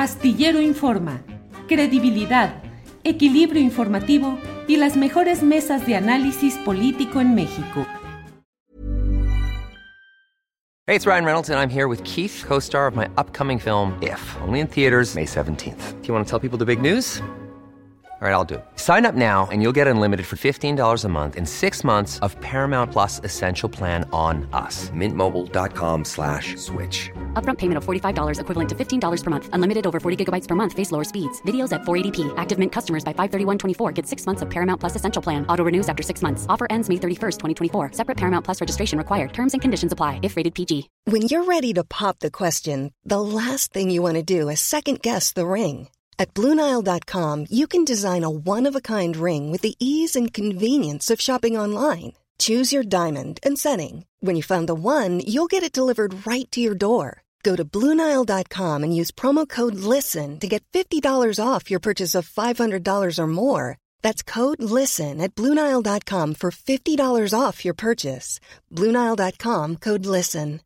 Astillero Informa, credibilidad, equilibrio informativo y las mejores mesas de análisis político en México. Hey, it's Ryan Reynolds, and I'm here with Keith, co-star of my upcoming film, If, only in theaters May 17th. Do you want to tell people the big news? All right, I'll do it. Sign up now and you'll get unlimited for $15 a month and 6 months of Paramount Plus Essential Plan on us. MintMobile.com/switch. Upfront payment of $45 equivalent to $15 per month. Unlimited over 40 gigabytes per month. Face lower speeds. Videos at 480p. Active Mint customers by 531.24 get 6 months of Paramount Plus Essential Plan. Auto renews after 6 months. Offer ends May 31st, 2024. Separate Paramount Plus registration required. Terms and conditions apply if rated PG. When you're ready to pop the question, the last thing you want to do is second-guess the ring. At BlueNile.com, you can design a one-of-a-kind ring with the ease and convenience of shopping online. Choose your diamond and setting. When you find the one, you'll get it delivered right to your door. Go to BlueNile.com and use promo code LISTEN to get $50 off your purchase of $500 or more. That's code LISTEN at BlueNile.com for $50 off your purchase. BlueNile.com, code LISTEN.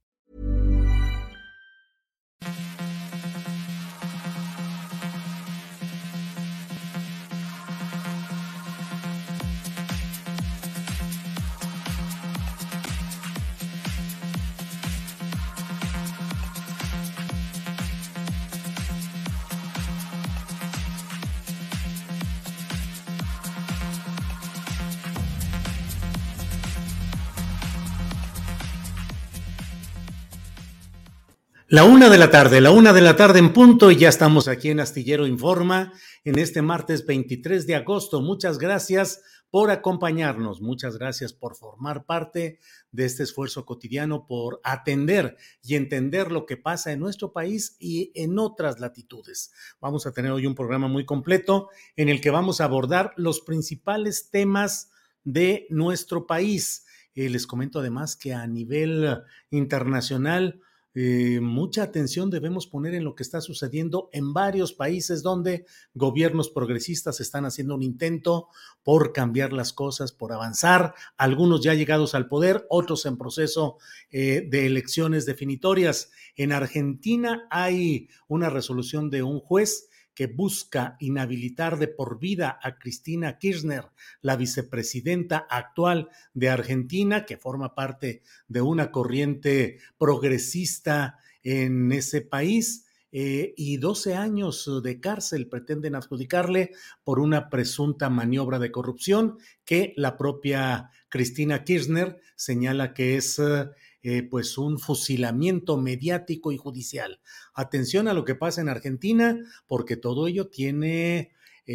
La una de la tarde en punto, y ya estamos aquí en Astillero Informa en este martes 23 de agosto. Muchas gracias por acompañarnos, muchas gracias por formar parte de este esfuerzo cotidiano por atender y entender lo que pasa en nuestro país y en otras latitudes. Vamos a tener hoy un programa muy completo en el que vamos a abordar los principales temas de nuestro país. Les comento además que a nivel internacional, mucha atención debemos poner en lo que está sucediendo en varios países donde gobiernos progresistas están haciendo un intento por cambiar las cosas, por avanzar, algunos ya llegados al poder, otros en proceso de elecciones definitorias. En Argentina hay una resolución de un juez que busca inhabilitar de por vida a Cristina Kirchner, la vicepresidenta actual de Argentina, que forma parte de una corriente progresista en ese país, y 12 años de cárcel pretenden adjudicarle por una presunta maniobra de corrupción que la propia Cristina Kirchner señala que es pues un fusilamiento mediático y judicial. Atención a lo que pasa en Argentina, porque todo ello tiene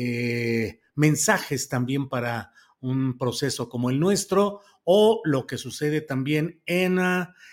mensajes también para un proceso como el nuestro, o lo que sucede también en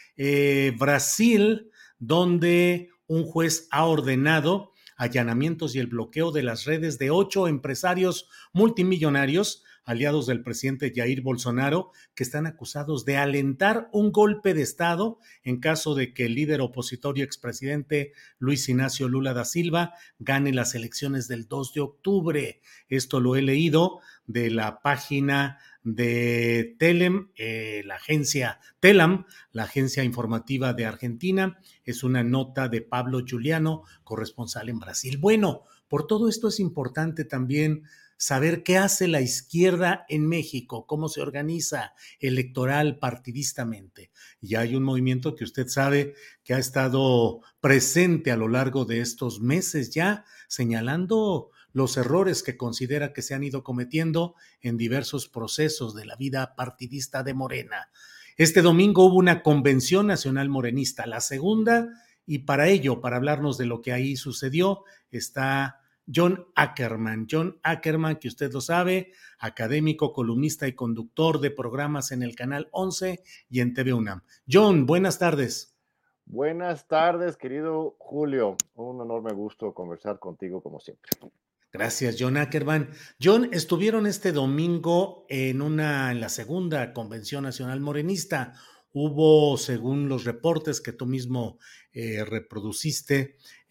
Brasil, donde un juez ha ordenado allanamientos y el bloqueo de las redes de 8 empresarios multimillonarios aliados del presidente Jair Bolsonaro, que están acusados de alentar un golpe de Estado en caso de que el líder opositor y expresidente Luis Ignacio Lula da Silva gane las elecciones del 2 de octubre. Esto lo he leído de la página de Telem, la agencia Telam, la agencia informativa de Argentina. Es una nota de Pablo Giuliano, corresponsal en Brasil. Bueno, por todo esto es importante también saber qué hace la izquierda en México, cómo se organiza electoral partidistamente. Y hay un movimiento que usted sabe que ha estado presente a lo largo de estos meses ya, señalando los errores que considera que se han ido cometiendo en diversos procesos de la vida partidista de Morena. Este domingo hubo una convención nacional morenista, la segunda, y para ello, para hablarnos de lo que ahí sucedió, está John Ackerman. John Ackerman, que usted lo sabe, académico, columnista y conductor de programas en el Canal 11 y en TV UNAM. John, buenas tardes. Buenas tardes, querido Julio. Un enorme gusto conversar contigo como siempre. Gracias, John Ackerman. John, estuvieron este domingo en la segunda Convención Nacional Morenista. Hubo, según los reportes que tú mismo reproduciste,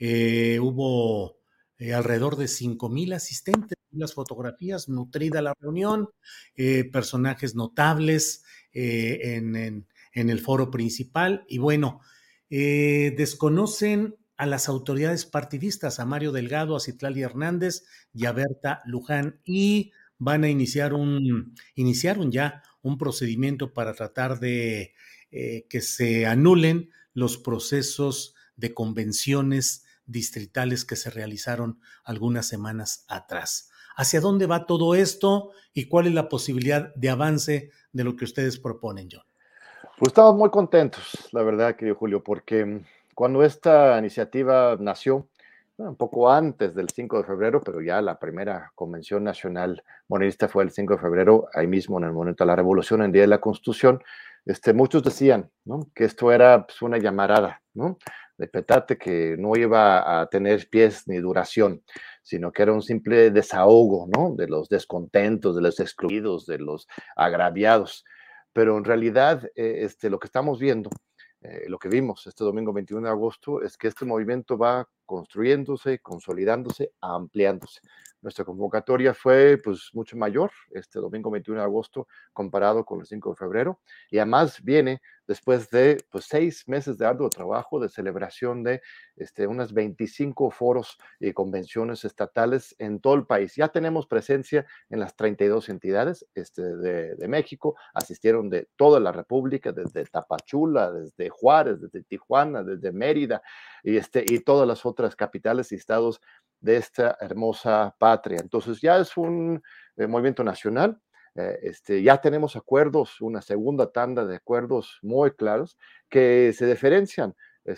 hubo alrededor de 5,000 asistentes, las fotografías, nutrida la reunión, personajes notables en el foro principal. Y bueno, desconocen a las autoridades partidistas, a Mario Delgado, a Citlali Hernández y a Berta Luján, y van a iniciaron ya un procedimiento para tratar de que se anulen los procesos de convenciones distritales que se realizaron algunas semanas atrás. ¿Hacia dónde va todo esto y cuál es la posibilidad de avance de lo que ustedes proponen, John? Pues estamos muy contentos, la verdad, querido Julio, porque cuando esta iniciativa nació, bueno, un poco antes del 5 de febrero, pero ya la primera convención nacional morenista fue el 5 de febrero, ahí mismo en el momento de la revolución, en el Día de la Constitución, muchos decían, ¿no?, que esto era pues, una llamarada, ¿no?, de petate que no iba a tener pies ni duración, sino que era un simple desahogo, ¿no?, de los descontentos, de los excluidos, de los agraviados. Pero en realidad, lo que estamos viendo, lo que vimos este domingo 21 de agosto, es que este movimiento va construyéndose, consolidándose, ampliándose. Nuestra convocatoria fue pues mucho mayor este domingo 21 de agosto comparado con el 5 de febrero, y además viene después de pues 6 meses de arduo trabajo de celebración de unas 25 foros y convenciones estatales en todo el país. Ya tenemos presencia en las 32 entidades de México, asistieron de toda la República, desde Tapachula, desde Juárez, desde Tijuana, desde Mérida, y todas las otras capitales y estados de esta hermosa patria. Entonces ya es un movimiento nacional. Ya tenemos acuerdos, una segunda tanda de acuerdos muy claros que se diferencian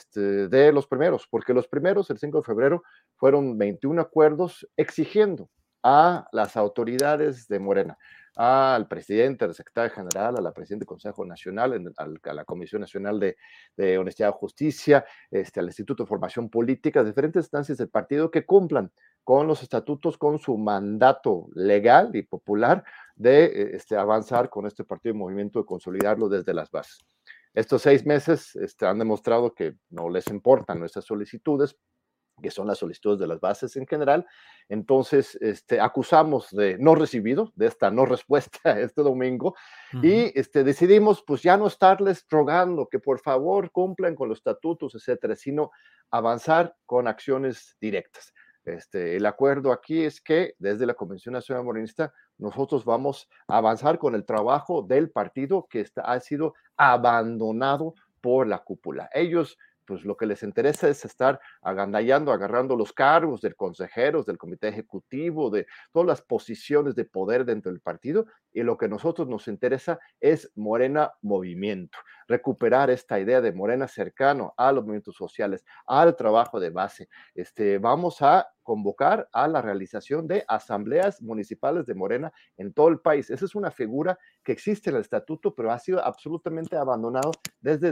de los primeros, porque los primeros, el 5 de febrero, fueron 21 acuerdos exigiendo a las autoridades de Morena, al presidente, al secretario general, a la presidenta del Consejo Nacional, a la Comisión Nacional de Honestidad y Justicia, al Instituto de Formación Política, diferentes instancias del partido que cumplan con los estatutos, con su mandato legal y popular de avanzar con este partido y movimiento, de consolidarlo desde las bases. Estos 6 meses han demostrado que no les importan nuestras solicitudes, que son las solicitudes de las bases en general. Entonces, acusamos de no recibido, de esta no respuesta este domingo, y decidimos pues ya no estarles rogando que por favor cumplan con los estatutos, etcétera, sino avanzar con acciones directas. El acuerdo aquí es que desde la Convención Nacional Morenista nosotros vamos a avanzar con el trabajo del partido que ha sido abandonado por la cúpula. Ellos pues lo que les interesa es estar agandallando, agarrando los cargos de consejeros, del comité ejecutivo, de todas las posiciones de poder dentro del partido, y lo que a nosotros nos interesa es Morena Movimiento, recuperar esta idea de Morena cercano a los movimientos sociales, al trabajo de base. Vamos a convocar a la realización de asambleas municipales de Morena en todo el país. Esa es una figura que existe en el estatuto, pero ha sido absolutamente abandonado desde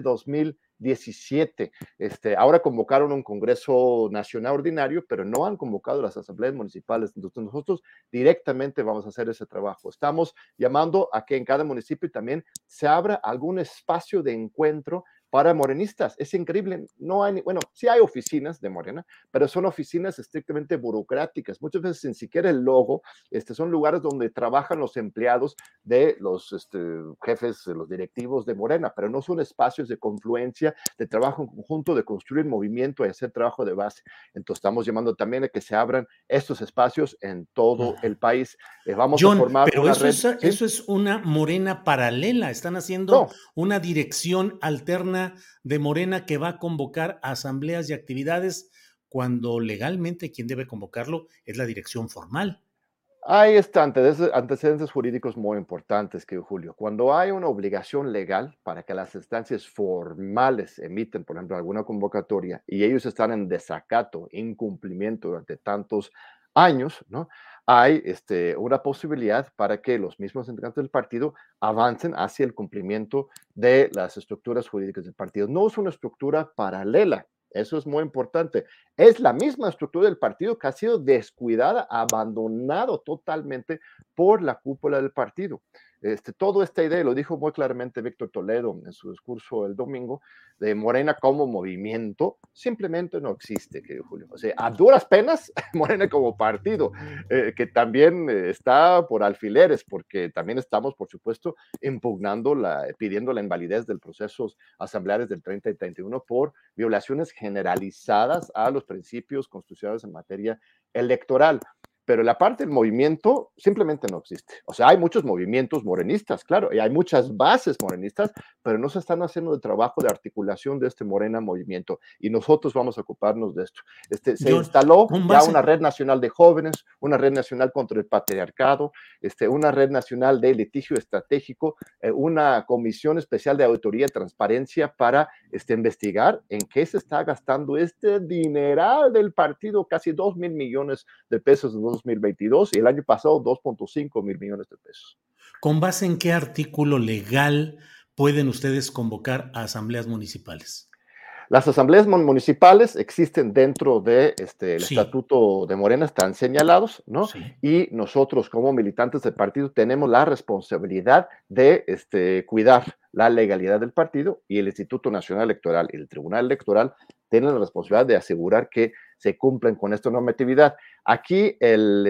2017. Ahora convocaron un Congreso Nacional Ordinario, pero no han convocado las asambleas municipales. Entonces nosotros directamente vamos a hacer ese trabajo. Estamos llamando a que en cada municipio también se abra algún espacio de encuentro para morenistas. Es increíble, no hay, bueno, sí hay oficinas de Morena, pero son oficinas estrictamente burocráticas. Muchas veces sin siquiera el logo, son lugares donde trabajan los empleados de los jefes, de los directivos de Morena, pero no son espacios de confluencia, de trabajo en conjunto, de construir movimiento y hacer trabajo de base. Entonces estamos llamando también a que se abran estos espacios en todo el país. Vamos John, a formar pero una eso red. Eso es una Morena paralela. Están haciendo una dirección alterna de Morena que va a convocar asambleas y actividades cuando legalmente quien debe convocarlo es la dirección formal. Hay antecedentes jurídicos muy importantes, que Julio. Cuando hay una obligación legal para que las instancias formales emiten, por ejemplo, alguna convocatoria y ellos están en desacato, incumplimiento durante tantos años, ¿no? Hay una posibilidad para que los mismos integrantes del partido avancen hacia el cumplimiento de las estructuras jurídicas del partido. No es una estructura paralela. Eso es muy importante. Es la misma estructura del partido que ha sido descuidada, abandonado totalmente por la cúpula del partido. toda esta idea, lo dijo muy claramente Víctor Toledo en su discurso el domingo, de Morena como movimiento, simplemente no existe, querido Julio. O sea, a duras penas, Morena como partido, que también está por alfileres, porque también estamos, por supuesto, impugnando, pidiendo la invalidez del procesos asamblearios del 30 y 31 por violaciones generalizadas a los principios constitucionales en materia electoral. Pero la parte del movimiento simplemente no existe. O sea, hay muchos movimientos morenistas, claro, y hay muchas bases morenistas, pero no se están haciendo el trabajo de articulación de este Morena movimiento, y nosotros vamos a ocuparnos de esto. Se instaló ya una red nacional de jóvenes, una red nacional contra el patriarcado, una red nacional de litigio estratégico, una comisión especial de auditoría y transparencia para investigar en qué se está gastando este dineral del partido, casi 2,000 millones de pesos en 2022, y el año pasado 2,5 mil millones de pesos. ¿Con base en qué artículo legal pueden ustedes convocar a asambleas municipales? Las asambleas municipales existen dentro de el estatuto de Morena, están señalados, ¿no? Sí. Y nosotros como militantes del partido tenemos la responsabilidad de cuidar la legalidad del partido, y el Instituto Nacional Electoral y el Tribunal Electoral tienen la responsabilidad de asegurar que se cumplen con esta normatividad. Aquí el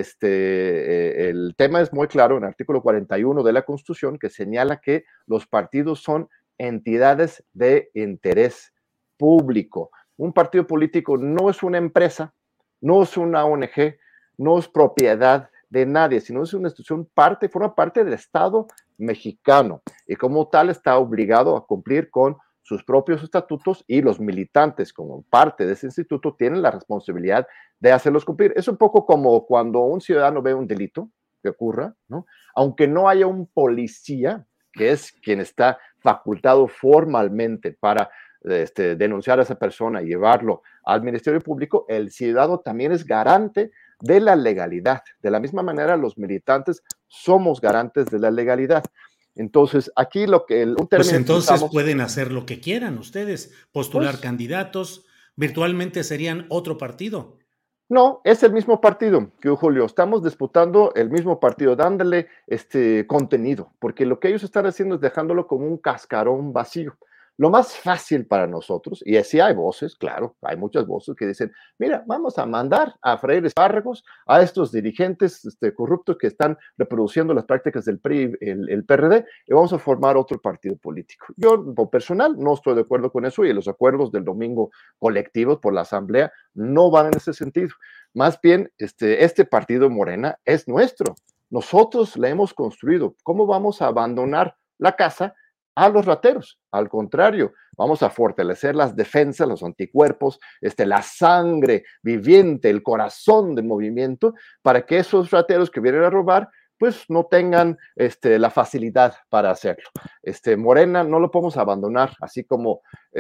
tema es muy claro en el artículo 41 de la Constitución, que señala que los partidos son entidades de interés público. Un partido político no es una empresa, no es una ONG, no es propiedad de nadie, sino es una institución forma parte del Estado mexicano, y como tal está obligado a cumplir con sus propios estatutos, y los militantes como parte de ese instituto tienen la responsabilidad de hacerlos cumplir. Es un poco como cuando un ciudadano ve un delito que ocurra, ¿no? Aunque no haya un policía, que es quien está facultado formalmente para denunciar a esa persona y llevarlo al Ministerio Público, el ciudadano también es garante de la legalidad. De la misma manera, los militantes somos garantes de la legalidad. Entonces, aquí pues entonces pueden hacer lo que quieran ustedes, postular candidatos, virtualmente serían otro partido. No, es el mismo partido, que Julio, estamos disputando el mismo partido, dándole contenido, porque lo que ellos están haciendo es dejándolo como un cascarón vacío. Lo más fácil para nosotros, y así hay voces, claro, hay muchas voces que dicen, mira, vamos a mandar a freír espárragos a estos dirigentes corruptos que están reproduciendo las prácticas del PRI, el PRD, y vamos a formar otro partido político. Yo, por personal, no estoy de acuerdo con eso, y los acuerdos del domingo colectivos por la Asamblea no van en ese sentido. Más bien, este partido Morena es nuestro. Nosotros le hemos construido. ¿Cómo vamos a abandonar la casa a los rateros? Al contrario, vamos a fortalecer las defensas, los anticuerpos, la sangre viviente, el corazón del movimiento, para que esos rateros que vienen a robar, pues no tengan la facilidad para hacerlo. Morena no lo podemos abandonar, así como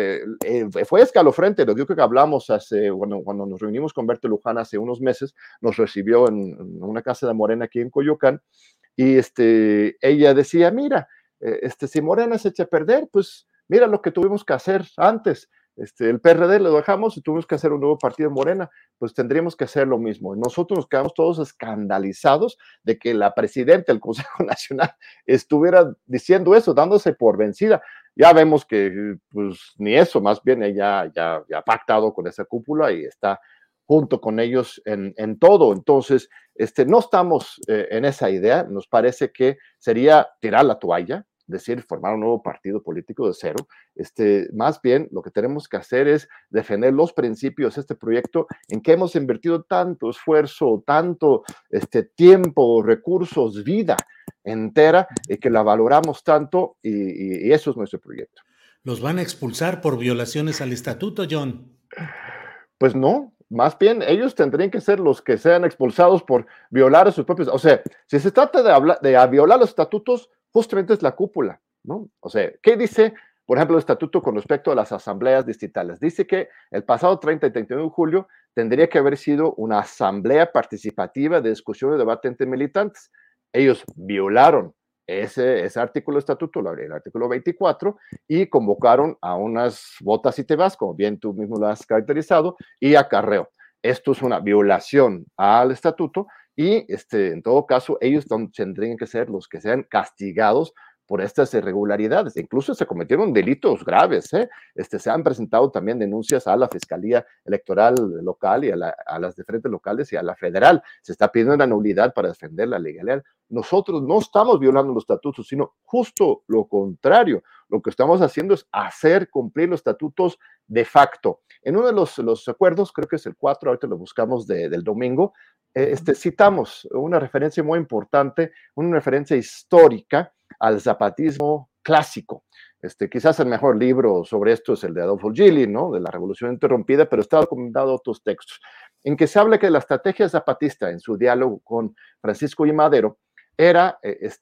fue escalofriante, lo que hablamos cuando nos reunimos con Berta Luján hace unos meses, nos recibió en una casa de Morena aquí en Coyoacán, y ella decía, mira, si Morena se echa a perder, pues mira lo que tuvimos que hacer antes. El PRD lo dejamos y tuvimos que hacer un nuevo partido Morena, pues tendríamos que hacer lo mismo. Y nosotros nos quedamos todos escandalizados de que la presidenta del Consejo Nacional estuviera diciendo eso, dándose por vencida. Ya vemos que pues ni eso, más bien ella ya ha pactado con esa cúpula y está junto con ellos en todo. Entonces, no estamos en esa idea. Nos parece que sería tirar la toalla, decir, formar un nuevo partido político de cero. Más bien, lo que tenemos que hacer es defender los principios de este proyecto en que hemos invertido tanto esfuerzo, tanto tiempo, recursos, vida entera, y que la valoramos tanto, y eso es nuestro proyecto. ¿Los van a expulsar por violaciones al estatuto, John? Pues no. Más bien, ellos tendrían que ser los que sean expulsados por violar a sus propios. O sea, si se trata de violar los estatutos, justamente es la cúpula, ¿no? O sea, ¿qué dice, por ejemplo, el estatuto con respecto a las asambleas distritales? Dice que el pasado 30 y 31 de julio tendría que haber sido una asamblea participativa de discusión y debate entre militantes. Ellos violaron ese artículo del estatuto, el artículo 24, y convocaron a unas botas y te vas, como bien tú mismo lo has caracterizado, y acarreo. Esto es una violación al estatuto y en todo caso ellos tendrían que ser los que sean castigados por estas irregularidades. Incluso se cometieron delitos graves, ¿eh? Se han presentado también denuncias a la Fiscalía Electoral local y a las diferentes locales y a la federal. Se está pidiendo una nulidad para defender la legalidad. Nosotros no estamos violando los estatutos, sino justo lo contrario. Lo que estamos haciendo es hacer cumplir los estatutos de facto. En uno de los acuerdos, creo que es el 4, ahorita lo buscamos del domingo, citamos una referencia muy importante, una referencia histórica al zapatismo clásico. Quizás el mejor libro sobre esto es el de Adolfo Gili, ¿no? De la Revolución Interrumpida, pero está documentado otros textos, en que se habla que la estrategia zapatista en su diálogo con Francisco I. Madero era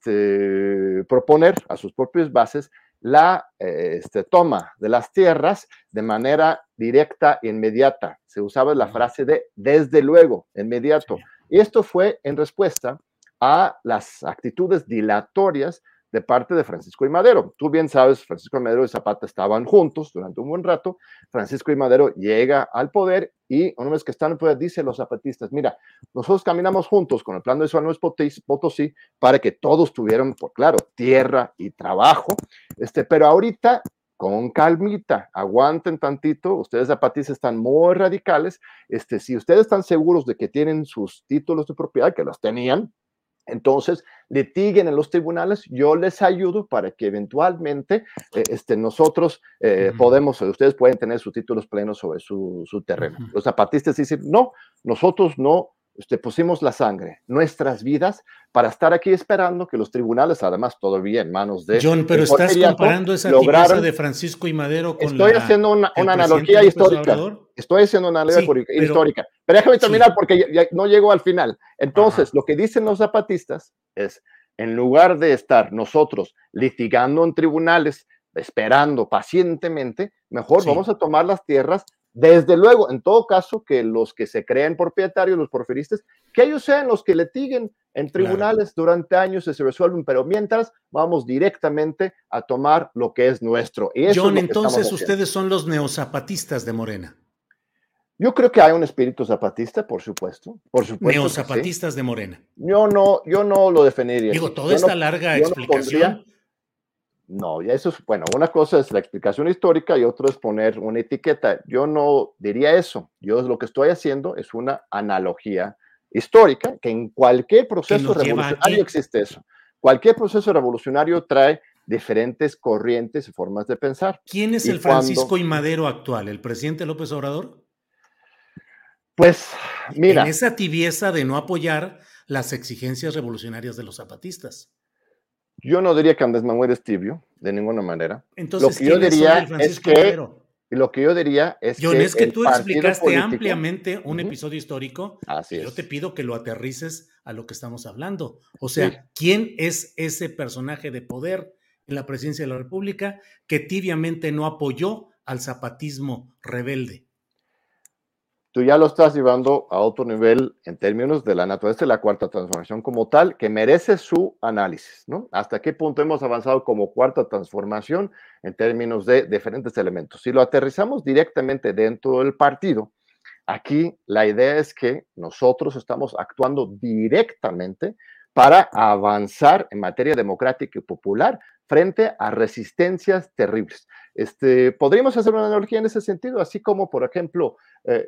proponer a sus propias bases la toma de las tierras de manera directa e inmediata. Se usaba la frase de desde luego, inmediato. Y esto fue en respuesta a las actitudes dilatorias de parte de Francisco I. Madero. Tú bien sabes, Francisco I. Madero y Zapata estaban juntos durante un buen rato. Francisco I. Madero llega al poder y una vez que están en el poder, dicen los zapatistas, mira, nosotros caminamos juntos con el plan de San Luis Potosí para que todos tuvieran, por claro, tierra y trabajo, pero ahorita con calmita, aguanten tantito, ustedes zapatistas están muy radicales, si ustedes están seguros de que tienen sus títulos de propiedad, que los tenían, entonces litiguen en los tribunales, yo les ayudo para que eventualmente nosotros ustedes pueden tener sus títulos plenos sobre su terreno. Los zapatistas dicen, no, nosotros no pusimos la sangre, nuestras vidas, para estar aquí esperando que los tribunales, además todavía en manos de... John, pero estás comparando esa tibieza de Francisco y Madero con Estoy haciendo una analogía histórica. Estoy haciendo una analogía histórica. Pero déjame terminar porque ya no llego al final. Entonces, lo que dicen los zapatistas es, en lugar de estar nosotros litigando en tribunales, esperando pacientemente, mejor vamos a tomar las tierras. Desde luego, en todo caso, que los que se creen propietarios, los porfiristas, que ellos sean los que litiguen en tribunales durante años y se resuelven, pero mientras vamos directamente a tomar lo que es nuestro. Y eso John, es lo que entonces ustedes son los neozapatistas de Morena. Yo creo que hay un espíritu zapatista, por supuesto. Neozapatistas de Morena. Yo no lo definiría. Digo, toda esta larga explicación. No, ya eso es, bueno, una cosa es la explicación histórica y otra es poner una etiqueta. Yo no diría eso. Yo lo que estoy haciendo es una analogía histórica, que en cualquier proceso revolucionario existe eso. Cualquier proceso revolucionario trae diferentes corrientes y formas de pensar. ¿Quién es el Francisco I. Madero actual? ¿El presidente López Obrador? Pues, mira. En esa tibieza de no apoyar las exigencias revolucionarias de los zapatistas. Yo no diría que Andrés Manuel es tibio, de ninguna manera. Entonces, lo que yo diría es que John, es que tú explicaste ampliamente un episodio histórico. Así es. Yo te pido que lo aterrices a lo que estamos hablando. O sea, ¿quién es ese personaje de poder en la presidencia de la República que tibiamente no apoyó al zapatismo rebelde? Tú ya lo estás llevando a otro nivel en términos de la naturaleza de la cuarta transformación como tal, que merece su análisis, ¿no? ¿Hasta qué punto hemos avanzado como cuarta transformación en términos de diferentes elementos? Si lo aterrizamos directamente dentro del partido, aquí la idea es que nosotros estamos actuando directamente para avanzar en materia democrática y popular frente a resistencias terribles. Podríamos hacer una analogía en ese sentido, así como, por ejemplo,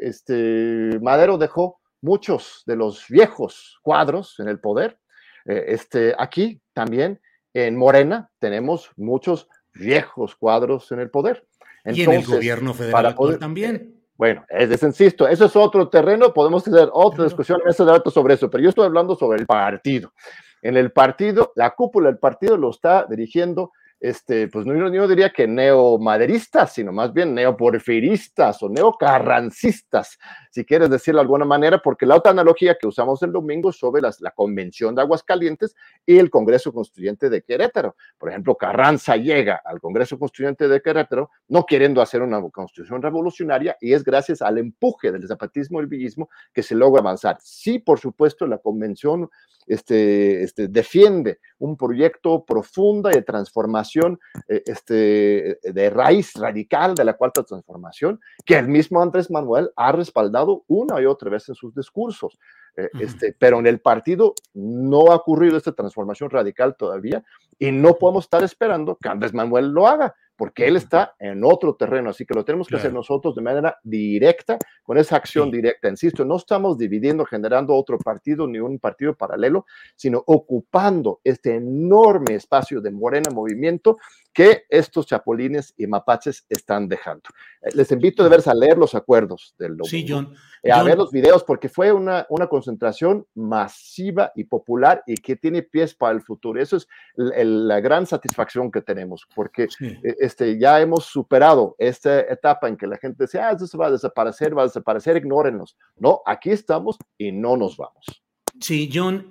Madero dejó muchos de los viejos cuadros en el poder. Aquí también en Morena tenemos muchos viejos cuadros en el poder. Entonces, y en el gobierno federal también. Bueno, insisto, eso es otro terreno, podemos hacer otra discusión en este debate sobre eso, pero yo estoy hablando sobre el partido. En el partido, la cúpula del partido lo está dirigiendo, pues no diría que neomaderistas, sino más bien neoporfiristas o neocarrancistas, si quieres decirlo de alguna manera, porque la otra analogía que usamos el domingo es sobre la Convención de Aguascalientes y el Congreso Constituyente de Querétaro. Por ejemplo, Carranza llega al Congreso Constituyente de Querétaro no queriendo hacer una constitución revolucionaria y es gracias al empuje del zapatismo y el villismo que se logra avanzar. Sí, por supuesto, la Convención defiende un proyecto profunda de transformación de raíz radical de la cuarta transformación, que el mismo Andrés Manuel ha respaldado una y otra vez en sus discursos. Pero en el partido no ha ocurrido esta transformación radical todavía y no podemos estar esperando que Andrés Manuel lo haga, porque él está en otro terreno, así que lo tenemos que hacer nosotros de manera directa, con esa acción directa. Insisto, no estamos dividiendo, generando otro partido ni un partido paralelo, sino ocupando este enorme espacio de Morena Movimiento que estos chapulines y mapaches están dejando. Les invito de veras a leer los acuerdos del domingo. Sí, John. A ver los videos, porque fue una concentración masiva y popular y que tiene pies para el futuro. Eso es la gran satisfacción que tenemos, porque ya hemos superado esta etapa en que la gente decía, eso se va a desaparecer, ignórenlos. No, aquí estamos y no nos vamos. Sí, John,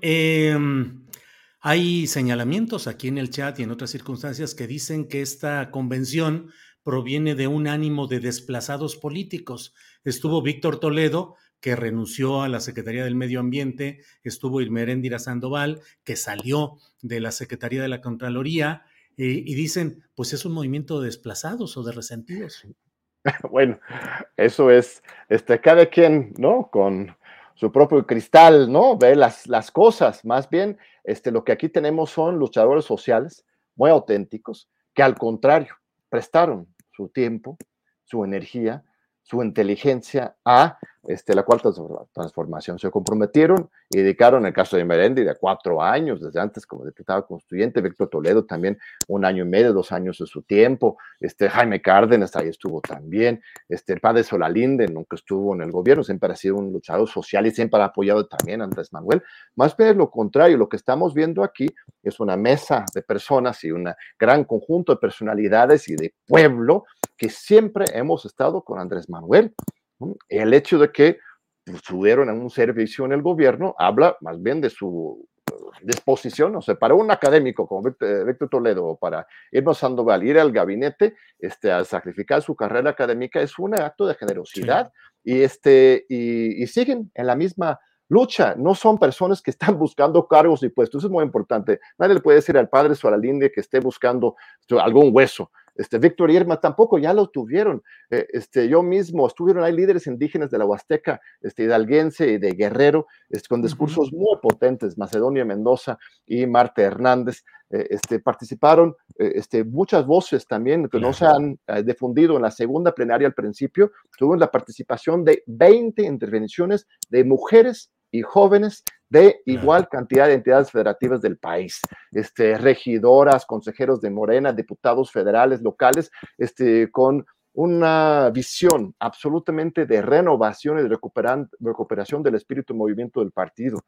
hay señalamientos aquí en el chat y en otras circunstancias que dicen que esta convención proviene de un ánimo de desplazados políticos. Estuvo Víctor Toledo, que renunció a la Secretaría del Medio Ambiente, estuvo Irmeréndira Sandoval, que salió de la Secretaría de la Contraloría, y dicen, pues es un movimiento de desplazados o de resentidos. Bueno, eso es, cada quien, ¿no? Con su propio cristal, ¿no? Ve las cosas. Más bien, lo que aquí tenemos son luchadores sociales muy auténticos, que al contrario, prestaron su tiempo, su energía, su inteligencia a la cuarta transformación. Se comprometieron y dedicaron, en el caso de Irmeréndira, 4 años, desde antes como diputado constituyente, Víctor Toledo también 1 año y medio, 2 años de su tiempo, Jaime Cárdenas ahí estuvo también, el padre Solalinde nunca estuvo en el gobierno, siempre ha sido un luchador social y siempre ha apoyado también a Andrés Manuel. Más bien es lo contrario, lo que estamos viendo aquí es una mesa de personas y un gran conjunto de personalidades y de pueblo que siempre hemos estado con Andrés Manuel. El hecho de que estuvieron en un servicio en el gobierno habla más bien de su disposición, o sea, para un académico como Víctor Toledo o para Irma Sandoval, ir al gabinete a sacrificar su carrera académica es un acto de generosidad. Sí. Y siguen en la misma lucha. No son personas que están buscando cargos y puestos. Eso es muy importante. Nadie le puede decir al padre Solalinde que esté buscando algún hueso. Víctor y Irma tampoco, ya lo tuvieron. Yo mismo, estuvieron ahí líderes indígenas de la Huasteca, hidalguense y de Guerrero, con discursos muy potentes, Macedonia Mendoza y Marta Hernández, participaron muchas voces también que no se han difundido en la segunda plenaria al principio. Tuvimos la participación de 20 intervenciones de mujeres y jóvenes de igual cantidad de entidades federativas del país, regidoras, consejeros de Morena, diputados federales, locales, con una visión absolutamente de renovación y de recuperación del espíritu y movimiento del partido,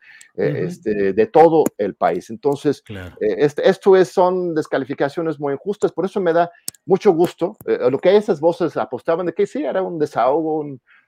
de todo el país. Entonces, son descalificaciones muy injustas, por eso me da mucho gusto lo que esas voces apostaban de que sí, era un desahogo,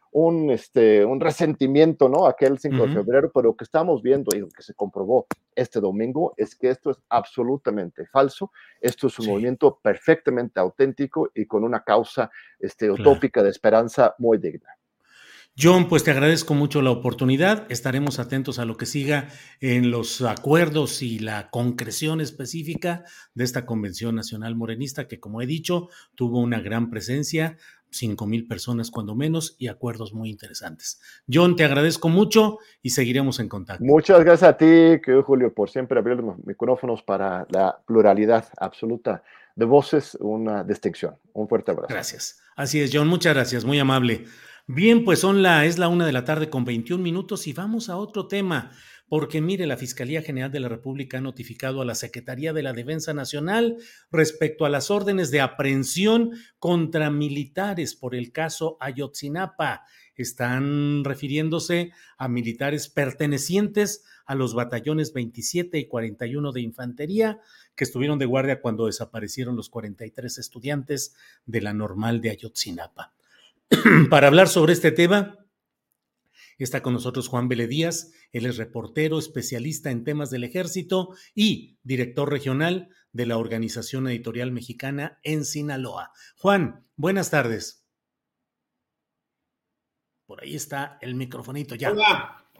un resentimiento, ¿no? Aquel 5 de febrero, pero lo que estamos viendo y lo que se comprobó este domingo es que esto es absolutamente falso. Esto es un movimiento perfectamente auténtico y con una causa utópica de esperanza muy digna. John, pues te agradezco mucho la oportunidad. Estaremos atentos a lo que siga en los acuerdos y la concreción específica de esta Convención Nacional Morenista que, como he dicho, tuvo una gran presencia, 5,000 personas cuando menos y acuerdos muy interesantes. John, te agradezco mucho y seguiremos en contacto. Muchas gracias a ti, querido Julio, por siempre abrir los micrófonos para la pluralidad absoluta de voces, una distinción. Un fuerte abrazo. Gracias. Así es, John, muchas gracias, muy amable. Bien, pues es la 1:00 p.m. con 21 minutos y vamos a otro tema, porque mire, la Fiscalía General de la República ha notificado a la Secretaría de la Defensa Nacional respecto a las órdenes de aprehensión contra militares por el caso Ayotzinapa. Están refiriéndose a militares pertenecientes a los batallones 27 y 41 de Infantería que estuvieron de guardia cuando desaparecieron los 43 estudiantes de la Normal de Ayotzinapa. Para hablar sobre este tema, está con nosotros Juan Vélez Díaz. Él es reportero, especialista en temas del Ejército y director regional de la Organización Editorial Mexicana en Sinaloa. Juan, buenas tardes. Por ahí está el microfonito ya. Hola,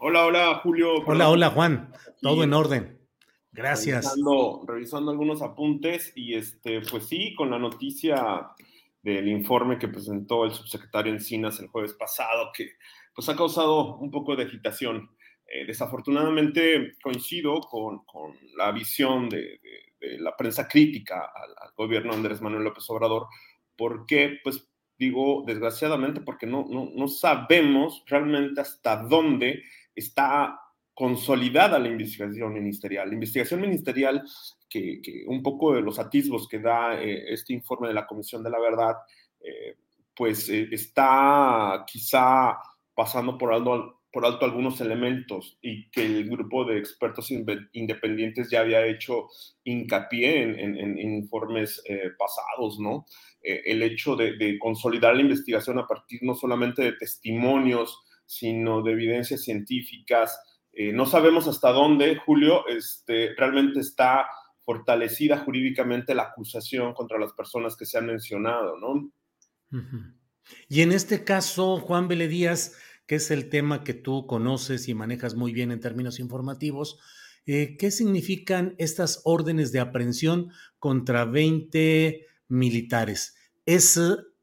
Hola, hola, Julio. Hola, hola, Juan. Todo Aquí en orden. Gracias. revisando algunos apuntes y pues sí, con la noticia del informe que presentó el subsecretario Encinas el jueves pasado, que pues ha causado un poco de agitación. Desafortunadamente coincido con la visión de la prensa crítica al gobierno de Andrés Manuel López Obrador, porque pues digo desgraciadamente porque no sabemos realmente hasta dónde está consolidada la investigación ministerial. La investigación ministerial, que un poco de los atisbos que da este informe de la Comisión de la Verdad, pues está quizá pasando por alto algunos elementos y que el grupo de expertos independientes ya había hecho hincapié en informes pasados, ¿no? El hecho de consolidar la investigación a partir no solamente de testimonios, sino de evidencias científicas. No sabemos hasta dónde, Julio, realmente está fortalecida jurídicamente la acusación contra las personas que se han mencionado, ¿no? Ujú. Y en este caso, Juan Vélez Díaz, que es el tema que tú conoces y manejas muy bien en términos informativos, ¿qué significan estas órdenes de aprehensión contra 20 militares? ¿Es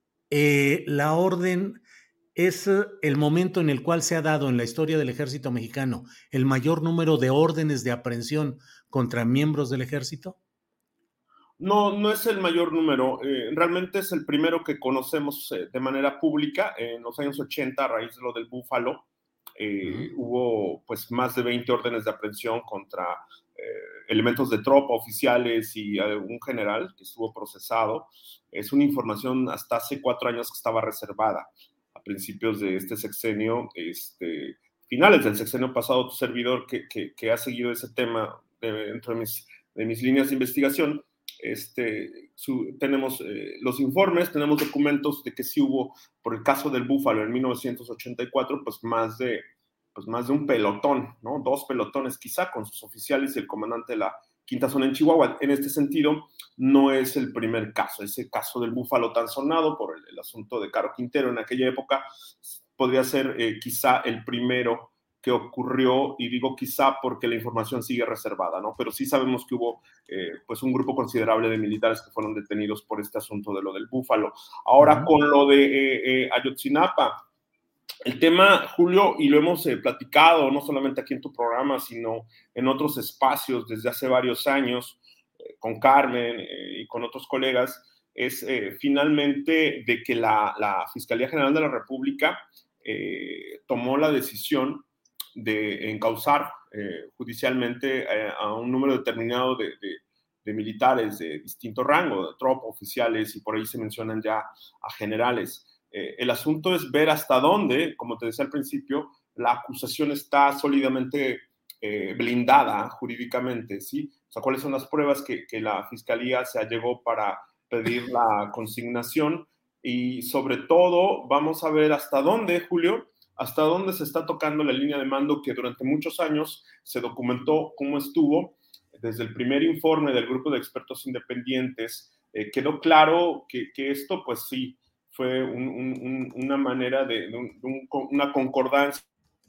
la orden, es el momento en el cual se ha dado en la historia del ejército mexicano el mayor número de órdenes de aprehensión contra miembros del ejército? No es el mayor número, realmente es el primero que conocemos de manera pública. En los años 80, a raíz de lo del Búfalo, hubo pues más de 20 órdenes de aprehensión contra elementos de tropa, oficiales y un general que estuvo procesado. Es una información hasta hace 4 años que estaba reservada. A principios de este sexenio, finales del sexenio pasado, tu servidor que ha seguido ese tema dentro de mis líneas de investigación, tenemos los informes, tenemos documentos de que sí hubo, por el caso del Búfalo en 1984, pues más de un pelotón, ¿no? 2 pelotones quizá con sus oficiales y el comandante de la quinta zona en Chihuahua. En este sentido, no es el primer caso. Ese caso del Búfalo tan sonado por el asunto de Caro Quintero en aquella época podría ser quizá el primero que ocurrió, y digo quizá porque la información sigue reservada, ¿no? Pero sí sabemos que hubo pues un grupo considerable de militares que fueron detenidos por este asunto de lo del Búfalo. Ahora, con lo de Ayotzinapa, el tema, Julio, y lo hemos platicado no solamente aquí en tu programa, sino en otros espacios desde hace varios años, con Carmen y con otros colegas, es finalmente de que la Fiscalía General de la República tomó la decisión de encausar judicialmente a un número determinado de militares de distinto rango, de tropa, oficiales, y por ahí se mencionan ya a generales. El asunto es ver hasta dónde, como te decía al principio, la acusación está sólidamente blindada jurídicamente, ¿sí? O sea, cuáles son las pruebas que la Fiscalía se allegó para pedir la consignación, y sobre todo vamos a ver hasta dónde, Julio, hasta dónde se está tocando la línea de mando que durante muchos años se documentó cómo estuvo. Desde el primer informe del grupo de expertos independientes quedó claro que esto, pues sí, fue una manera una concordancia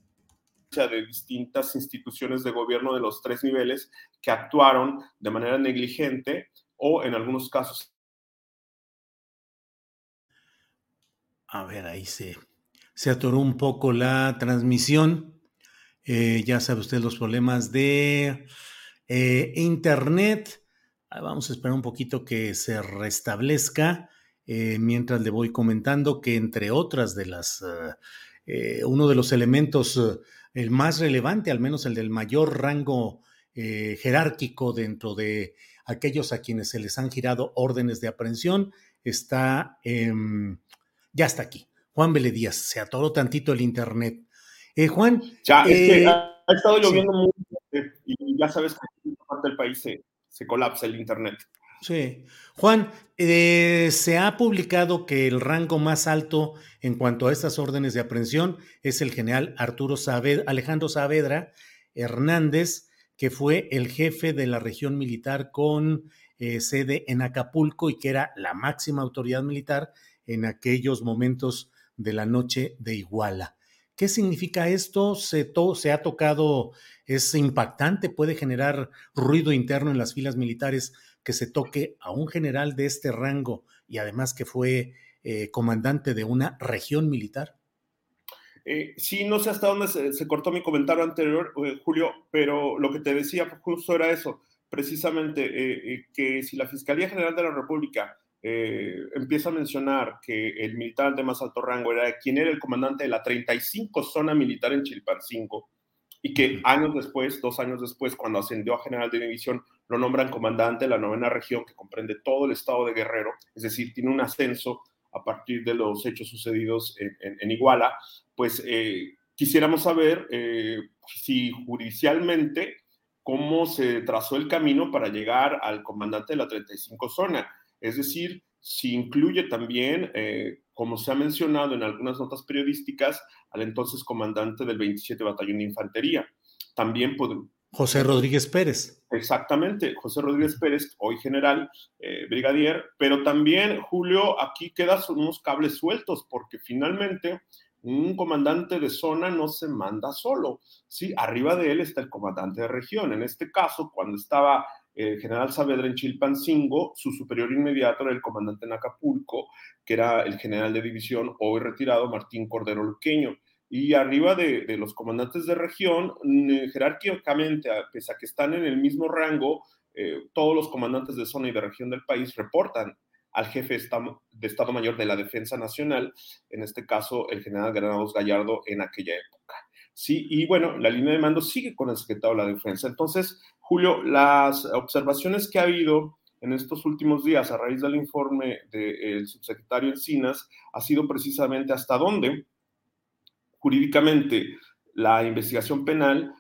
de distintas instituciones de gobierno de los 3 niveles que actuaron de manera negligente o en algunos casos. A ver, ahí se atoró un poco la transmisión. Ya sabe usted los problemas de internet. Vamos a esperar un poquito que se restablezca. Mientras le voy comentando que entre otras de las, uno de los elementos, el más relevante, al menos el del mayor rango jerárquico dentro de aquellos a quienes se les han girado órdenes de aprehensión, ya está aquí. Juan Vélez Díaz, se atoró tantito el internet. Juan. Ya, es que ha estado lloviendo Sí. mucho y ya sabes que en esta parte del país se colapsa el internet. Sí. Juan, se ha publicado que el rango más alto en cuanto a estas órdenes de aprehensión es el general Alejandro Saavedra Hernández, que fue el jefe de la región militar con sede en Acapulco y que era la máxima autoridad militar en aquellos momentos de la noche de Iguala. ¿Qué significa esto? Se ha tocado, es impactante, puede generar ruido interno en las filas militares que se toque a un general de este rango y además que fue comandante de una región militar. Sí, no sé hasta dónde se cortó mi comentario anterior, Julio, pero lo que te decía justo era eso, precisamente que si la Fiscalía General de la República empieza a mencionar que el militar de más alto rango era quien era el comandante de la 35 zona militar en Chilpancingo, y que años después, 2 años después, cuando ascendió a general de división, lo nombran comandante de la 9ª región, que comprende todo el estado de Guerrero, es decir, tiene un ascenso a partir de los hechos sucedidos en Iguala. Pues quisiéramos saber si judicialmente cómo se trazó el camino para llegar al comandante de la 35 zona, es decir, si incluye también, como se ha mencionado en algunas notas periodísticas, al entonces comandante del 27 Batallón de Infantería. También José Rodríguez Pérez. Exactamente, José Rodríguez Pérez, hoy general, brigadier, pero también, Julio, aquí quedan unos cables sueltos, porque finalmente un comandante de zona no se manda solo, ¿sí? Arriba de él está el comandante de región. En este caso, cuando estaba el general Saavedra en Chilpancingo, su superior inmediato era el comandante en Acapulco, que era el general de división, hoy retirado, Martín Cordero Luqueño. Y arriba de los comandantes de región, jerárquicamente, pese a que están en el mismo rango, todos los comandantes de zona y de región del país reportan al jefe de Estado Mayor de la Defensa Nacional, en este caso el general Granados Gallardo en aquella época. Sí, y bueno, la línea de mando sigue con el secretario de la Defensa. Entonces, Julio, las observaciones que ha habido en estos últimos días a raíz del informe del subsecretario Encinas ha sido precisamente hasta dónde jurídicamente la investigación penal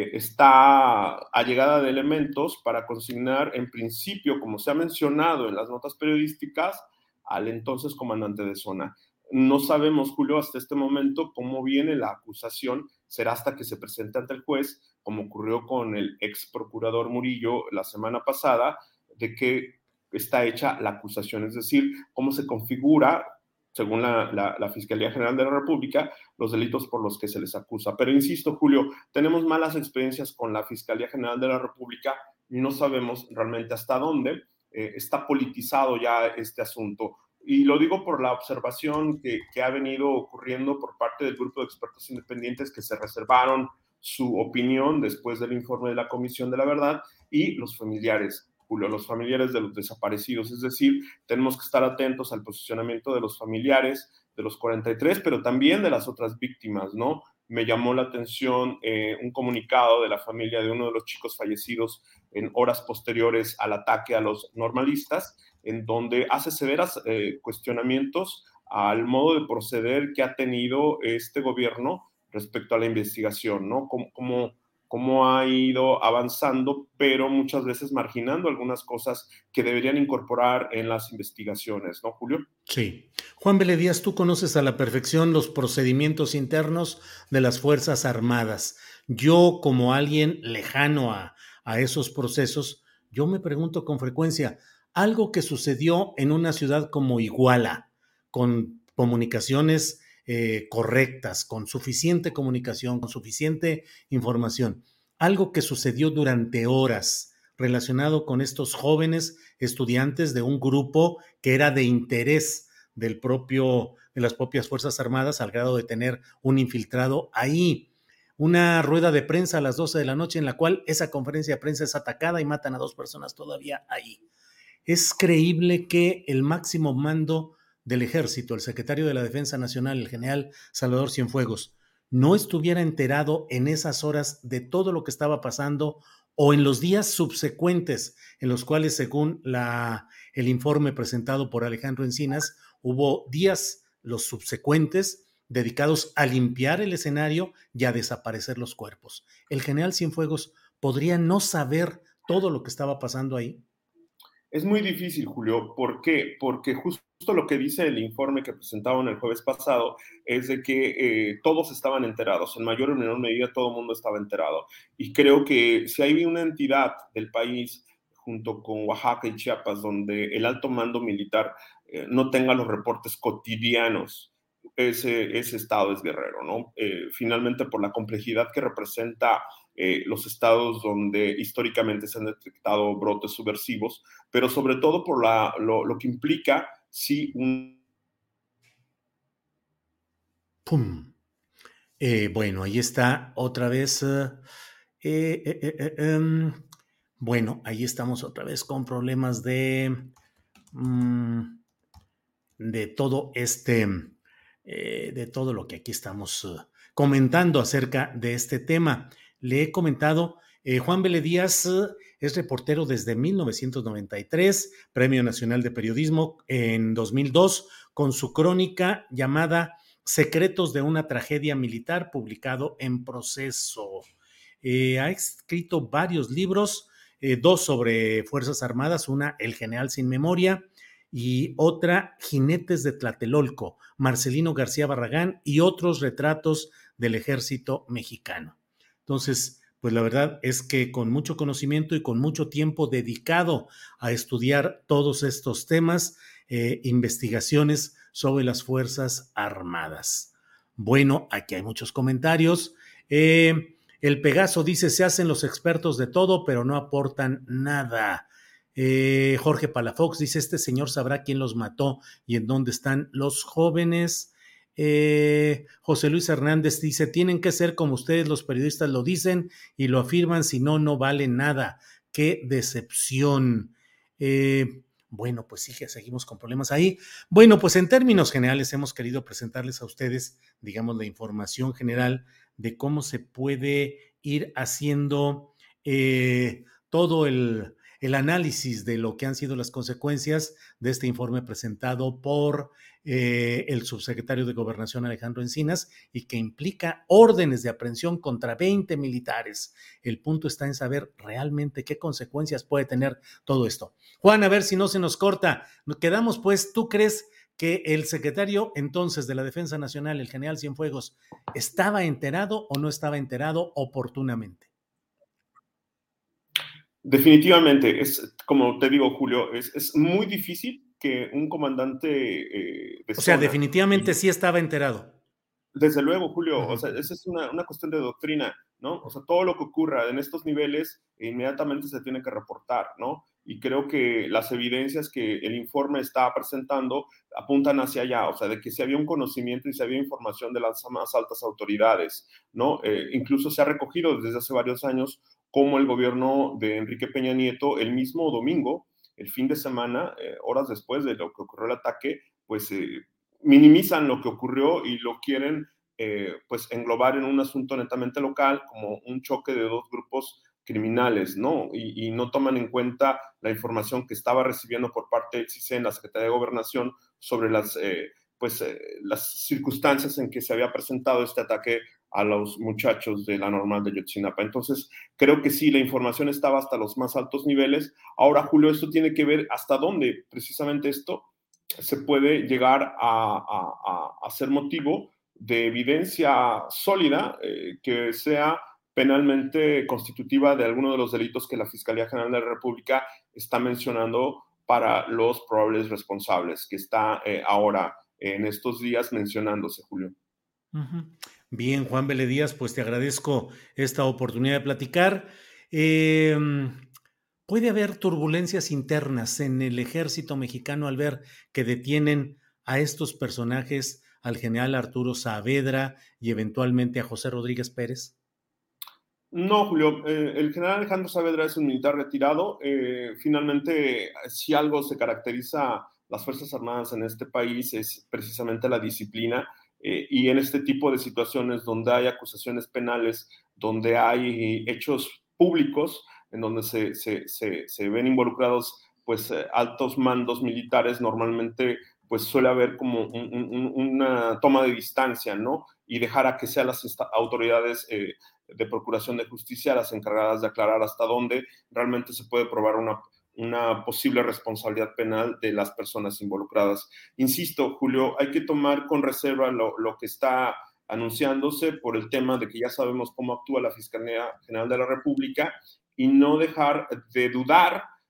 está allegada de elementos para consignar en principio, como se ha mencionado en las notas periodísticas, al entonces comandante de zona. No sabemos, Julio, hasta este momento cómo viene la acusación, será hasta que se presente ante el juez, como ocurrió con el ex procurador Murillo la semana pasada, de que está hecha la acusación, es decir, cómo se configura, según la Fiscalía General de la República, los delitos por los que se les acusa. Pero insisto, Julio, tenemos malas experiencias con la Fiscalía General de la República y no sabemos realmente hasta dónde está politizado ya este asunto. Y lo digo por la observación que ha venido ocurriendo por parte del grupo de expertos independientes que se reservaron su opinión después del informe de la Comisión de la Verdad, y los familiares, Julio, los familiares de los desaparecidos. Es decir, tenemos que estar atentos al posicionamiento de los familiares de los 43, pero también de las otras víctimas, ¿no? Me llamó la atención un comunicado de la familia de uno de los chicos fallecidos en horas posteriores al ataque a los normalistas, en donde hace severos cuestionamientos al modo de proceder que ha tenido este gobierno respecto a la investigación, ¿no? Cómo ha ido avanzando, pero muchas veces marginando algunas cosas que deberían incorporar en las investigaciones, ¿no, Julio? Sí. Juan Vélez Díaz, tú conoces a la perfección los procedimientos internos de las Fuerzas Armadas. Yo, como alguien lejano a esos procesos, yo me pregunto con frecuencia, algo que sucedió en una ciudad como Iguala, con comunicaciones correctas, con suficiente comunicación, con suficiente información, algo que sucedió durante horas relacionado con estos jóvenes estudiantes de un grupo que era de interés de las propias Fuerzas Armadas, al grado de tener un infiltrado ahí. Una rueda de prensa a las 12 de la noche en la cual esa conferencia de prensa es atacada y matan a 2 personas todavía ahí. Es creíble que el máximo mando del Ejército, el secretario de la Defensa Nacional, el general Salvador Cienfuegos, no estuviera enterado en esas horas de todo lo que estaba pasando, o en los días subsecuentes en los cuales, según el informe presentado por Alejandro Encinas, hubo días, los subsecuentes, dedicados a limpiar el escenario y a desaparecer los cuerpos. ¿El general Cienfuegos podría no saber todo lo que estaba pasando ahí? Es muy difícil, Julio. ¿Por qué? Porque justo lo que dice el informe que presentaron el jueves pasado es de que todos estaban enterados, en mayor o menor medida todo el mundo estaba enterado. Y creo que si hay una entidad del país, junto con Oaxaca y Chiapas, donde el alto mando militar no tenga los reportes cotidianos ese estado es Guerrero, ¿no? Finalmente, por la complejidad que representa los estados donde históricamente se han detectado brotes subversivos, pero sobre todo por lo que implica, sí, ¡Pum! Bueno, ahí está otra vez. Bueno, ahí estamos otra vez con problemas de todo de todo lo que aquí estamos comentando acerca de este tema. Le he comentado, Juan Vélez Díaz es reportero desde 1993, Premio Nacional de Periodismo en 2002, con su crónica llamada Secretos de una tragedia militar, publicado en Proceso. Ha escrito varios libros, dos sobre Fuerzas Armadas, una El General sin Memoria y otra Jinetes de Tlatelolco, Marcelino García Barragán y otros retratos del ejército mexicano. Entonces, pues la verdad es que con mucho conocimiento y con mucho tiempo dedicado a estudiar todos estos temas, investigaciones sobre las Fuerzas Armadas. Bueno, aquí hay muchos comentarios. El Pegaso dice, se hacen los expertos de todo, pero no aportan nada. Jorge Palafox dice, este señor sabrá quién los mató y en dónde están los jóvenes. José Luis Hernández dice, tienen que ser como ustedes los periodistas lo dicen y lo afirman, si no, no vale nada. ¡Qué decepción! Bueno, pues sí, que seguimos con problemas ahí. Bueno, pues en términos generales hemos querido presentarles a ustedes, digamos, la información general de cómo se puede ir haciendo todo el análisis de lo que han sido las consecuencias de este informe presentado por el subsecretario de Gobernación Alejandro Encinas y que implica órdenes de aprehensión contra 20 militares. El punto está en saber realmente qué consecuencias puede tener todo esto. Juan, a ver si no se nos corta. Nos quedamos pues, ¿tú crees que el secretario entonces de la Defensa Nacional, el general Cienfuegos, estaba enterado o no estaba enterado oportunamente? Definitivamente, es como te digo, Julio, es muy difícil que un comandante de o sea, zona, definitivamente sí estaba enterado. Desde luego, Julio, Uh-huh. o sea, esa es una cuestión de doctrina, ¿no? O sea, todo lo que ocurra en estos niveles inmediatamente se tiene que reportar, ¿no? Y creo que las evidencias que el informe está presentando apuntan hacia allá, o sea, de que si había un conocimiento y si había información de las más altas autoridades, ¿no? Incluso se ha recogido desde hace varios años cómo el gobierno de Enrique Peña Nieto, el mismo domingo, el fin de semana, horas después de lo que ocurrió el ataque, pues minimizan lo que ocurrió y lo quieren pues englobar en un asunto netamente local como un choque de dos grupos criminales, ¿no? Y no toman en cuenta la información que estaba recibiendo por parte del CISEN, la Secretaría de Gobernación, sobre las circunstancias en que se había presentado este ataque a los muchachos de la Normal de Yotzinapa. Entonces, creo que sí, la información estaba hasta los más altos niveles. Ahora, Julio, esto tiene que ver hasta dónde precisamente esto se puede llegar a ser motivo de evidencia sólida que sea penalmente constitutiva de alguno de los delitos que la Fiscalía General de la República está mencionando para los probables responsables, que está ahora en estos días mencionándose, Julio. Uh-huh. Bien, Juan Vélez Díaz, pues te agradezco esta oportunidad de platicar. ¿Puede haber turbulencias internas en el ejército mexicano al ver que detienen a estos personajes, al general Arturo Saavedra y eventualmente a José Rodríguez Pérez? No, Julio, el general Alejandro Saavedra es un militar retirado. Finalmente, si algo se caracteriza las Fuerzas Armadas en este país es precisamente la disciplina. Y en este tipo de situaciones donde hay acusaciones penales, donde hay hechos públicos, en donde se ven involucrados pues altos mandos militares, normalmente pues suele haber como una toma de distancia, ¿no? Y dejar a que sean las autoridades de procuración de justicia las encargadas de aclarar hasta dónde realmente se puede probar una posible responsabilidad penal de las personas involucradas. Insisto, Julio, hay que tomar con reserva lo que está anunciándose por el tema de que ya sabemos cómo actúa la Fiscalía General de la República y no dejar de dudar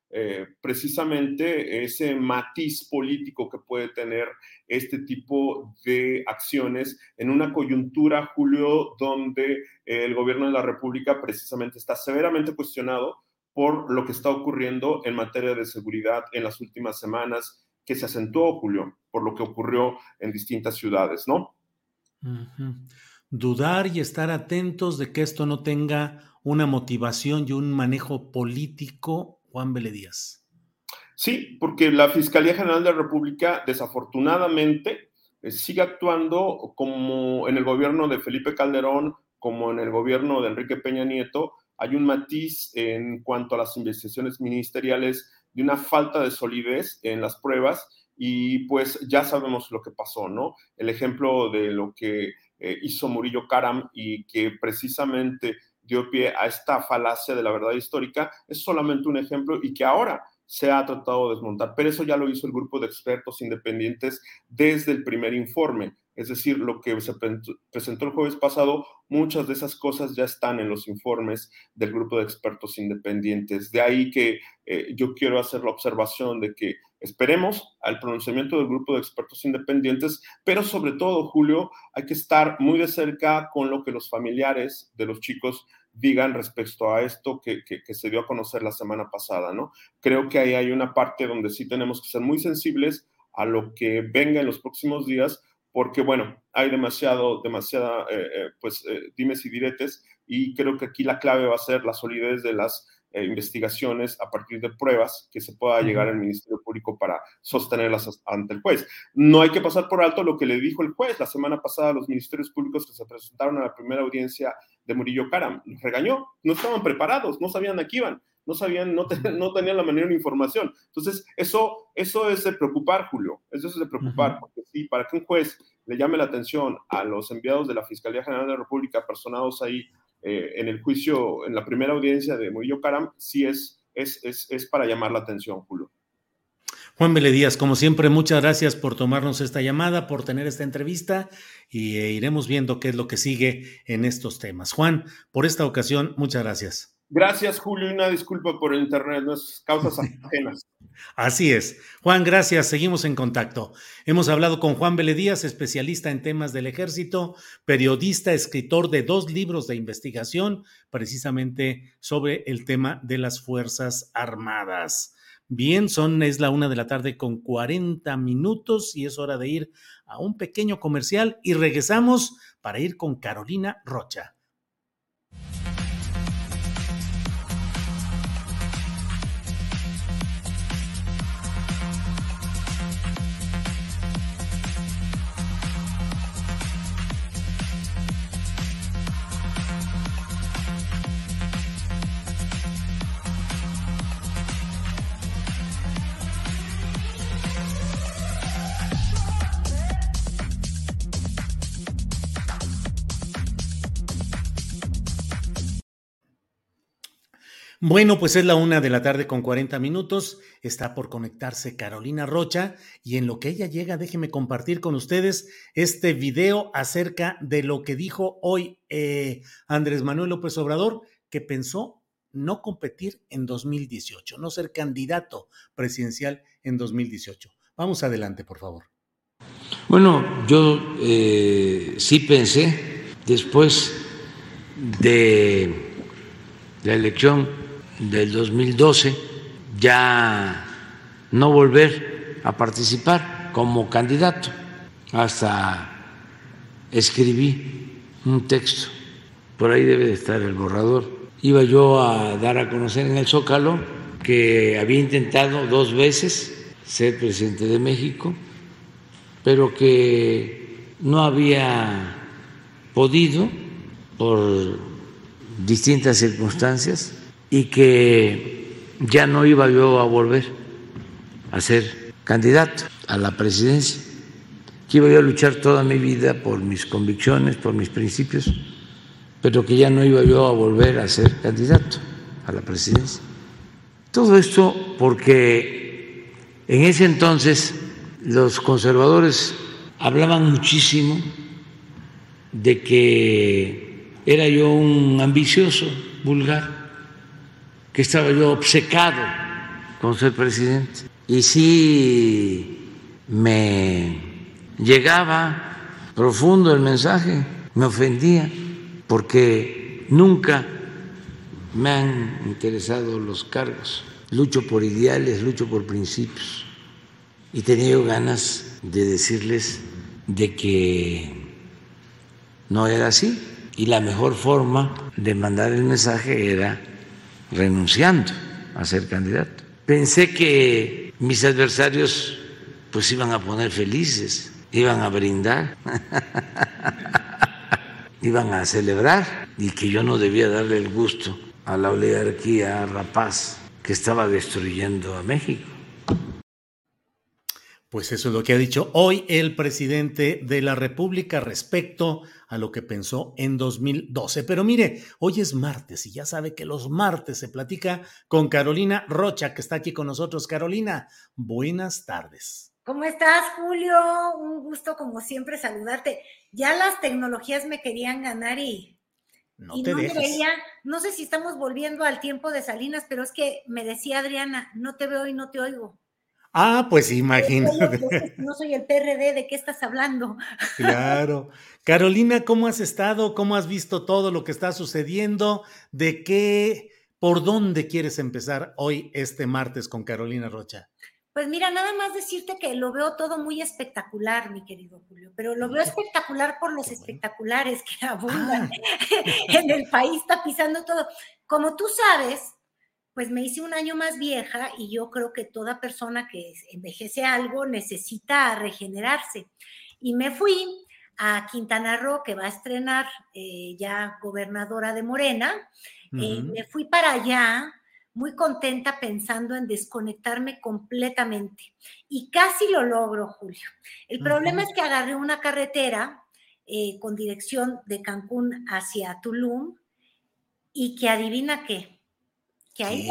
precisamente ese matiz político que puede tener este tipo de acciones en una coyuntura, Julio, donde el gobierno de la República precisamente está severamente cuestionado por lo que está ocurriendo en materia de seguridad en las últimas semanas, que se acentuó, Julio, por lo que ocurrió en distintas ciudades, ¿no? Uh-huh. Dudar y estar atentos de que esto no tenga una motivación y un manejo político, Juan Vélez Díaz. Sí, porque la Fiscalía General de la República, desafortunadamente, sigue actuando como en el gobierno de Felipe Calderón, como en el gobierno de Enrique Peña Nieto. Hay un matiz en cuanto a las investigaciones ministeriales de una falta de solidez en las pruebas, y pues ya sabemos lo que pasó, ¿no? El ejemplo de lo que hizo Murillo Karam y que precisamente dio pie a esta falacia de la verdad histórica es solamente un ejemplo, y que ahora se ha tratado de desmontar, pero eso ya lo hizo el grupo de expertos independientes desde el primer informe. Es decir, lo que se presentó el jueves pasado, muchas de esas cosas ya están en los informes del grupo de expertos independientes. De ahí que yo quiero hacer la observación de que esperemos al pronunciamiento del grupo de expertos independientes, pero sobre todo, Julio, hay que estar muy de cerca con lo que los familiares de los chicos digan respecto a esto que se dio a conocer la semana pasada, ¿no? Creo que ahí hay una parte donde sí tenemos que ser muy sensibles a lo que venga en los próximos días, porque, bueno, hay demasiada dimes y diretes, y creo que aquí la clave va a ser la solidez de las investigaciones a partir de pruebas que se pueda llegar al Ministerio Público para sostenerlas ante el juez. No hay que pasar por alto lo que le dijo el juez la semana pasada a los ministerios públicos que se presentaron a la primera audiencia de Murillo Karam. Los regañó, no estaban preparados, no sabían a qué iban, no tenían la menor información. Entonces, eso es de preocupar, Julio, eso es de preocupar, porque sí, para que un juez le llame la atención a los enviados de la Fiscalía General de la República personados ahí en el juicio, en la primera audiencia de Murillo Karam, sí es para llamar la atención, Julio. Juan Vélez Díaz, como siempre, muchas gracias por tomarnos esta llamada, por tener esta entrevista, y iremos viendo qué es lo que sigue en estos temas. Juan, por esta ocasión, muchas gracias. Gracias, Julio, y una disculpa por el internet, no es causas ajenas. Así es. Juan, gracias. Seguimos en contacto. Hemos hablado con Juan Vélez Díaz, especialista en temas del ejército, periodista, escritor de 2 libros de investigación, precisamente sobre el tema de las Fuerzas Armadas. Bien, es la 1:40 y es hora de ir a un pequeño comercial y regresamos para ir con Carolina Rocha. Bueno, pues es la 1:40. Está por conectarse Carolina Rocha, y en lo que ella llega, déjeme compartir con ustedes este video acerca de lo que dijo hoy Andrés Manuel López Obrador, que pensó no competir en 2018, no ser candidato presidencial en 2018. Vamos adelante, por favor. Bueno, yo sí pensé, después de la elección del 2012, ya no volver a participar como candidato. Hasta escribí un texto, por ahí debe de estar el borrador. Iba yo a dar a conocer en el Zócalo que había intentado 2 veces ser presidente de México, pero que no había podido por distintas circunstancias, y que ya no iba yo a volver a ser candidato a la presidencia, que iba yo a luchar toda mi vida por mis convicciones, por mis principios, pero que ya no iba yo a volver a ser candidato a la presidencia. Todo esto porque en ese entonces los conservadores hablaban muchísimo de que era yo un ambicioso, vulgar, que estaba yo obcecado con ser presidente. Y sí me llegaba profundo el mensaje, me ofendía, porque nunca me han interesado los cargos. Lucho por ideales, lucho por principios. Y tenía yo ganas de decirles de que no era así. Y la mejor forma de mandar el mensaje era renunciando a ser candidato. Pensé que mis adversarios pues iban a poner felices, iban a brindar, iban a celebrar, y que yo no debía darle el gusto a la oligarquía rapaz que estaba destruyendo a México. Pues eso es lo que ha dicho hoy el presidente de la República respecto a lo que pensó en 2012. Pero mire, hoy es martes y ya sabe que los martes se platica con Carolina Rocha, que está aquí con nosotros. Carolina, buenas tardes. ¿Cómo estás, Julio? Un gusto, como siempre, saludarte. Ya las tecnologías me querían ganar y no me veía. No sé si estamos volviendo al tiempo de Salinas, pero es que me decía Adriana, no te veo y no te oigo. Ah, pues imagínate. No soy el PRD, ¿de qué estás hablando? Claro. Carolina, ¿cómo has estado? ¿Cómo has visto todo lo que está sucediendo? ¿Por dónde quieres empezar hoy, este martes, con Carolina Rocha? Pues mira, nada más decirte que lo veo todo muy espectacular, mi querido Julio, pero lo veo espectacular por los espectaculares que abundan en el país, tapizando todo. Como tú sabes, pues me hice un año más vieja y yo creo que toda persona que envejece algo necesita regenerarse. Y me fui a Quintana Roo, que va a estrenar ya gobernadora de Morena. Me fui para allá muy contenta pensando en desconectarme completamente. Y casi lo logro, Julio. El problema es que agarré una carretera con dirección de Cancún hacia Tulum y que adivina qué. Que ahí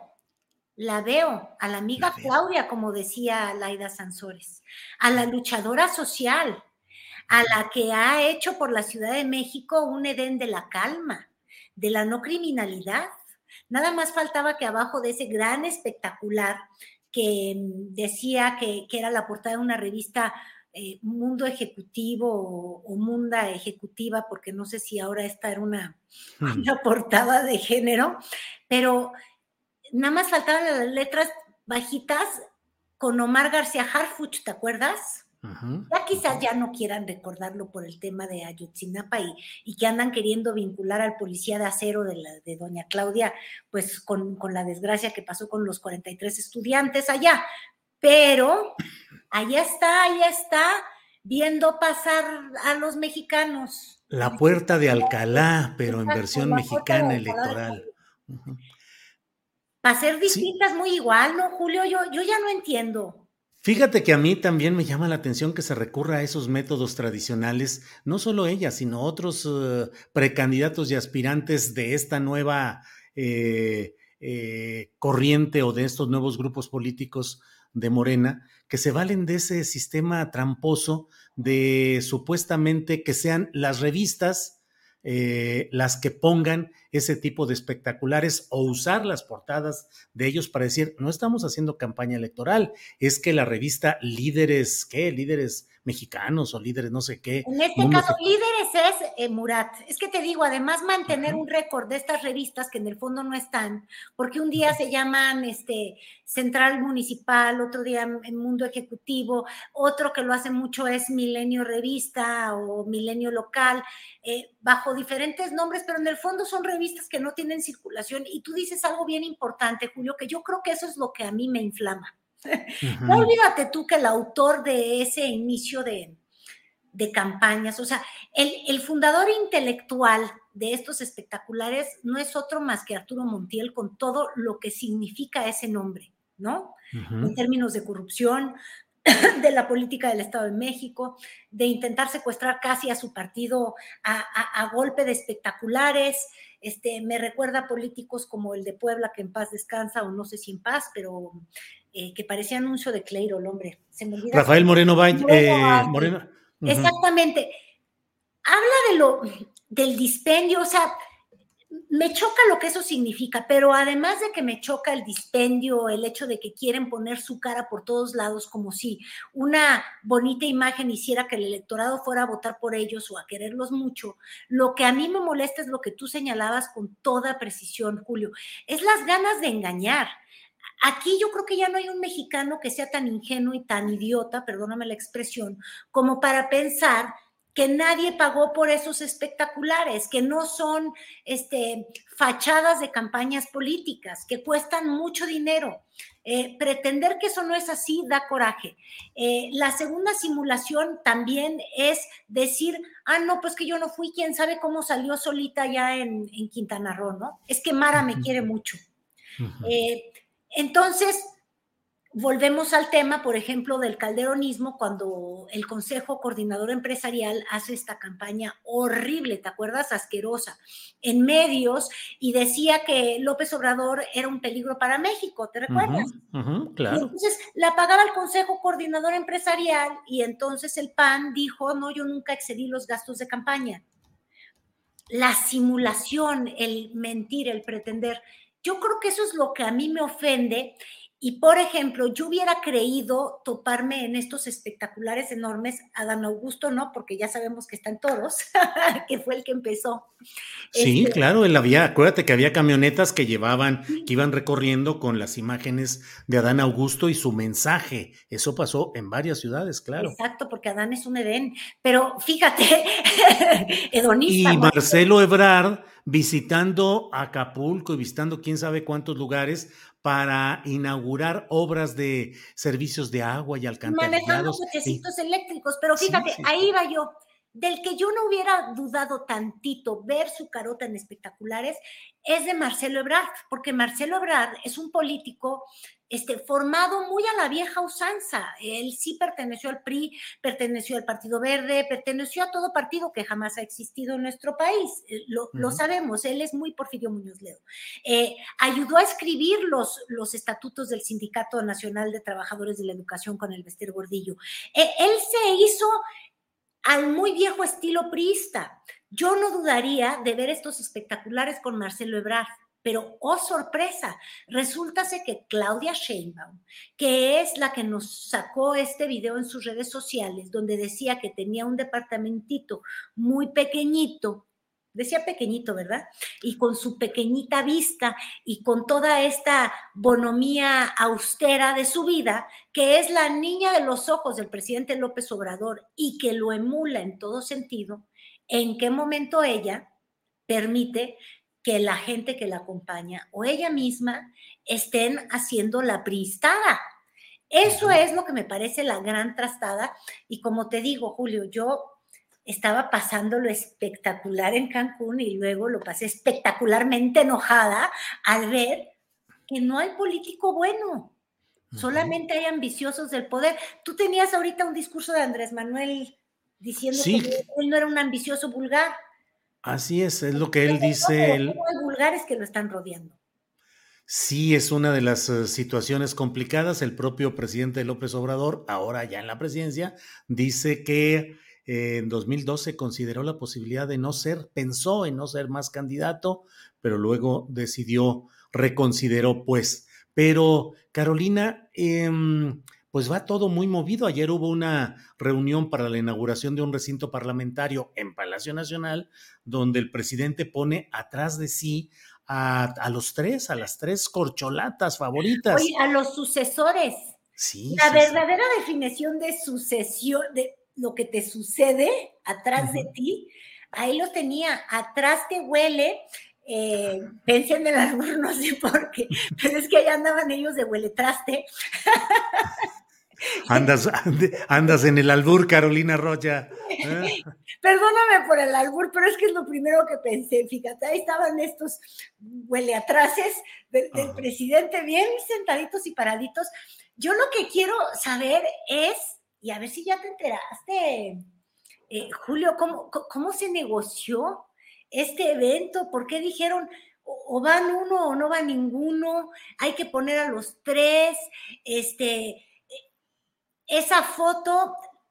la veo, a la amiga Claudia, como decía Laida Sansores, a la luchadora social, a la que ha hecho por la Ciudad de México un Edén de la calma, de la no criminalidad. Nada más faltaba que abajo de ese gran espectacular que decía que era la portada de una revista Mundo Ejecutivo o Munda Ejecutiva, porque no sé si ahora esta era una portada de género, pero nada más faltaban las letras bajitas con Omar García Harfuch, ¿te acuerdas? Ya quizás ya no quieran recordarlo por el tema de Ayotzinapa y que andan queriendo vincular al policía de acero de doña Claudia, pues con la desgracia que pasó con los 43 estudiantes allá. Pero ahí está, viendo pasar a los mexicanos. La Puerta de Alcalá, pero en versión mexicana electoral. Para ser distintas, muy igual, ¿no, Julio? Yo ya no entiendo. Fíjate que a mí también me llama la atención que se recurra a esos métodos tradicionales, no solo ella, sino otros precandidatos y aspirantes de esta nueva corriente o de estos nuevos grupos políticos de Morena, que se valen de ese sistema tramposo de supuestamente que sean las revistas las que pongan ese tipo de espectaculares o usar las portadas de ellos para decir, no estamos haciendo campaña electoral, es que la revista Líderes, ¿qué? Líderes mexicanos o líderes no sé qué. En este caso, Líderes es Murat. Es que te digo, además mantener un récord de estas revistas que en el fondo no están, porque un día se llaman Central Municipal, otro día Mundo Ejecutivo, otro que lo hace mucho es Milenio Revista o Milenio Local, bajo diferentes nombres, pero en el fondo son revistas que no tienen circulación. Y tú dices algo bien importante, Julio, que yo creo que eso es lo que a mí me inflama. No olvídate tú que el autor de ese inicio de campañas, o sea, el fundador intelectual de estos espectaculares no es otro más que Arturo Montiel, con todo lo que significa ese nombre, ¿no? En términos de corrupción, de la política del Estado de México, de intentar secuestrar casi a su partido a golpe de espectaculares. Me recuerda a políticos como el de Puebla, que en paz descansa, o no sé si en paz, pero que parecía anuncio de Cleiro, el hombre. Se me olvida. Rafael Moreno Valle. Moreno. Exactamente. Habla del dispendio, o sea, Me choca lo que eso significa, pero además de que me choca el dispendio, el hecho de que quieren poner su cara por todos lados como si una bonita imagen hiciera que el electorado fuera a votar por ellos o a quererlos mucho, lo que a mí me molesta es lo que tú señalabas con toda precisión, Julio, es las ganas de engañar. Aquí yo creo que ya no hay un mexicano que sea tan ingenuo y tan idiota, perdóname la expresión, como para pensar que nadie pagó por esos espectaculares, que no son fachadas de campañas políticas, que cuestan mucho dinero. Pretender que eso no es así da coraje. La segunda simulación también es decir, no, pues que yo no fui, quién sabe cómo salió solita ya en Quintana Roo, ¿no? Es que Mara me quiere mucho. Entonces, volvemos al tema, por ejemplo, del calderonismo, cuando el Consejo Coordinador Empresarial hace esta campaña horrible, ¿te acuerdas? Asquerosa, en medios, y decía que López Obrador era un peligro para México, ¿te recuerdas? Claro. Y entonces la pagaba el Consejo Coordinador Empresarial y entonces el PAN dijo, no, yo nunca excedí los gastos de campaña. La simulación, el mentir, el pretender, yo creo que eso es lo que a mí me ofende. Y, por ejemplo, yo hubiera creído toparme en estos espectaculares enormes, Adán Augusto no, porque ya sabemos que están todos, que fue el que empezó. Sí, claro, acuérdate que había camionetas que iban recorriendo con las imágenes de Adán Augusto y su mensaje. Eso pasó en varias ciudades, claro. Exacto, porque Adán es un Edén, pero fíjate, hedonista. Y Marcelo Ebrard visitando Acapulco y visitando quién sabe cuántos lugares para inaugurar obras de servicios de agua y alcantarillados. Manejando cochecitos eléctricos, pero fíjate, ahí va yo. Del que yo no hubiera dudado tantito ver su carota en espectaculares es de Marcelo Ebrard, porque Marcelo Ebrard es un político formado muy a la vieja usanza. Él sí perteneció al PRI, perteneció al Partido Verde, perteneció a todo partido que jamás ha existido en nuestro país. Lo sabemos, él es muy Porfirio Muñoz Ledo. Ayudó a escribir los estatutos del Sindicato Nacional de Trabajadores de la Educación con el Bester Gordillo. Él se hizo al muy viejo estilo priista. Yo no dudaría de ver estos espectaculares con Marcelo Ebrard, pero ¡oh sorpresa! Resulta que Claudia Sheinbaum, que es la que nos sacó este video en sus redes sociales, donde decía que tenía un departamentito muy pequeñito, decía pequeñito, ¿verdad? Y con su pequeñita vista y con toda esta bonomía austera de su vida, que es la niña de los ojos del presidente López Obrador y que lo emula en todo sentido, ¿en qué momento ella permite que la gente que la acompaña o ella misma estén haciendo la priistada? Eso es lo que me parece la gran trastada. Y como te digo, Julio, yo estaba pasando lo espectacular en Cancún y luego lo pasé espectacularmente enojada al ver que no hay político bueno, solamente hay ambiciosos del poder. Tú tenías ahorita un discurso de Andrés Manuel diciendo que él no era un ambicioso vulgar. Así es lo que él dice. Hay vulgares que lo están rodeando. Sí, es una de las situaciones complicadas. El propio presidente López Obrador, ahora ya en la presidencia, dice que en 2012 consideró la posibilidad de pensó en no ser más candidato, pero luego reconsideró pues. Pero Carolina, pues va todo muy movido. Ayer hubo una reunión para la inauguración de un recinto parlamentario en Palacio Nacional, donde el presidente pone atrás de sí a las tres corcholatas favoritas. Oye, a los sucesores. Sí. La verdadera definición de sucesión, de lo que te sucede atrás de ti, ahí lo tenía. Atrás te huele, pensé en el albur, no sé por qué, pero es que allá andaban ellos de hueletraste. Andas en el albur, Carolina Rocha. Perdóname por el albur, pero es que es lo primero que pensé. Fíjate, ahí estaban estos hueleatraces del presidente, bien sentaditos y paraditos. Yo lo que quiero saber es, y a ver si ya te enteraste, Julio, ¿cómo se negoció este evento? ¿Por qué dijeron o van uno o no va ninguno? Hay que poner a los tres, esa foto,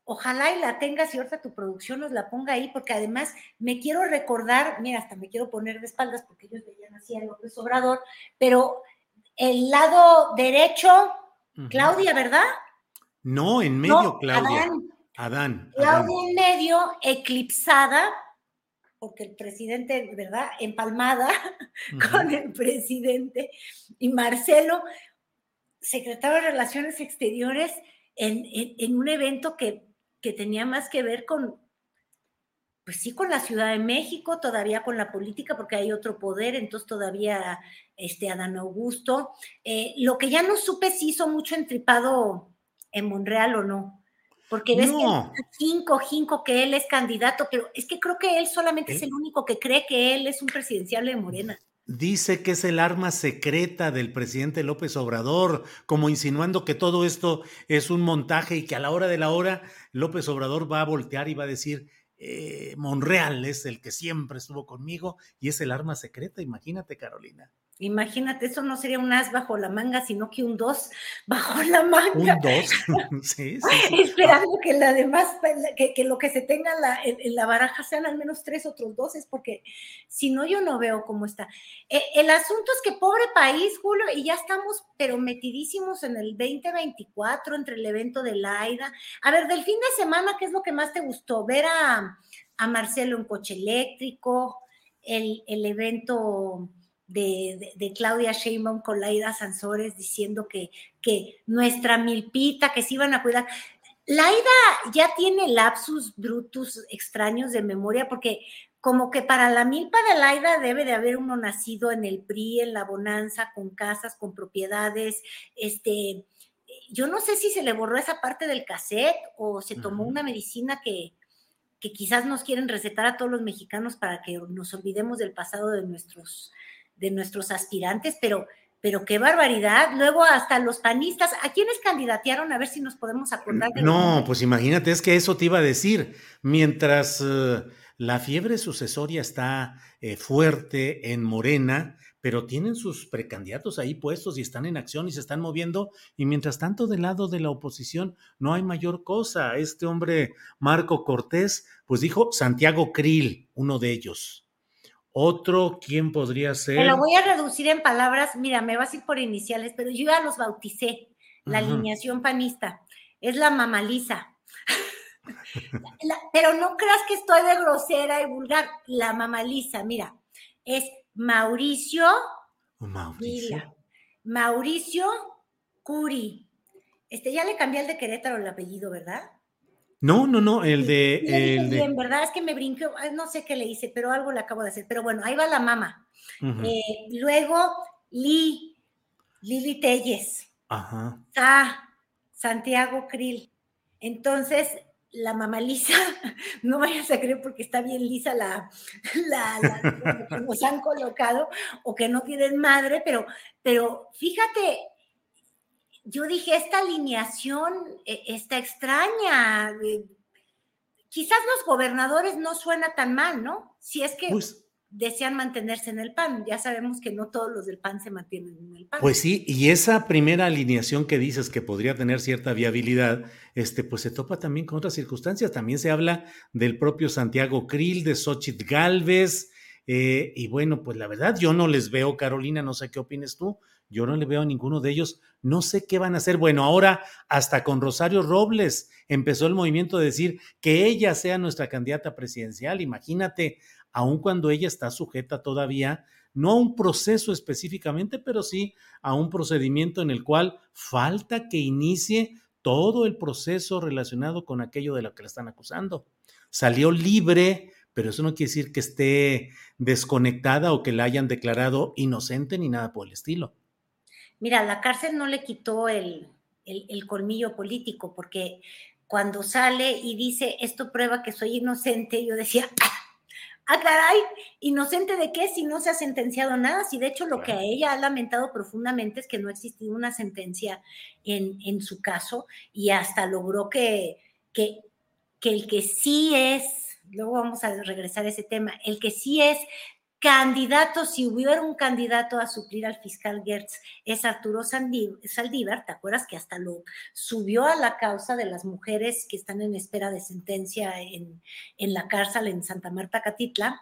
Ojalá y la tengas y ahorita tu producción nos la ponga ahí, porque además me quiero recordar, mira, hasta me quiero poner de espaldas porque ellos veían así a López Obrador, pero el lado derecho, Claudia, ¿verdad? No, en medio, no, Claudia. Adán. Claudia en medio, eclipsada, porque el presidente, ¿verdad? Empalmada con el presidente, y Marcelo, secretario de Relaciones Exteriores, en un evento que tenía más que ver con, pues sí, con la Ciudad de México, todavía con la política, porque hay otro poder, entonces todavía Adán Augusto. Lo que ya no supe si hizo mucho entripado en Monreal o no, porque ves que Jinco, que él es candidato, pero es que creo que él solamente es el único que cree que él es un presidenciable de Morena. Dice que es el arma secreta del presidente López Obrador, como insinuando que todo esto es un montaje y que a la hora de la hora López Obrador va a voltear y va a decir, Monreal es el que siempre estuvo conmigo y es el arma secreta, imagínate, Carolina. Imagínate, eso no sería un as bajo la manga, sino que un 2 bajo la manga. Un 2, sí. Esperando que la demás, que lo que se tenga en la baraja sean al menos 3 otros 2, porque si no, yo no veo cómo está. El asunto es que pobre país, Julio, y ya estamos, pero metidísimos en el 2024, entre el evento de Laida. A ver, del fin de semana, ¿qué es lo que más te gustó? Ver a Marcelo en coche eléctrico, el evento de Claudia Sheinbaum con Laida Sansores diciendo que nuestra milpita, que se iban a cuidar. Laida ya tiene lapsus brutus extraños de memoria, porque como que para la milpa de Laida debe de haber uno nacido en el PRI, en la bonanza, con casas, con propiedades. Yo no sé si se le borró esa parte del cassette o se tomó una medicina que quizás nos quieren recetar a todos los mexicanos para que nos olvidemos del pasado de nuestros aspirantes, pero qué barbaridad. Luego hasta los panistas, ¿a quiénes candidatearon? A ver si nos podemos acordar. No, pues imagínate, es que eso te iba a decir. Mientras la fiebre sucesoria está fuerte en Morena, pero tienen sus precandidatos ahí puestos y están en acción y se están moviendo, y mientras tanto del lado de la oposición no hay mayor cosa. Este hombre, Marco Cortés, pues dijo Santiago Krill, uno de ellos. Otro, ¿quién podría ser? Me lo voy a reducir en palabras, mira, me vas a ir por iniciales, pero yo ya los bauticé, la alineación panista, es la Mamalisa. Pero no creas que estoy de grosera y vulgar, la Mamalisa, mira, es Mauricio Curi. Ya le cambié el de Querétaro el apellido, ¿verdad? No, el de... Bien, ¿verdad? Es que me brinqué, no sé qué le hice, pero algo le acabo de hacer. Pero bueno, ahí va la mama. Luego, Lili Telles. Santiago Krill. Entonces, la Mamalisa, no vayas a creer porque está bien lisa la que nos han colocado, o que no tienen madre, pero fíjate, yo dije, esta alineación está extraña. Quizás los gobernadores no suena tan mal, ¿no? Si es que desean mantenerse en el PAN. Ya sabemos que no todos los del PAN se mantienen en el PAN. Pues sí, y esa primera alineación que dices que podría tener cierta viabilidad, pues se topa también con otras circunstancias. También se habla del propio Santiago Krill, de Xóchitl Gálvez, y bueno, pues la verdad yo no les veo, Carolina, no sé qué opines tú, yo no le veo a ninguno de ellos, no sé qué van a hacer. Bueno, ahora hasta con Rosario Robles empezó el movimiento de decir que ella sea nuestra candidata presidencial, imagínate, aun cuando ella está sujeta todavía, no a un proceso específicamente, pero sí a un procedimiento en el cual falta que inicie todo el proceso relacionado con aquello de lo que la están acusando. Salió libre, pero eso no quiere decir que esté desconectada o que la hayan declarado inocente ni nada por el estilo. Mira, la cárcel no le quitó el colmillo político, porque cuando sale y dice, esto prueba que soy inocente, yo decía, caray, ¿inocente de qué si no se ha sentenciado nada? Si de hecho lo que a ella ha lamentado profundamente es que no ha existido una sentencia en su caso, y hasta logró que el que sí es, luego vamos a regresar a ese tema, el que sí es candidato, si hubiera un candidato a suplir al fiscal Gertz, es Arturo Saldívar. ¿Te acuerdas que hasta lo subió a la causa de las mujeres que están en espera de sentencia en la cárcel en Santa Marta, Catitla?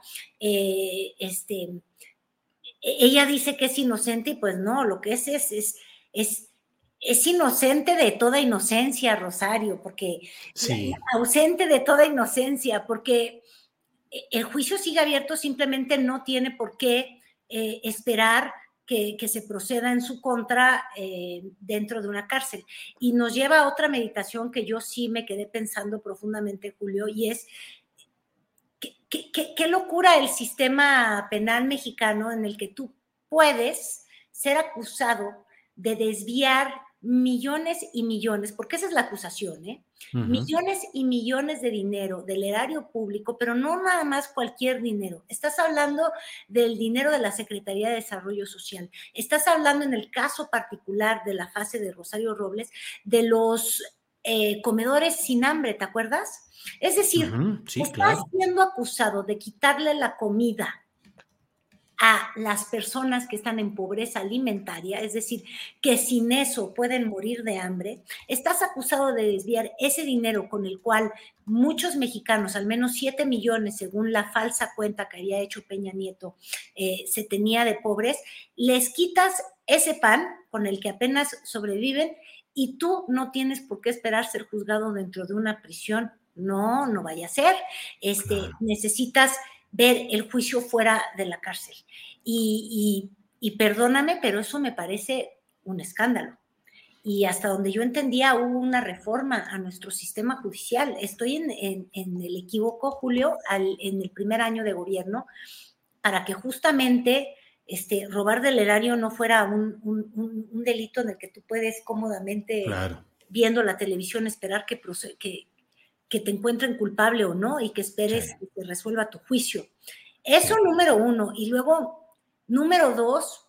Ella dice que es inocente y pues no, lo que es inocente de toda inocencia, Rosario, porque Sí. ausente de toda inocencia, porque el juicio sigue abierto, simplemente no tiene por qué esperar que se proceda en su contra dentro de una cárcel. Y nos lleva a otra meditación que yo sí me quedé pensando profundamente, Julio, y es qué locura el sistema penal mexicano en el que tú puedes ser acusado de desviar millones y millones, porque esa es la acusación, millones y millones de dinero del erario público, pero no nada más cualquier dinero. Estás hablando del dinero de la Secretaría de Desarrollo Social. Estás hablando, en el caso particular de la fase de Rosario Robles, de los comedores sin hambre, ¿te acuerdas? Es decir, sí, estás claro. siendo acusado de quitarle la comida a las personas que están en pobreza alimentaria, es decir, que sin eso pueden morir de hambre. Estás acusado de desviar ese dinero con el cual muchos mexicanos, al menos 7 millones, según la falsa cuenta que había hecho Peña Nieto, se tenía de pobres. Les quitas ese pan con el que apenas sobreviven y tú no tienes por qué esperar ser juzgado dentro de una prisión. No vaya a ser. Necesitas ver el juicio fuera de la cárcel. Y perdóname, pero eso me parece un escándalo. Y hasta donde yo entendía, hubo una reforma a nuestro sistema judicial. Estoy en el equívoco, Julio, en el primer año de gobierno, para que justamente robar del erario no fuera un delito en el que tú puedes cómodamente, claro, viendo la televisión, esperar que te encuentren culpable o no y que esperes que se resuelva tu juicio. Eso número uno. Y luego, número dos,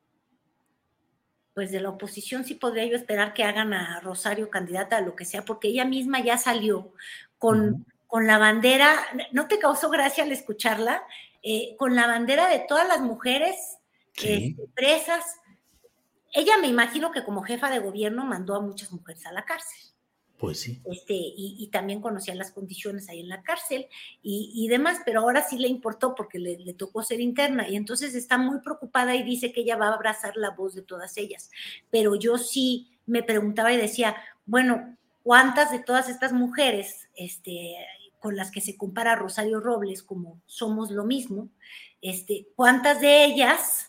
pues de la oposición sí podría yo esperar que hagan a Rosario candidata a lo que sea, porque ella misma ya salió con la bandera. ¿No te causó gracia al escucharla? Con la bandera de todas las mujeres presas. Ella, me imagino que como jefa de gobierno mandó a muchas mujeres a la cárcel. Pues sí. Y también conocía las condiciones ahí en la cárcel y demás, pero ahora sí le importó porque le tocó ser interna y entonces está muy preocupada y dice que ella va a abrazar la voz de todas ellas. Pero yo sí me preguntaba y decía, bueno, ¿cuántas de todas estas mujeres con las que se compara Rosario Robles como somos lo mismo, cuántas de ellas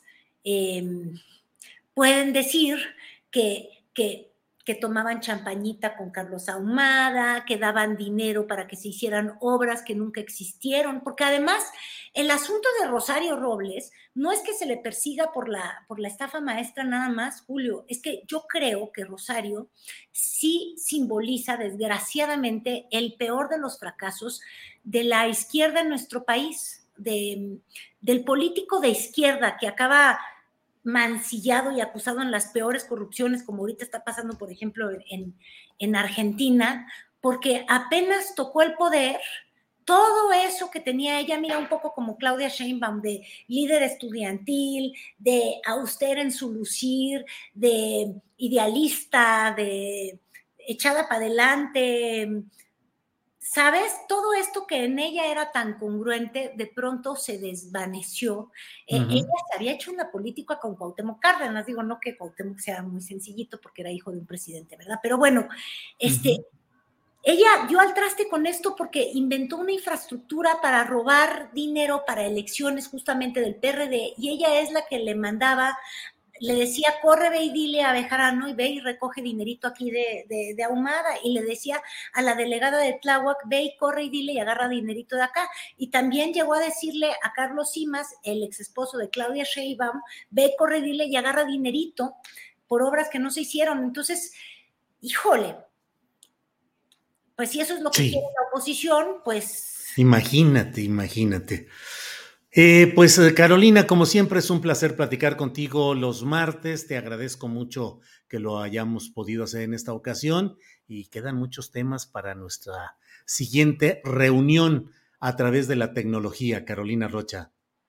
pueden decir que tomaban champañita con Carlos Ahumada, que daban dinero para que se hicieran obras que nunca existieron? Porque además el asunto de Rosario Robles no es que se le persiga por la estafa maestra nada más, Julio, es que yo creo que Rosario sí simboliza desgraciadamente el peor de los fracasos de la izquierda en nuestro país, del político de izquierda que acaba mancillado y acusado en las peores corrupciones, como ahorita está pasando, por ejemplo, en Argentina, porque apenas tocó el poder, todo eso que tenía ella, mira, un poco como Claudia Sheinbaum, de líder estudiantil, de austera en su lucir, de idealista, de echada para adelante, ¿sabes? Todo esto que en ella era tan congruente, de pronto se desvaneció. Ella se había hecho una política con Cuauhtémoc Cárdenas, digo, no que Cuauhtémoc sea muy sencillito porque era hijo de un presidente, ¿verdad? Pero bueno, ella dio al traste con esto porque inventó una infraestructura para robar dinero para elecciones justamente del PRD y ella es la que le mandaba. Le decía, corre, ve y dile a Bejarano y ve y recoge dinerito aquí de Ahumada. Y le decía a la delegada de Tláhuac, ve y corre y dile y agarra dinerito de acá. Y también llegó a decirle a Carlos Simas, el ex esposo de Claudia Sheinbaum, ve, corre, dile y agarra dinerito por obras que no se hicieron. Entonces, híjole, pues si eso es lo que quiere la oposición, pues... Imagínate. Pues Carolina, como siempre es un placer platicar contigo los martes, te agradezco mucho que lo hayamos podido hacer en esta ocasión y quedan muchos temas para nuestra siguiente reunión a través de la tecnología, Carolina Rocha.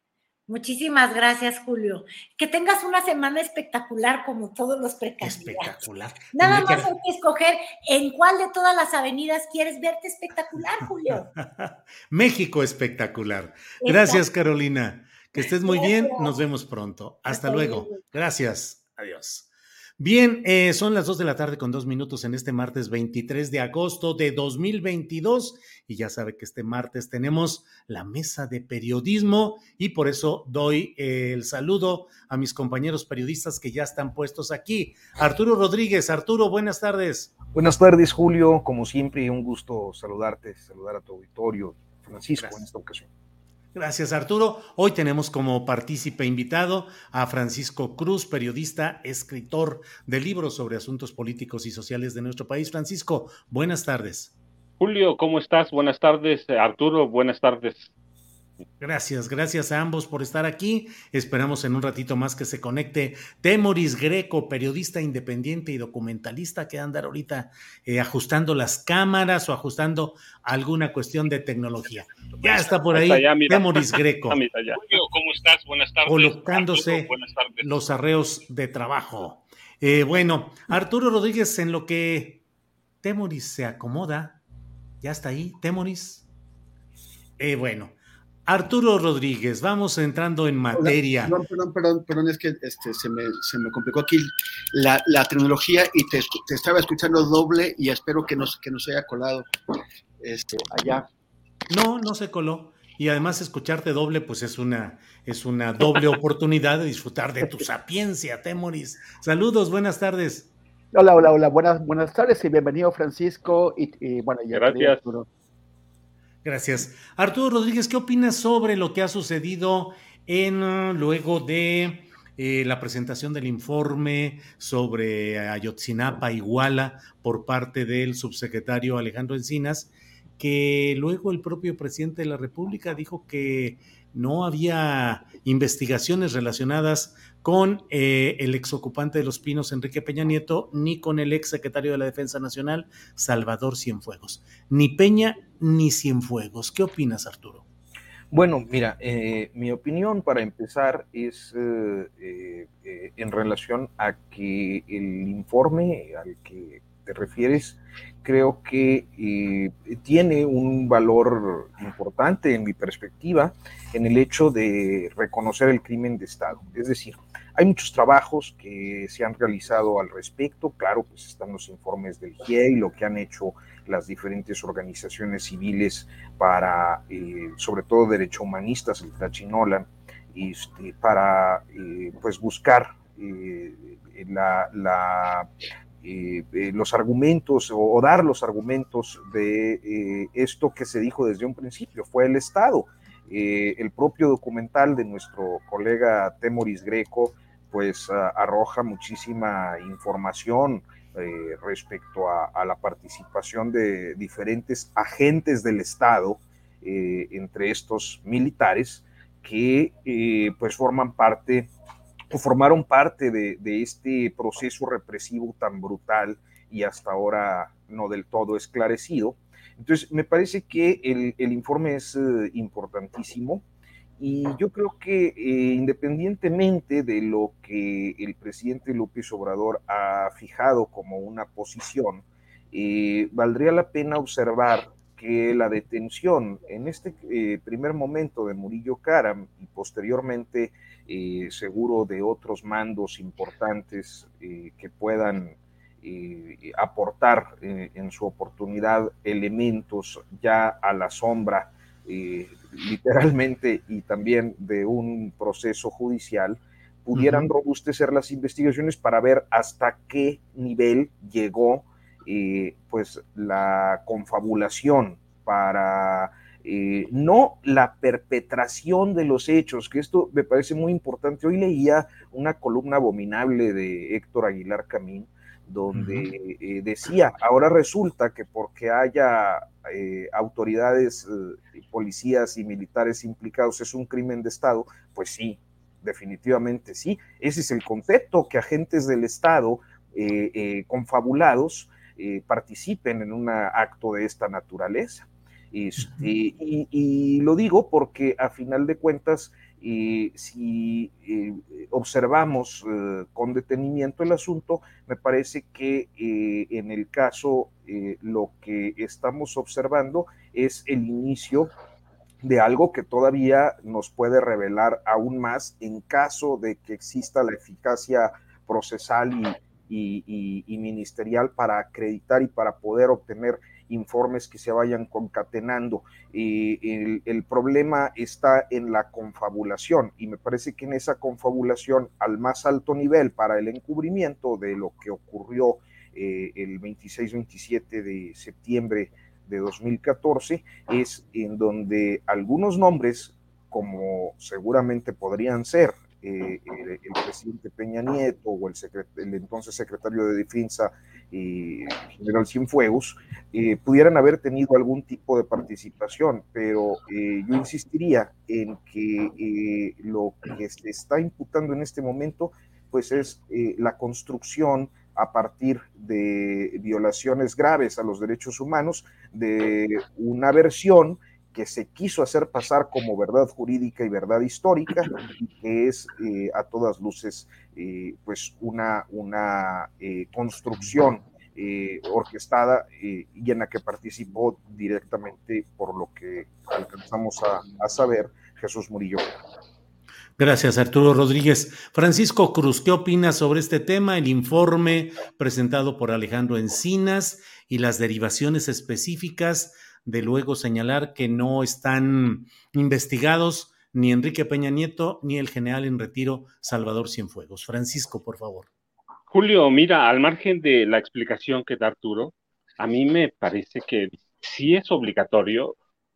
Muchísimas gracias, Julio. Que tengas una semana espectacular como todos los precandidatos. Espectacular. Nada más hay que escoger en cuál de todas las avenidas quieres verte espectacular, Julio. México espectacular. Gracias, Carolina. Que estés muy bien. Nos vemos pronto. Hasta luego. Gracias. Adiós. Bien, son las 2 de la tarde con 2 minutos en este martes 23 de agosto de 2022 y ya sabe que este martes tenemos la mesa de periodismo y por eso doy el saludo a mis compañeros periodistas que ya están puestos aquí. Arturo Rodríguez. Arturo, buenas tardes. Buenas tardes, Julio. Como siempre, un gusto saludarte, saludar a tu auditorio, Francisco, gracias. En esta ocasión. Gracias, Arturo. Hoy tenemos como partícipe invitado a Francisco Cruz, periodista, escritor de libros sobre asuntos políticos y sociales de nuestro país. Francisco, buenas tardes. Julio, ¿cómo estás? Buenas tardes. Arturo, buenas tardes. Gracias a ambos por estar aquí. Esperamos en un ratito más que se conecte Temoris Greco, periodista independiente y documentalista que andar ahorita ajustando las cámaras o ajustando alguna cuestión de tecnología. Ya está por ahí Temoris Greco. Julio, ¿cómo estás? Buenas tardes. Colocándose Arturo, buenas tardes. Los arreos de trabajo. Bueno, Arturo Rodríguez, en lo que Temoris se acomoda, ya está ahí, Temoris. Bueno. Arturo Rodríguez, vamos entrando en materia. Perdón, es que se me complicó aquí la tecnología y te estaba escuchando doble y espero que no se haya colado allá. No se coló. Y además escucharte doble, pues es una doble oportunidad de disfrutar de tu sapiencia, Temoris. Saludos, buenas tardes. Hola, buenas tardes y bienvenido, Francisco. Y bueno, ya gracias. Gracias. Arturo Rodríguez, ¿qué opinas sobre lo que ha sucedido luego de la presentación del informe sobre Ayotzinapa, Iguala, por parte del subsecretario Alejandro Encinas, que luego el propio presidente de la República dijo que no había investigaciones relacionadas con el exocupante de Los Pinos, Enrique Peña Nieto, ni con el exsecretario de la Defensa Nacional, Salvador Cienfuegos? Ni Peña ni Cienfuegos. ¿Qué opinas, Arturo? Bueno, mira, mi opinión para empezar es en relación a que el informe al que te refieres creo que tiene un valor importante en mi perspectiva en el hecho de reconocer el crimen de Estado. Es decir, hay muchos trabajos que se han realizado al respecto. Claro, pues están los informes del GIEI, lo que han hecho las diferentes organizaciones civiles para, sobre todo derecho humanistas, el Tlachinolan, para pues buscar los argumentos o dar los argumentos de esto que se dijo desde un principio, fue el Estado. El propio documental de nuestro colega Temoris Greco pues arroja muchísima información respecto a la participación de diferentes agentes del Estado, entre estos militares que pues formaron parte de este proceso represivo tan brutal y hasta ahora no del todo esclarecido. Entonces, me parece que el informe es importantísimo y yo creo que independientemente de lo que el presidente López Obrador ha fijado como una posición, valdría la pena observar que la detención en este primer momento de Murillo Karam y posteriormente seguro de otros mandos importantes que puedan aportar en su oportunidad elementos ya a la sombra literalmente y también de un proceso judicial, pudieran robustecer las investigaciones para ver hasta qué nivel llegó pues la confabulación para no la perpetración de los hechos, que esto me parece muy importante. Hoy leía una columna abominable de Héctor Aguilar Camín, donde decía, ahora resulta que porque haya autoridades, policías y militares implicados es un crimen de Estado. Pues sí, definitivamente sí. Ese es el concepto, que agentes del Estado confabulados participen en un acto de esta naturaleza. Y lo digo porque a final de cuentas Si observamos con detenimiento el asunto, me parece que en el caso lo que estamos observando es el inicio de algo que todavía nos puede revelar aún más en caso de que exista la eficacia procesal y ministerial para acreditar y para poder obtener informes que se vayan concatenando. El problema está en la confabulación, y me parece que en esa confabulación al más alto nivel para el encubrimiento de lo que ocurrió el 26-27 de septiembre de 2014 es en donde algunos nombres, como seguramente podrían ser el presidente Peña Nieto o el entonces secretario de Defensa, general Cienfuegos, pudieran haber tenido algún tipo de participación, pero yo insistiría en que lo que se está imputando en este momento pues es la construcción a partir de violaciones graves a los derechos humanos, de una versión que se quiso hacer pasar como verdad jurídica y verdad histórica, y que es a todas luces pues una construcción orquestada y en la que participó directamente, por lo que alcanzamos a saber, Jesús Murillo. Gracias, Arturo Rodríguez. Francisco Cruz, ¿qué opinas sobre este tema, el informe presentado por Alejandro Encinas y las derivaciones específicas de luego señalar que no están investigados ni Enrique Peña Nieto ni el general en retiro Salvador Cienfuegos? Francisco, por favor. Julio, mira, al margen de la explicación que da Arturo, a mí me parece que sí es obligatorio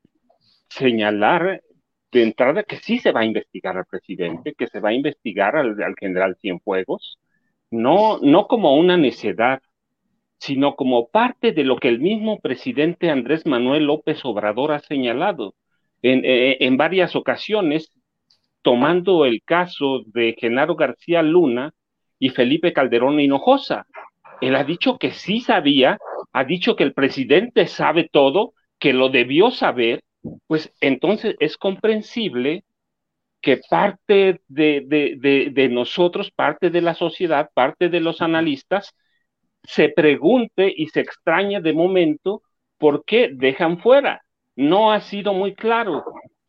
señalar de entrada que sí se va a investigar al presidente, que se va a investigar al general Cienfuegos, no como una necedad, sino como parte de lo que el mismo presidente Andrés Manuel López Obrador ha señalado en varias ocasiones, tomando el caso de Genaro García Luna y Felipe Calderón Hinojosa. Él ha dicho que sí sabía, ha dicho que el presidente sabe todo, que lo debió saber. Pues entonces es comprensible que parte de nosotros, parte de la sociedad, parte de los analistas, se pregunte y se extrañe de momento por qué dejan fuera. No ha sido muy claro.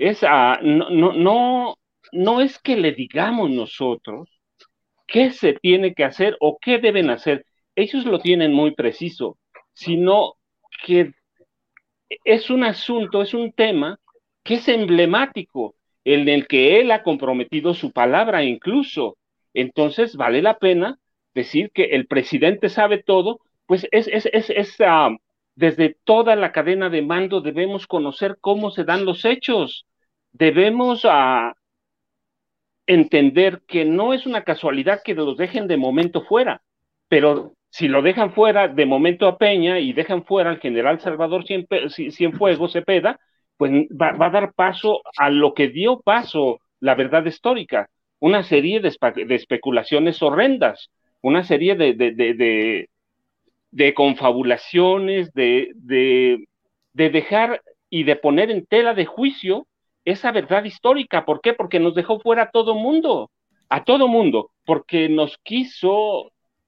No es que le digamos nosotros qué se tiene que hacer o qué deben hacer. Ellos lo tienen muy preciso, sino que es un asunto, es un tema que es emblemático, en el que él ha comprometido su palabra incluso. Entonces vale la pena decir que el presidente sabe todo, pues desde toda la cadena de mando debemos conocer cómo se dan los hechos. Debemos entender que no es una casualidad que los dejen de momento fuera, pero si lo dejan fuera de momento a Peña y dejan fuera al general Salvador Cienfuegos Cepeda, pues va a dar paso a lo que dio paso la verdad histórica, una serie de especulaciones horrendas, una serie de confabulaciones, de dejar y de poner en tela de juicio esa verdad histórica. ¿Por qué? Porque nos dejó fuera a todo mundo, porque nos quiso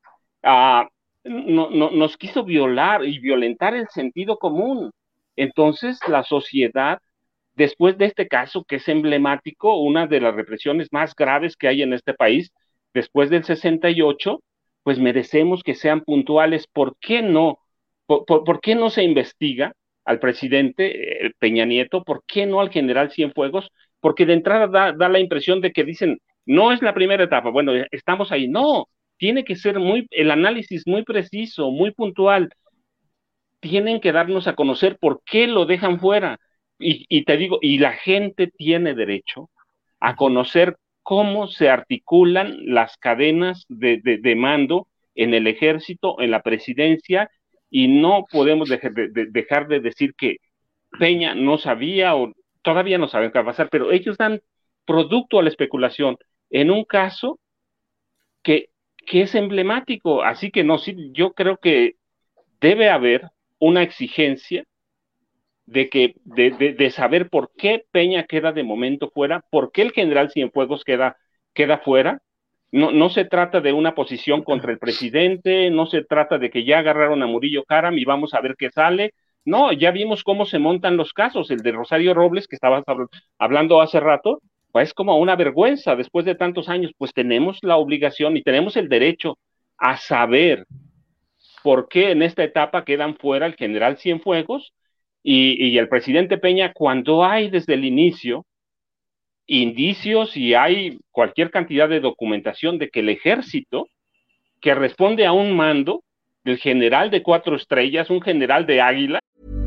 nos quiso violar y violentar el sentido común. Entonces la sociedad, después de este caso que es emblemático, una de las represiones más graves que hay en este país, después del 68, pues merecemos que sean puntuales. ¿Por qué no? ¿Por qué no se investiga al presidente Peña Nieto? ¿Por qué no al general Cienfuegos? Porque de entrada da la impresión de que dicen, no es la primera etapa, bueno, estamos ahí. No, tiene que ser el análisis muy preciso, muy puntual. Tienen que darnos a conocer por qué lo dejan fuera. Y te digo, y la gente tiene derecho a conocer cómo se articulan las cadenas de mando en el ejército, en la presidencia, y no podemos dejar de decir que Peña no sabía o todavía no saben qué va a pasar, pero ellos dan producto a la especulación en un caso que es emblemático. Así que no, sí, yo creo que debe haber una exigencia de saber por qué Peña queda de momento fuera, por qué el general Cienfuegos queda fuera. No se trata de una posición contra el presidente, no se trata de que ya agarraron a Murillo Karam y vamos a ver qué sale. No, ya vimos cómo se montan los casos. El de Rosario Robles, que estabas hablando hace rato, pues es como una vergüenza después de tantos años. Pues tenemos la obligación y tenemos el derecho a saber por qué en esta etapa quedan fuera el general Cienfuegos y el presidente Peña, cuando hay desde el inicio indicios y hay cualquier cantidad de documentación de que el ejército, que responde a un mando del general de 4 estrellas, un general de águila.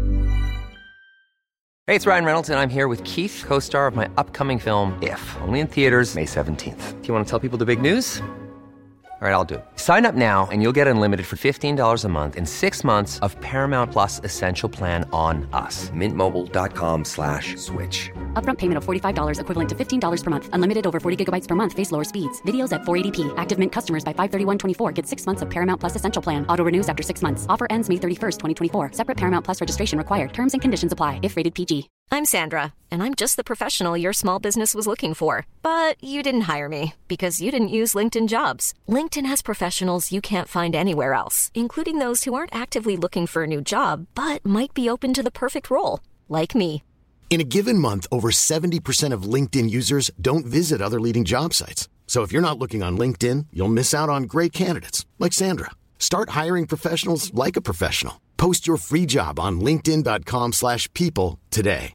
Hey, it's Ryan Reynolds, and I'm here with Keith, co-star of my upcoming film, If, only in theaters May 17th. Do you want to tell people the big news? All right, I'll do it. Sign up now and you'll get unlimited for $15 a month and 6 months of Paramount Plus Essential Plan on us. MintMobile.com/switch. Upfront payment of $45 equivalent to $15 per month. Unlimited over 40 gigabytes per month. Face lower speeds. Videos at 480p. Active Mint customers by 531.24 get 6 months of Paramount Plus Essential Plan. Auto renews after 6 months. Offer ends May 31st, 2024. Separate Paramount Plus registration required. Terms and conditions apply if rated PG. I'm Sandra, and I'm just the professional your small business was looking for. But you didn't hire me because you didn't use LinkedIn Jobs. LinkedIn has professionals you can't find anywhere else, including those who aren't actively looking for a new job, but might be open to the perfect role, like me. In a given month, over 70% of LinkedIn users don't visit other leading job sites. So if you're not looking on LinkedIn, you'll miss out on great candidates like Sandra. Start hiring professionals like a professional. Post your free job on linkedin.com/people today.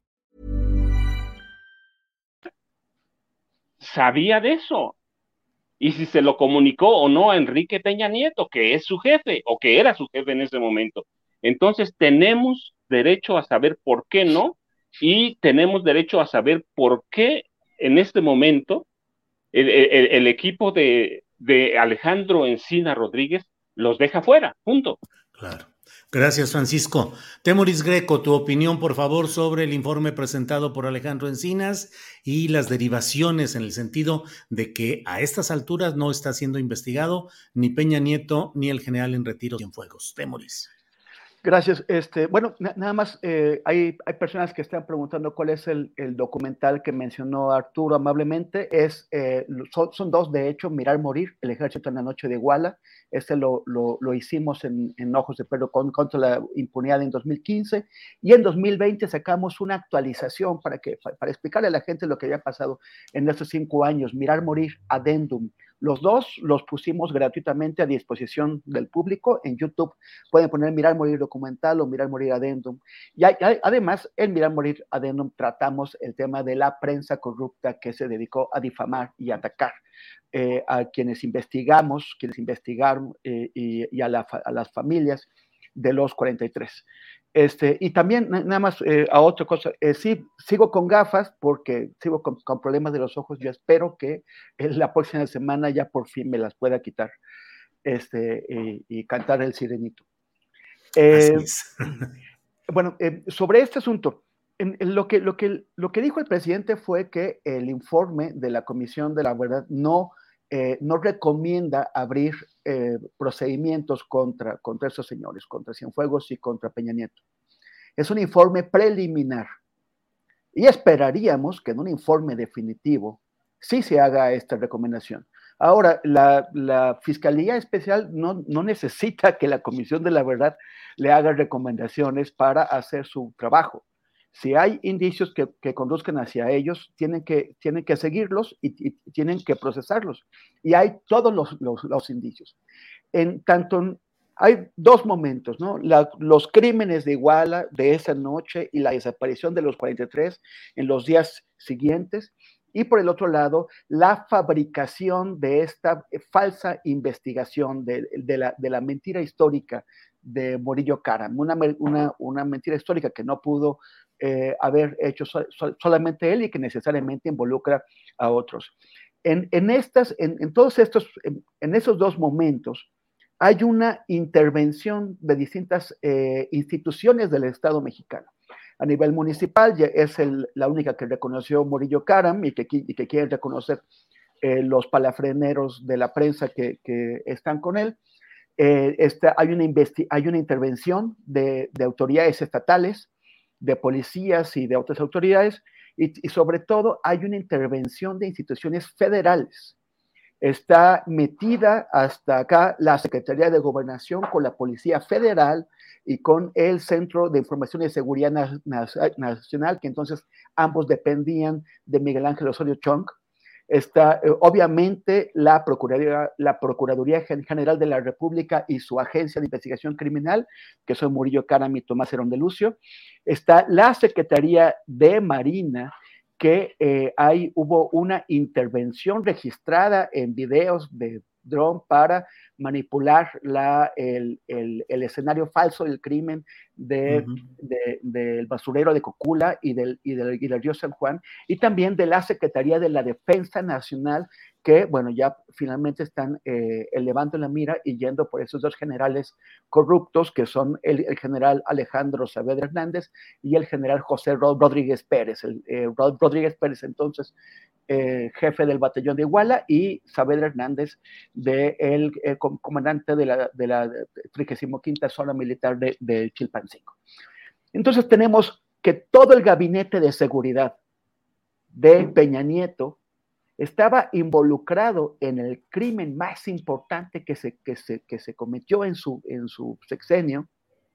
Sabía de eso. Y si se lo comunicó o no a Enrique Peña Nieto, que es su jefe o que era su jefe en ese momento. Entonces tenemos derecho a saber por qué no, y tenemos derecho a saber por qué en este momento el equipo de Alejandro Encina Rodríguez los deja fuera, punto. Claro. Gracias, Francisco. Temoris Greco, tu opinión, por favor, sobre el informe presentado por Alejandro Encinas y las derivaciones en el sentido de que a estas alturas no está siendo investigado ni Peña Nieto ni el general en retiro Cienfuegos. Temoris. Gracias. Bueno, nada más, hay personas que están preguntando cuál es el documental que mencionó Arturo amablemente. Son dos, de hecho, Mirar Morir, El Ejército en la Noche de Iguala. Lo hicimos en Ojos de Perro contra la impunidad en 2015, y en 2020 sacamos una actualización para explicarle a la gente lo que había pasado en estos 5 años, Mirar Morir, Addendum. Los dos los pusimos gratuitamente a disposición del público en YouTube. Pueden poner Mirar Morir documental o Mirar Morir Addendum. Y además, en Mirar Morir Addendum tratamos el tema de la prensa corrupta que se dedicó a difamar y atacar a quienes investigaron y a las familias de los 43. Y también, nada más, a otra cosa, sí, sigo con gafas porque sigo con problemas de los ojos. Yo espero que la próxima semana ya por fin me las pueda quitar y cantar el sirenito. Bueno, sobre este asunto, lo que dijo el presidente fue que el informe de la Comisión de la Verdad no recomienda abrir procedimientos contra esos señores, contra Cienfuegos y contra Peña Nieto. Es un informe preliminar y esperaríamos que en un informe definitivo sí se haga esta recomendación. Ahora, la Fiscalía Especial no necesita que la Comisión de la Verdad le haga recomendaciones para hacer su trabajo. Si hay indicios que conduzcan hacia ellos, tienen que seguirlos y tienen que procesarlos. Y hay todos los indicios. Hay 2 momentos, ¿no? Los crímenes de Iguala de esa noche y la desaparición de los 43 en los días siguientes. Y por el otro lado, la fabricación de esta falsa investigación de la mentira histórica de Murillo Karam, una mentira histórica que no pudo haber hecho solamente él y que necesariamente involucra a otros. En esos 2 momentos hay una intervención de distintas instituciones del Estado mexicano. A nivel municipal es la única que reconoció Murillo Karam y que quieren reconocer los palafreneros de la prensa que están con él. Hay una intervención de autoridades estatales, de policías y de otras autoridades, y sobre todo hay una intervención de instituciones federales. Está metida hasta acá la Secretaría de Gobernación con la Policía Federal y con el Centro de Información y Seguridad Nacional, que entonces ambos dependían de Miguel Ángel Osorio Chong. Está obviamente la Procuraduría General de la República y su Agencia de Investigación Criminal, que son Murillo Karam y Tomás Herón de Lucio. Está la Secretaría de Marina, que hubo una intervención registrada en videos de dron para manipular el escenario falso del crimen del basurero de Cocula y del río San Juan, y también de la Secretaría de la Defensa Nacional, que, bueno, ya finalmente están elevando la mira y yendo por esos dos generales corruptos, que son el general Alejandro Saavedra Hernández y el general José Rodríguez Pérez. Rodríguez Pérez, entonces, jefe del batallón de Iguala, y Saavedra Hernández, el comandante de la 35ª Zona Militar de Chilpancingo. Entonces tenemos que todo el gabinete de seguridad de Peña Nieto estaba involucrado en el crimen más importante que se cometió en su sexenio.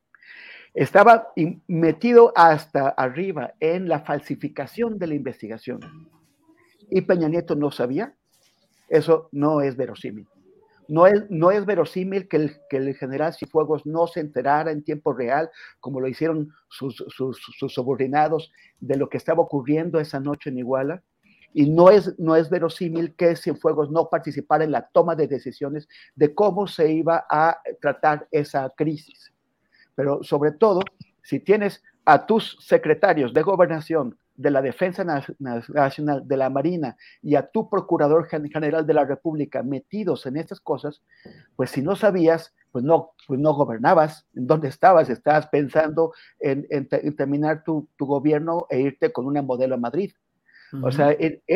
Estaba metido hasta arriba en la falsificación de la investigación. Y Peña Nieto no sabía. Eso no es verosímil. No es verosímil que el general Cienfuegos no se enterara en tiempo real, como lo hicieron sus subordinados, de lo que estaba ocurriendo esa noche en Iguala. Y no es verosímil que Cienfuegos no participara en la toma de decisiones de cómo se iba a tratar esa crisis. Pero sobre todo, si tienes a tus secretarios de Gobernación, de la Defensa Nacional, de la Marina, y a tu Procurador General de la República metidos en estas cosas, pues si no sabías, pues no gobernabas. ¿En dónde estabas? Estabas pensando en terminar tu gobierno e irte con una modelo a Madrid. O sea,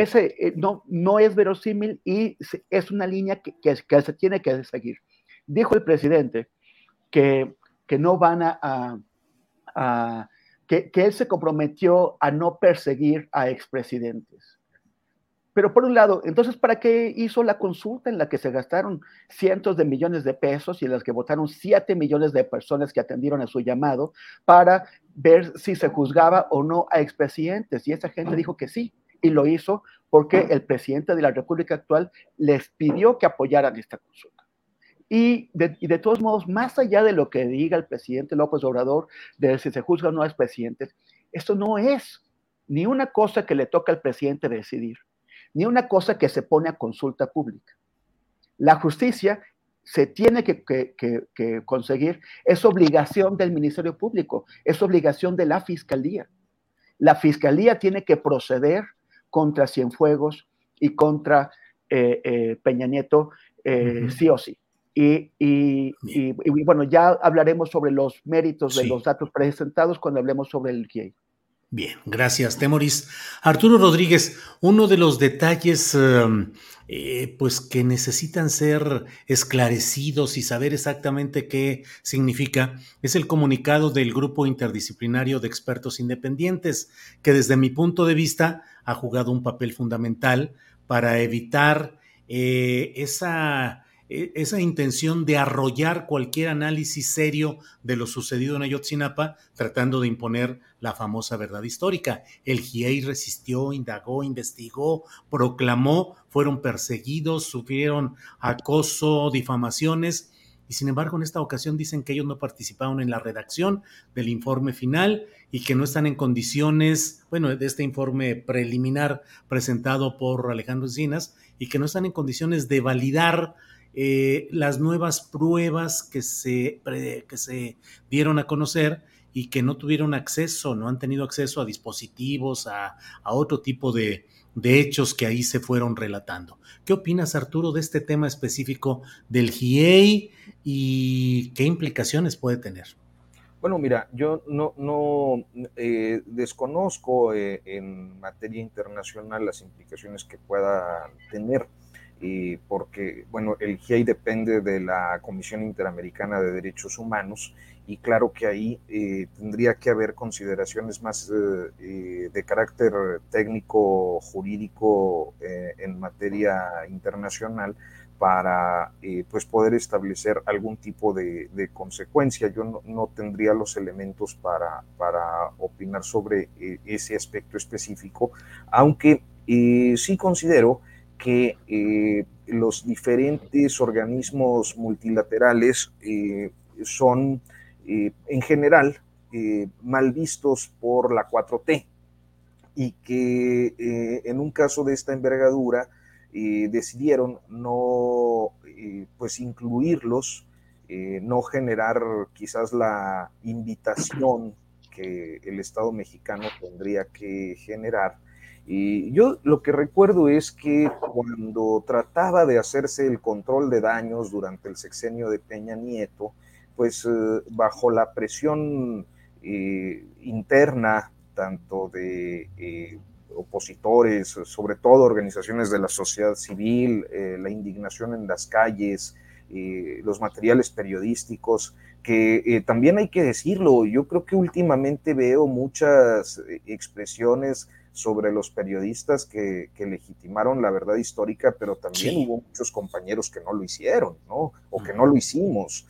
no es verosímil y es una línea que se tiene que seguir. Dijo el presidente que no van que él se comprometió a no perseguir a expresidentes. Pero por un lado, entonces, ¿para qué hizo la consulta en la que se gastaron cientos de millones de pesos y en las que votaron 7 millones de personas que atendieron a su llamado para ver si se juzgaba o no a expresidentes? Y esa gente dijo que sí, y lo hizo porque el presidente de la República actual les pidió que apoyaran esta consulta. Y de todos modos, más allá de lo que diga el presidente López Obrador, de si se juzga o no a expresidentes, esto no es ni una cosa que le toca al presidente decidir, ni una cosa que se pone a consulta pública. La justicia se tiene que conseguir, es obligación del Ministerio Público, es obligación de la Fiscalía. La Fiscalía tiene que proceder contra Cienfuegos y contra Peña Nieto, sí o sí. Y bueno, ya hablaremos sobre los méritos de los datos presentados cuando hablemos sobre el GIEI. Bien, gracias, Temoris. Arturo Rodríguez, uno de los detalles pues que necesitan ser esclarecidos y saber exactamente qué significa es el comunicado del Grupo Interdisciplinario de Expertos Independientes, que desde mi punto de vista ha jugado un papel fundamental para evitar esa intención de arrollar cualquier análisis serio de lo sucedido en Ayotzinapa, tratando de imponer la famosa verdad histórica. El GIEI resistió, indagó, investigó, proclamó, fueron perseguidos, sufrieron acoso, difamaciones, y sin embargo en esta ocasión dicen que ellos no participaron en la redacción del informe final y que no están en condiciones, bueno, de este informe preliminar presentado por Alejandro Encinas, y que no están en condiciones de validar las nuevas pruebas que se dieron a conocer y que no tuvieron acceso, no han tenido acceso a dispositivos, a otro tipo de hechos que ahí se fueron relatando. ¿Qué opinas, Arturo, de este tema específico del GIEI y qué implicaciones puede tener? Bueno, mira, yo no desconozco en materia internacional las implicaciones que pueda tener. porque, bueno, el GIEI depende de la Comisión Interamericana de Derechos Humanos, y claro que ahí tendría que haber consideraciones más de carácter técnico, jurídico en materia internacional para pues poder establecer algún tipo de consecuencia. Yo no tendría los elementos para opinar sobre ese aspecto específico, aunque sí considero que los diferentes organismos multilaterales son en general mal vistos por la 4T, y que en un caso de esta envergadura decidieron no pues incluirlos, no generar quizás la invitación que el Estado mexicano tendría que generar. Y yo lo que recuerdo es que cuando trataba de hacerse el control de daños durante el sexenio de Peña Nieto, pues bajo la presión interna, tanto de opositores, sobre todo organizaciones de la sociedad civil, la indignación en las calles, los materiales periodísticos, que también hay que decirlo, yo creo que últimamente veo muchas expresiones sobre los periodistas que legitimaron la verdad histórica, pero también hubo muchos compañeros que no lo hicieron, ¿no? O que no lo hicimos.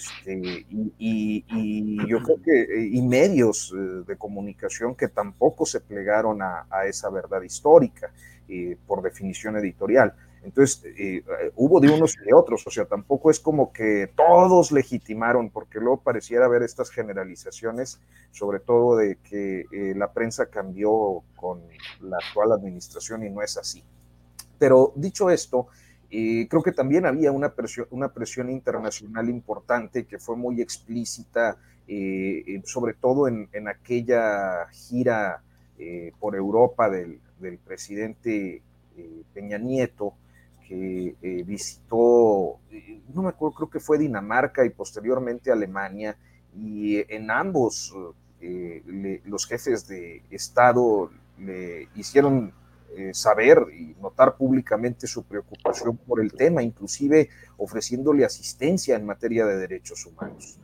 Y yo creo que y medios de comunicación que tampoco se plegaron a esa verdad histórica por definición editorial. Entonces, hubo de unos y de otros, o sea, tampoco es como que todos legitimaron, porque luego pareciera haber estas generalizaciones, sobre todo de que la prensa cambió con la actual administración, y no es así. Pero dicho esto, creo que también había una presión internacional importante que fue muy explícita, sobre todo en aquella gira por Europa del presidente Peña Nieto, que visitó, no me acuerdo, creo que fue Dinamarca y posteriormente Alemania, y en ambos los jefes de Estado le hicieron saber y notar públicamente su preocupación por el tema, inclusive ofreciéndole asistencia en materia de derechos humanos.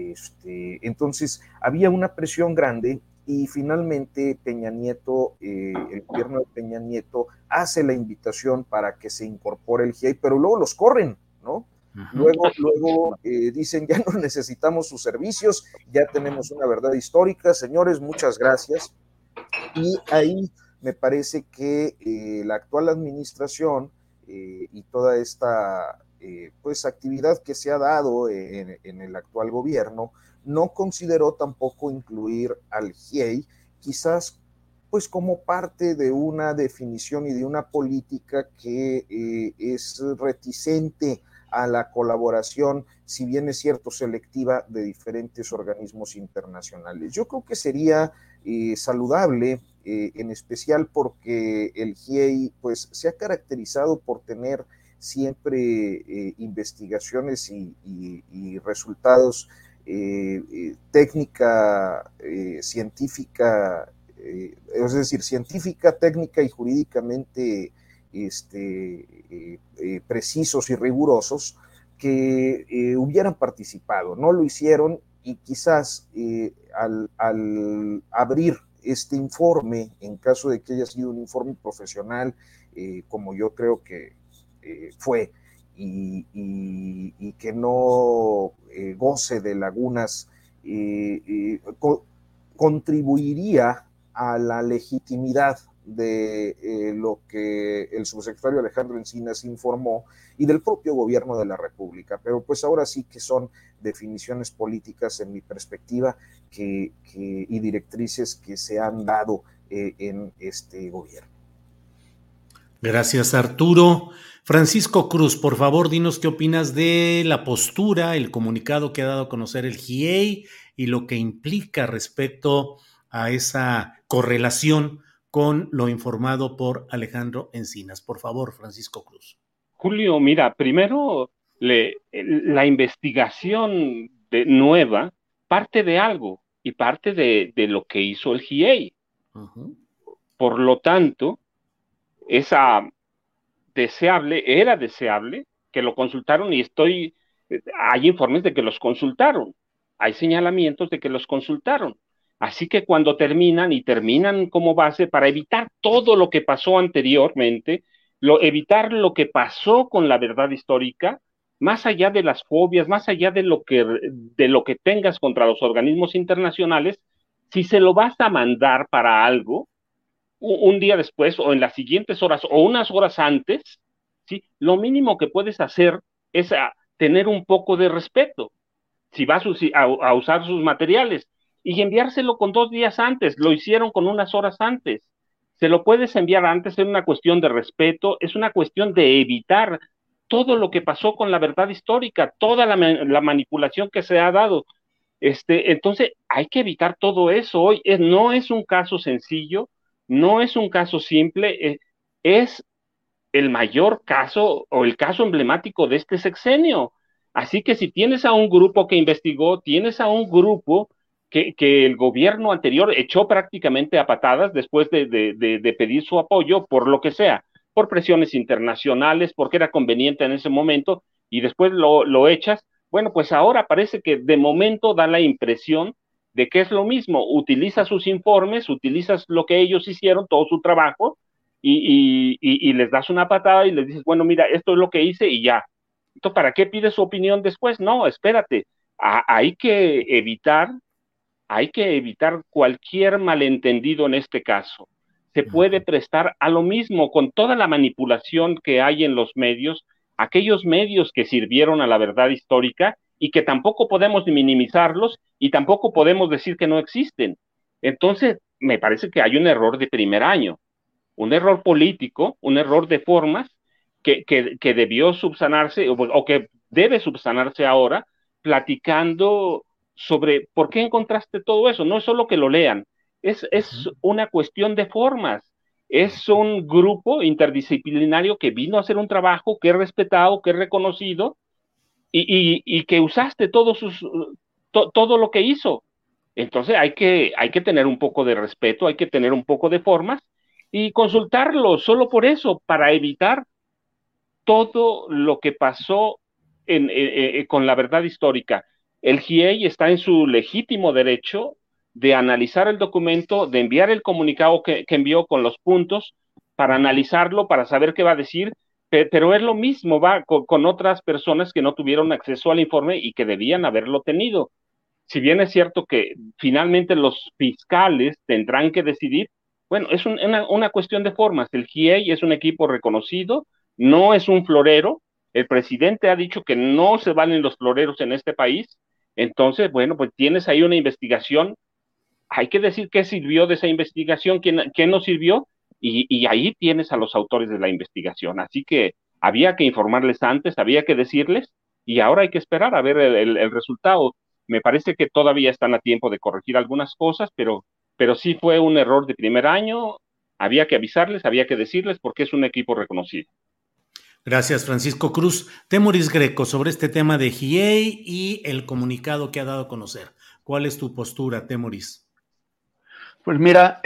Entonces, había una presión grande, y finalmente Peña Nieto, el gobierno de Peña Nieto, hace la invitación para que se incorpore el GIEI, pero luego los corren, ¿no? Luego dicen, ya no necesitamos sus servicios, ya tenemos una verdad histórica, señores, muchas gracias. Y ahí me parece que la actual administración y toda esta pues actividad que se ha dado en el actual gobierno no consideró tampoco incluir al GIEI, quizás pues como parte de una definición y de una política que es reticente a la colaboración, si bien es cierto, selectiva, de diferentes organismos internacionales. Yo creo que sería saludable, en especial porque el GIEI pues se ha caracterizado por tener siempre investigaciones y resultados técnica, científica, es decir, científica, técnica y jurídicamente precisos y rigurosos, que hubieran participado. No lo hicieron, y quizás al abrir este informe, en caso de que haya sido un informe profesional, como yo creo que fue, y que no goce de lagunas, contribuiría a la legitimidad de lo que el subsecretario Alejandro Encinas informó, y del propio gobierno de la República. Pero pues ahora sí que son definiciones políticas, en mi perspectiva, y directrices que se han dado en este gobierno. Gracias, Arturo. Francisco Cruz, por favor, dinos qué opinas de la postura, el comunicado que ha dado a conocer el GIEI y lo que implica respecto a esa correlación con lo informado por Alejandro Encinas. Por favor, Francisco Cruz. Julio, mira, primero la investigación nueva parte de algo, y parte de lo que hizo el GIEI. Por lo tanto, esa era deseable que lo consultaron y hay informes de que los consultaron, hay señalamientos de que los consultaron. Así que cuando terminan como base para evitar todo lo que pasó anteriormente, evitar lo que pasó con la verdad histórica, más allá de las fobias, más allá de lo que tengas contra los organismos internacionales, si se lo vas a mandar para algo, un día después o en las siguientes horas o unas horas antes, ¿sí? Lo mínimo que puedes hacer es tener un poco de respeto. Si vas a usar sus materiales y enviárselo con 2 días antes, lo hicieron con unas horas antes. Se lo puedes enviar antes, es una cuestión de respeto, es una cuestión de evitar todo lo que pasó con la verdad histórica, toda la manipulación que se ha dado. Entonces, hay que evitar todo eso hoy. No es un caso sencillo, no es un caso simple, es el mayor caso o el caso emblemático de este sexenio. Así que si tienes a un grupo que investigó, tienes a un grupo que el gobierno anterior echó prácticamente a patadas después de pedir su apoyo por lo que sea, por presiones internacionales, porque era conveniente en ese momento, y después lo echas. Bueno, pues ahora parece que de momento da la impresión de que es lo mismo, utilizas sus informes, utilizas lo que ellos hicieron, todo su trabajo, y les das una patada y les dices, bueno, mira, esto es lo que hice y ya. Entonces, ¿para qué pides su opinión después? No, espérate, hay que evitar cualquier malentendido en este caso. Se puede prestar a lo mismo con toda la manipulación que hay en los medios, aquellos medios que sirvieron a la verdad histórica y que tampoco podemos minimizarlos y tampoco podemos decir que no existen. Entonces, me parece que hay un error de primer año, un error político, un error de formas que debió subsanarse o que debe subsanarse ahora, platicando sobre por qué encontraste todo eso. No es solo que lo lean, es una cuestión de formas. Es un grupo interdisciplinario que vino a hacer un trabajo que es respetado, que es reconocido y que usaste todo lo que hizo. Entonces hay que tener un poco de respeto, hay que tener un poco de formas y consultarlo solo por eso, para evitar todo lo que pasó con la verdad histórica. El GIEI está en su legítimo derecho de analizar el documento, de enviar el comunicado que envió con los puntos, para analizarlo, para saber qué va a decir, pero es lo mismo, va con otras personas que no tuvieron acceso al informe y que debían haberlo tenido. Si bien es cierto que finalmente los fiscales tendrán que decidir, bueno, es una cuestión de formas. El GIEI es un equipo reconocido, no es un florero. El presidente ha dicho que no se valen los floreros en este país. Entonces, bueno, pues tienes ahí una investigación. Hay que decir qué sirvió de esa investigación, qué no sirvió, y ahí tienes a los autores de la investigación. Así que había que informarles antes, había que decirles, y ahora hay que esperar a ver el resultado. Me parece que todavía están a tiempo de corregir algunas cosas, pero sí fue un error de primer año. Había que avisarles, había que decirles, porque es un equipo reconocido. Gracias, Francisco Cruz. Temoris Greco, sobre este tema de GIEI y el comunicado que ha dado a conocer. ¿Cuál es tu postura, Temoris? Pues mira,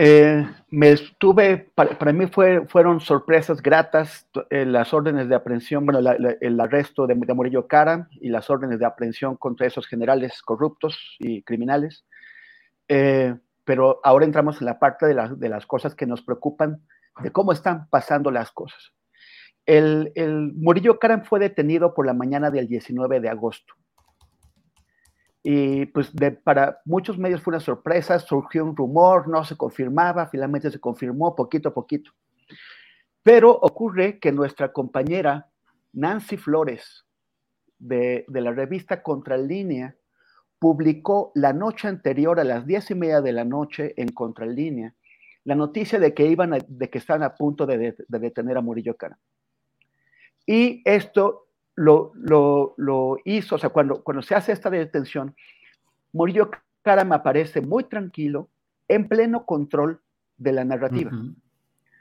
para mí fueron sorpresas gratas las órdenes de aprehensión, bueno, el arresto de Murillo Karam y las órdenes de aprehensión contra esos generales corruptos y criminales. Pero ahora entramos en la parte de las cosas que nos preocupan, de cómo están pasando las cosas. El Murillo Karam fue detenido por la mañana del 19 de agosto. Y pues para muchos medios fue una sorpresa, surgió un rumor, no se confirmaba, finalmente se confirmó poquito a poquito. Pero ocurre que nuestra compañera Nancy Flores, de la revista Contralínea, publicó la noche anterior a las 10:30 de la noche en Contralínea la noticia de que estaban a punto de detener a Murillo Karam. Y esto lo hizo, o sea, cuando se hace esta detención, Murillo Karam aparece muy tranquilo, en pleno control de la narrativa. Uh-huh.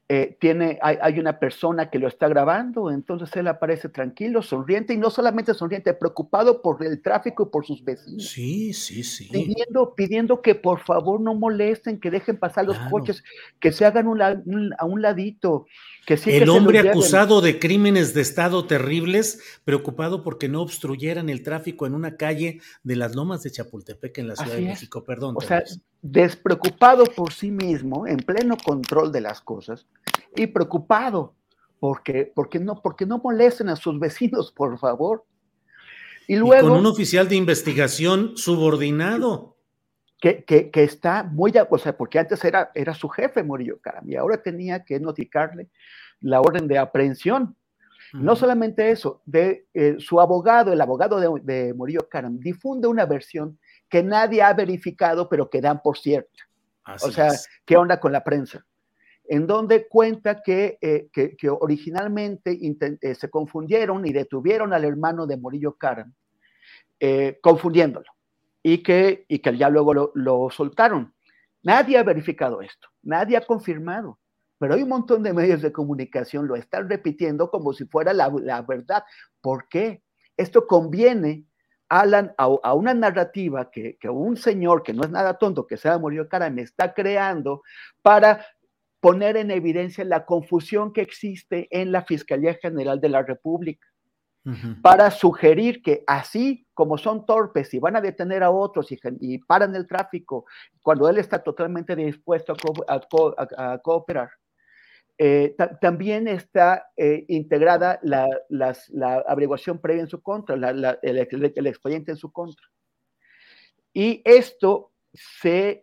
hay una persona que lo está grabando, entonces él aparece tranquilo, sonriente, y no solamente sonriente, preocupado por el tráfico y por sus vecinos. Sí. Pidiendo que por favor no molesten, que dejen pasar los coches, que se hagan a un ladito. Que sí, el que hombre acusado de crímenes de Estado terribles, preocupado porque no obstruyeran el tráfico en una calle de las Lomas de Chapultepec en la Ciudad de México. Perdón. O sea, despreocupado por sí mismo, en pleno control de las cosas, y preocupado porque no molesten a sus vecinos, por favor. Y luego, con un oficial de investigación subordinado. Que está muy, o sea, porque antes era su jefe, Murillo Karam, y ahora tenía que notificarle la orden de aprehensión. No solamente eso, su abogado, el abogado de Murillo Karam, difunde una versión que nadie ha verificado, pero que dan por cierta. O sea, ¿qué onda con la prensa? En donde cuenta que originalmente se confundieron y detuvieron al hermano de Murillo Karam, confundiéndolo, y que ya luego lo soltaron. Nadie ha verificado esto, nadie ha confirmado, pero hay un montón de medios de comunicación lo están repitiendo como si fuera la verdad. ¿Por qué? Esto conviene a una narrativa que un señor que no es nada tonto, que sea Murillo Karam, está creando para poner en evidencia la confusión que existe en la Fiscalía General de la República, para sugerir que así como son torpes y van a detener a otros y paran el tráfico, cuando él está totalmente dispuesto a cooperar, también está integrada la averiguación previa en su contra, el expediente en su contra. Y esto se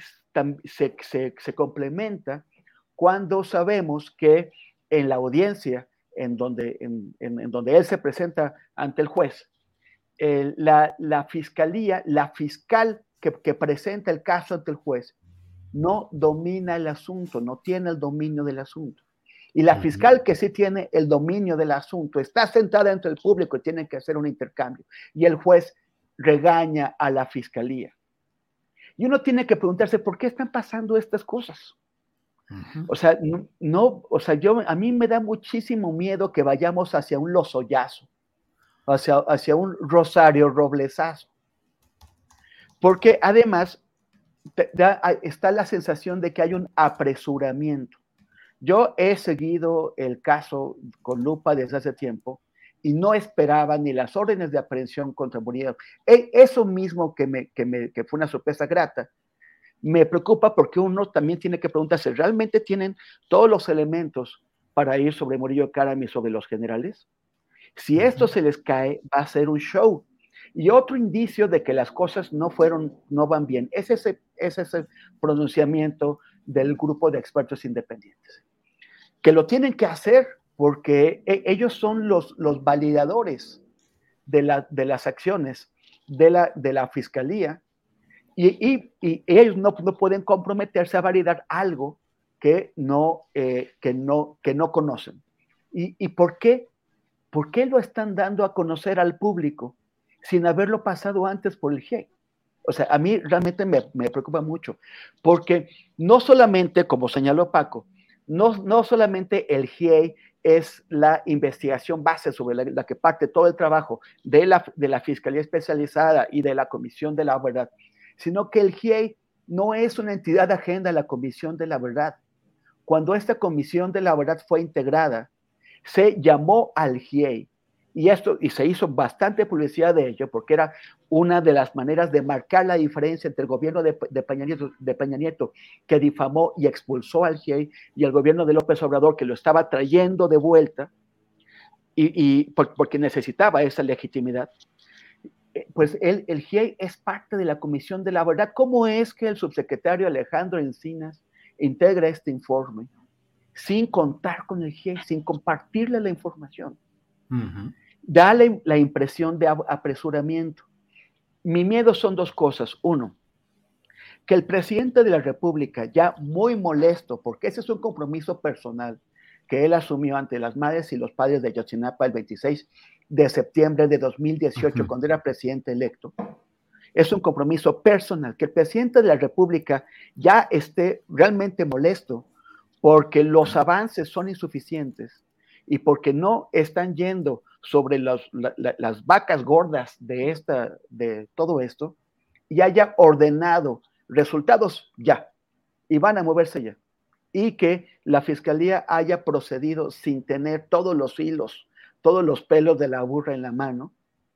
complementa cuando sabemos que en la audiencia en donde él se presenta ante el juez, la fiscalía, la fiscal que presenta el caso ante el juez, no domina el asunto, no tiene el dominio del asunto. Y la fiscal que sí tiene el dominio del asunto está sentada entre el público y tienen que hacer un intercambio. Y el juez regaña a la fiscalía. Y uno tiene que preguntarse, ¿por qué están pasando estas cosas? O sea, a mí me da muchísimo miedo que vayamos hacia un Lozoyazo, hacia un Rosario Roblesazo, porque además está la sensación de que hay un apresuramiento. Yo he seguido el caso con lupa desde hace tiempo y no esperaba ni las órdenes de aprehensión contra Murillo. Eso mismo que fue una sorpresa grata, me preocupa porque uno también tiene que preguntarse, ¿realmente tienen todos los elementos para ir sobre Murillo Karam y sobre los generales? Si esto se les cae, va a ser un show. Y otro indicio de que las cosas no van bien es ese pronunciamiento del grupo de expertos independientes, que lo tienen que hacer porque ellos son los validadores de las acciones de la fiscalía. Y ellos no pueden comprometerse a validar algo que no conocen. ¿Y por qué? ¿Por qué lo están dando a conocer al público sin haberlo pasado antes por el GIEI? O sea, a mí realmente me preocupa mucho, porque no solamente, como señaló Paco, no solamente el GIEI es la investigación base sobre la que parte todo el trabajo de la Fiscalía Especializada y de la Comisión de la Verdad, sino que el GIEI no es una entidad ajena a la Comisión de la Verdad. Cuando esta Comisión de la Verdad fue integrada, se llamó al GIEI, y se hizo bastante publicidad de ello, porque era una de las maneras de marcar la diferencia entre el gobierno de Peña Nieto, que difamó y expulsó al GIEI, y el gobierno de López Obrador, que lo estaba trayendo de vuelta, porque necesitaba esa legitimidad. Pues el GIEI es parte de la Comisión de la Verdad. ¿Cómo es que el subsecretario Alejandro Encinas integra este informe sin contar con el GIEI, sin compartirle la información? Da la impresión de apresuramiento. Mi miedo son dos cosas. Uno, que el presidente de la República, ya muy molesto, porque ese es un compromiso personal que él asumió ante las madres y los padres de Ayotzinapa el 26 de septiembre de 2018, cuando era presidente electo. Es un compromiso personal, que el presidente de la República ya esté realmente molesto porque los avances son insuficientes y porque no están yendo sobre las vacas gordas de todo esto, y haya ordenado resultados ya, y van a moverse ya, y que la Fiscalía haya procedido sin tener todos los hilos, todos los pelos de la burra en la mano.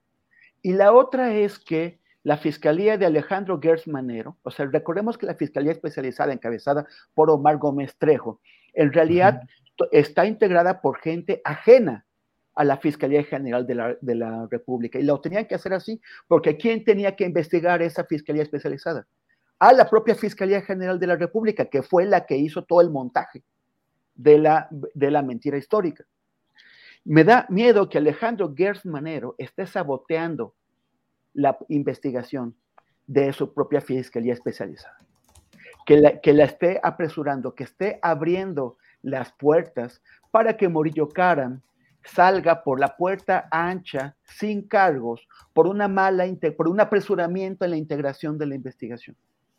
Y la otra es que la Fiscalía de Alejandro Gertz Manero, o sea, recordemos que la Fiscalía Especializada encabezada por Omar Gómez Trejo, en realidad está integrada por gente ajena a la Fiscalía General de la República, y lo tenían que hacer así, porque ¿quién tenía que investigar esa Fiscalía Especializada? A la propia Fiscalía General de la República, que fue la que hizo todo el montaje de la mentira histórica. Me da miedo que Alejandro Gertz Manero esté saboteando la investigación de su propia Fiscalía Especializada, que la esté apresurando, que esté abriendo las puertas para que Murillo Karam salga por la puerta ancha, sin cargos, por un apresuramiento en la integración de la investigación.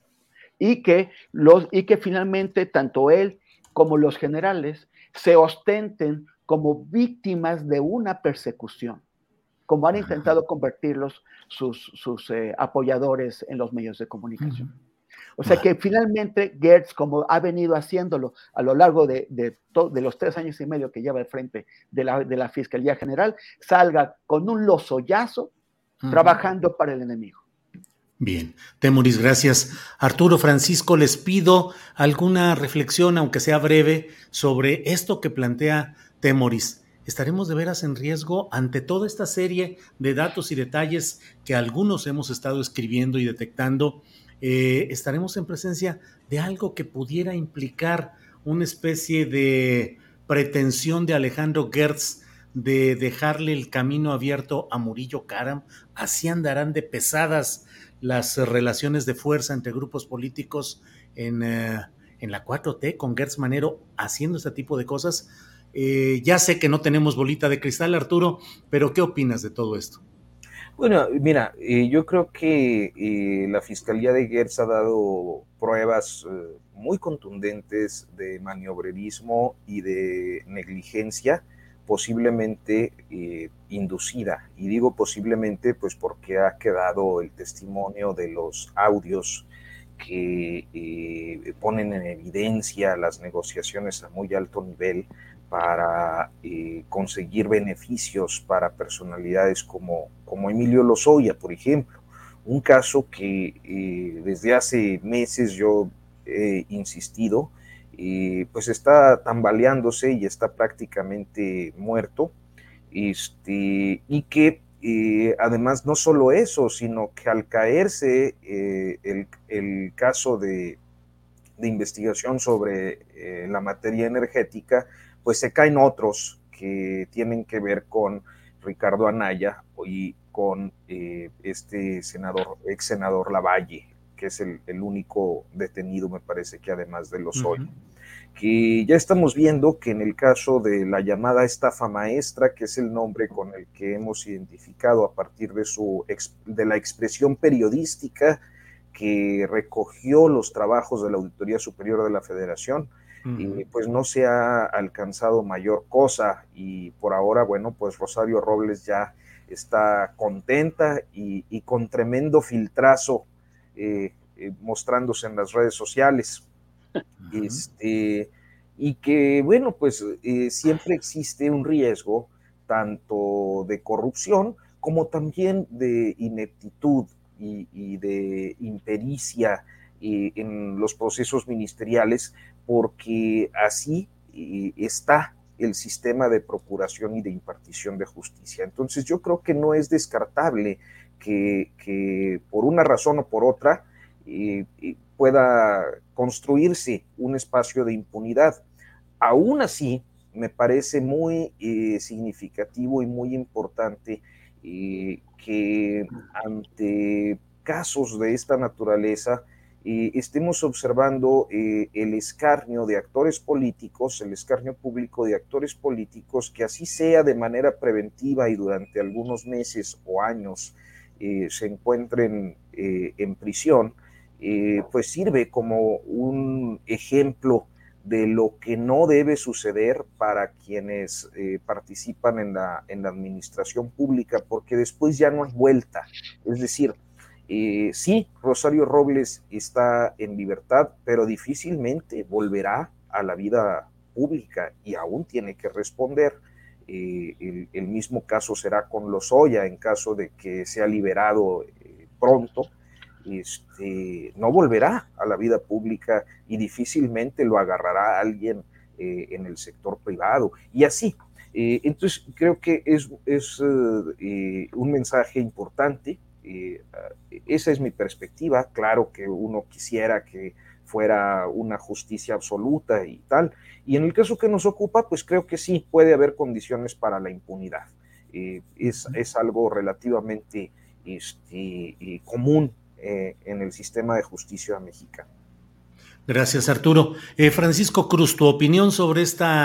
Y que finalmente tanto él como los generales se ostenten como víctimas de una persecución, como han intentado convertirlos sus apoyadores en los medios de comunicación. O sea que finalmente Gertz, como ha venido haciéndolo a lo largo de los 3 años y medio que lleva al frente de la Fiscalía General, salga con un lozoyazo trabajando para el enemigo. Bien, Temoris, gracias. Arturo, Francisco, les pido alguna reflexión, aunque sea breve, sobre esto que plantea Temoris. ¿Estaremos de veras en riesgo ante toda esta serie de datos y detalles que algunos hemos estado escribiendo y detectando? ¿Estaremos en presencia de algo que pudiera implicar una especie de pretensión de Alejandro Gertz de dejarle el camino abierto a Murillo Karam? ¿Así andarán de pesadas las relaciones de fuerza entre grupos políticos en la 4T, con Gertz Manero haciendo este tipo de cosas? Ya sé que no tenemos bolita de cristal, Arturo, pero ¿qué opinas de todo esto? Bueno, mira, yo creo que la Fiscalía de Gertz ha dado pruebas muy contundentes de maniobrerismo y de negligencia, posiblemente inducida. Y digo posiblemente pues porque ha quedado el testimonio de los audios que ponen en evidencia las negociaciones a muy alto nivel para conseguir beneficios para personalidades como Emilio Lozoya, por ejemplo. Un caso que desde hace meses yo he insistido, pues está tambaleándose y está prácticamente muerto, y que además no solo eso, sino que al caerse el caso de investigación sobre la materia energética, pues se caen otros que tienen que ver con Ricardo Anaya y con este ex senador Lavalle, que es el único detenido, me parece que además de Lozoya. Que ya estamos viendo que en el caso de la llamada estafa maestra, que es el nombre con el que hemos identificado a partir de la expresión periodística que recogió los trabajos de la Auditoría Superior de la Federación, pues no se ha alcanzado mayor cosa, y por ahora, bueno, pues Rosario Robles ya está contenta y con tremendo filtrazo mostrándose en las redes sociales. Y que, bueno, pues siempre existe un riesgo tanto de corrupción como también de ineptitud y de impericia en los procesos ministeriales, porque así está el sistema de procuración y de impartición de justicia. Entonces yo creo que no es descartable que por una razón o por otra pueda construirse un espacio de impunidad. Aún así, me parece muy significativo y muy importante que ante casos de esta naturaleza estemos observando el escarnio de actores políticos, el escarnio público de actores políticos, que así sea de manera preventiva y durante algunos meses o años se encuentren en prisión, pues sirve como un ejemplo de lo que no debe suceder para quienes participan en la administración pública, porque después ya no hay vuelta. Es decir, sí, Rosario Robles está en libertad, pero difícilmente volverá a la vida pública y aún tiene que responder. El mismo caso será con Lozoya en caso de que sea liberado pronto. No volverá a la vida pública y difícilmente lo agarrará alguien en el sector privado y así. Entonces creo que es un mensaje importante. Esa es mi perspectiva. Claro que uno quisiera que fuera una justicia absoluta y tal, y en el caso que nos ocupa, pues creo que sí puede haber condiciones para la impunidad. Es algo relativamente común en el sistema de justicia mexicano. Gracias, Arturo. Francisco Cruz, tu opinión sobre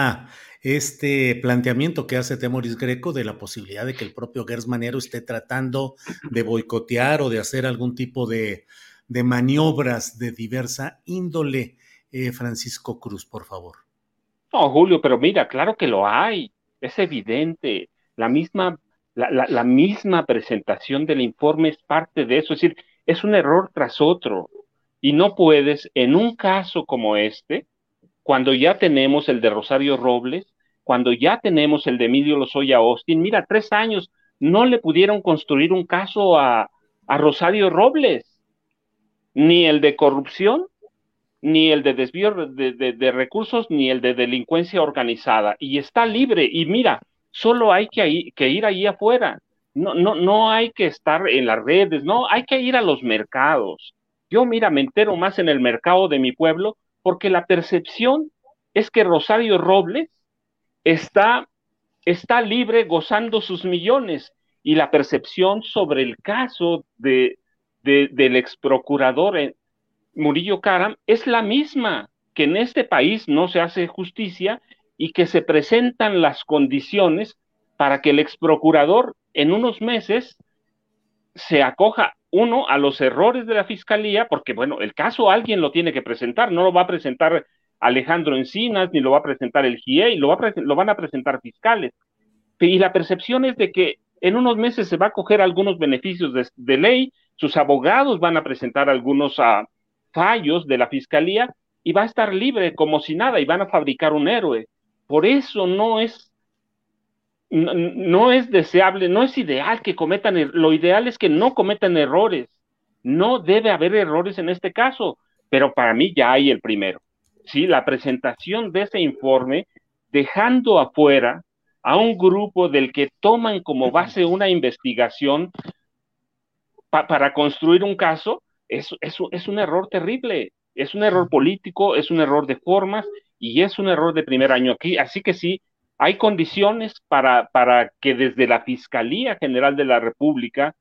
este planteamiento que hace Temoris Greco de la posibilidad de que el propio Gers Manero esté tratando de boicotear o de hacer algún tipo de maniobras de diversa índole. Francisco Cruz, por favor. No, Julio, pero mira, claro que lo hay, es evidente. La misma presentación del informe es parte de eso, es decir, es un error tras otro. Y no puedes, en un caso como este, cuando ya tenemos el de Rosario Robles, cuando ya tenemos el de Emilio Lozoya Austin, mira, 3 años, no le pudieron construir un caso a Rosario Robles, ni el de corrupción, ni el de desvío de recursos, ni el de delincuencia organizada, y está libre, y mira, solo hay que ir ahí afuera, no hay que estar en las redes, no, hay que ir a los mercados. Yo, mira, me entero más en el mercado de mi pueblo, porque la percepción es que Rosario Robles está libre gozando sus millones, y la percepción sobre el caso del exprocurador Murillo Karam es la misma, que en este país no se hace justicia y que se presentan las condiciones para que el exprocurador en unos meses se acoja, uno, a los errores de la fiscalía, porque bueno, el caso alguien lo tiene que presentar, no lo va a presentar Alejandro Encinas, ni lo va a presentar el GIEI, lo van a presentar fiscales. Y la percepción es de que en unos meses se va a coger algunos beneficios de ley, sus abogados van a presentar algunos fallos de la fiscalía y va a estar libre como si nada y van a fabricar un héroe. Por eso no es deseable, no es ideal que cometan, lo ideal es que no cometan errores. No debe haber errores en este caso, pero para mí ya hay el primero. Sí, la presentación de ese informe, dejando afuera a un grupo del que toman como base una investigación para construir un caso, es un error terrible, es un error político, es un error de formas y es un error de primer año aquí. Así que sí, hay condiciones para que desde la Fiscalía General de la República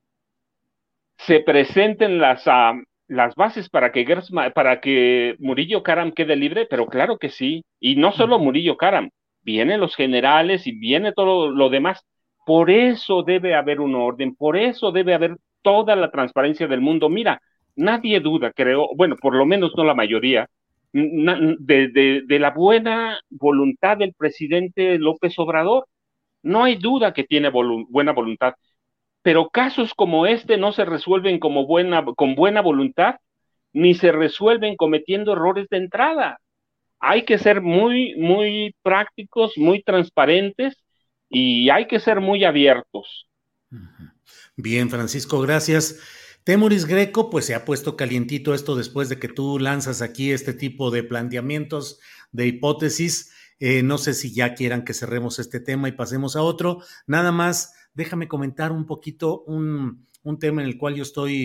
se presenten las bases para que Murillo Karam quede libre, pero claro que sí, y no solo Murillo Karam, vienen los generales y viene todo lo demás. Por eso debe haber un orden, por eso debe haber toda la transparencia del mundo. Mira, nadie duda, creo, bueno, por lo menos no la mayoría, de la buena voluntad del presidente López Obrador. No hay duda que tiene buena voluntad, pero casos como este no se resuelven con buena voluntad, ni se resuelven cometiendo errores de entrada. Hay que ser muy, muy prácticos, muy transparentes y hay que ser muy abiertos. Bien, Francisco, gracias. Temoris Greco, pues se ha puesto calientito esto después de que tú lanzas aquí este tipo de planteamientos, de hipótesis. No sé si ya quieran que cerremos este tema y pasemos a otro. Nada más, déjame comentar un poquito un tema en el cual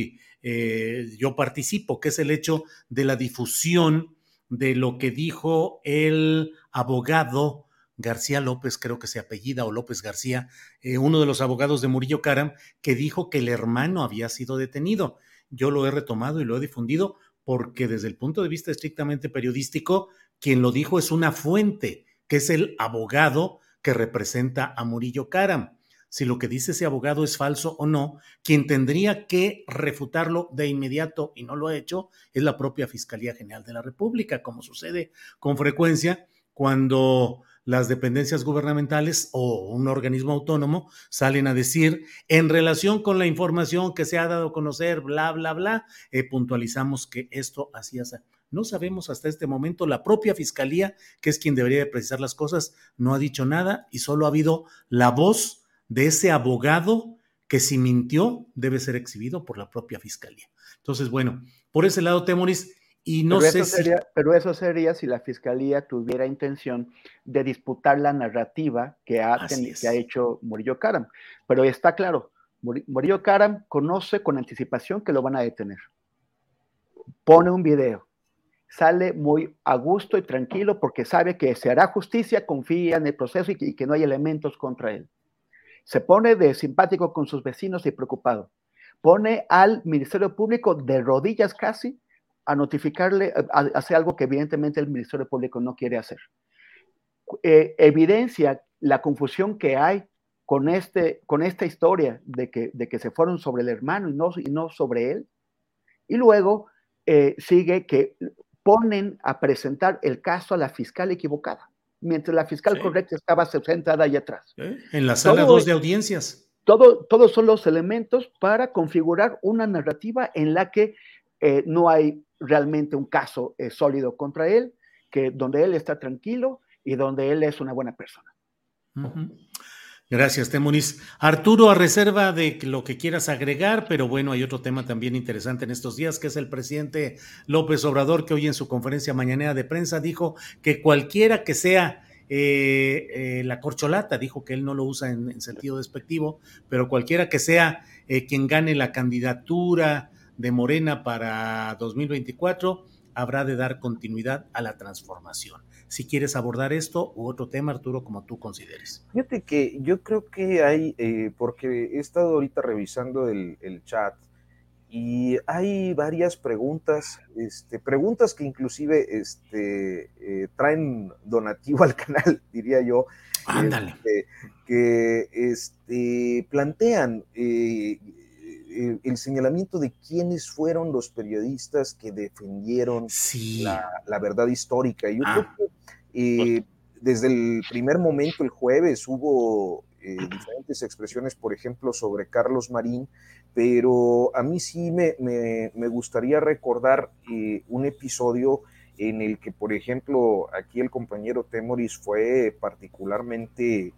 yo participo, que es el hecho de la difusión de lo que dijo el abogado García López, creo que se apellida, o López García, uno de los abogados de Murillo Karam, que dijo que el hermano había sido detenido. Yo lo he retomado y lo he difundido porque desde el punto de vista estrictamente periodístico, quien lo dijo es una fuente, que es el abogado que representa a Murillo Karam. si lo que dice ese abogado es falso o no. Quien tendría que refutarlo de inmediato, y no lo ha hecho, es la propia Fiscalía General de la República, como sucede con frecuencia cuando las dependencias gubernamentales o un organismo autónomo salen a decir, en relación con la información que se ha dado a conocer, bla, bla, bla, puntualizamos que esto así es. No sabemos hasta este momento, la propia Fiscalía, que es quien debería de precisar las cosas, no ha dicho nada y solo ha habido la voz de ese abogado que si mintió debe ser exhibido por la propia Fiscalía. Entonces, bueno, por ese lado, Temoris, y no sé si... Pero eso sería si la Fiscalía tuviera intención de disputar la narrativa que ha hecho Murillo Karam. Pero está claro, Murillo Karam conoce con anticipación que lo van a detener. Pone un video, sale muy a gusto y tranquilo porque sabe que se hará justicia, confía en el proceso y que no hay elementos contra él. Se pone de simpático con sus vecinos y preocupado. Pone al Ministerio Público de rodillas casi a notificarle, a hacer algo que evidentemente el Ministerio Público no quiere hacer. Evidencia la confusión que hay con esta historia de que se fueron sobre el hermano y no sobre él. Y luego sigue que ponen a presentar el caso a la fiscal equivocada, mientras la fiscal correcta estaba sentada allá atrás. En la sala 2 de audiencias. Todos son los elementos para configurar una narrativa en la que no hay realmente un caso sólido contra él, donde él está tranquilo y donde él es una buena persona. Uh-huh. Gracias, Temoris. Arturo, a reserva de lo que quieras agregar, pero bueno, hay otro tema también interesante en estos días, que es el presidente López Obrador, que hoy en su conferencia mañanera de prensa dijo que cualquiera que sea la corcholata, dijo que él no lo usa en sentido despectivo, pero cualquiera que sea quien gane la candidatura de Morena para 2024, habrá de dar continuidad a la transformación. Si quieres abordar esto u otro tema, Arturo, como tú consideres. Fíjate que yo creo que hay, porque he estado ahorita revisando el chat y hay varias preguntas que inclusive traen donativo al canal, diría yo. Ándale. Que plantean el señalamiento de quiénes fueron los periodistas que defendieron la verdad histórica. Y yo creo que desde el primer momento, el jueves, hubo diferentes expresiones, por ejemplo, sobre Carlos Marín, pero a mí sí me gustaría recordar un episodio en el que, por ejemplo, aquí el compañero Temoris fue particularmente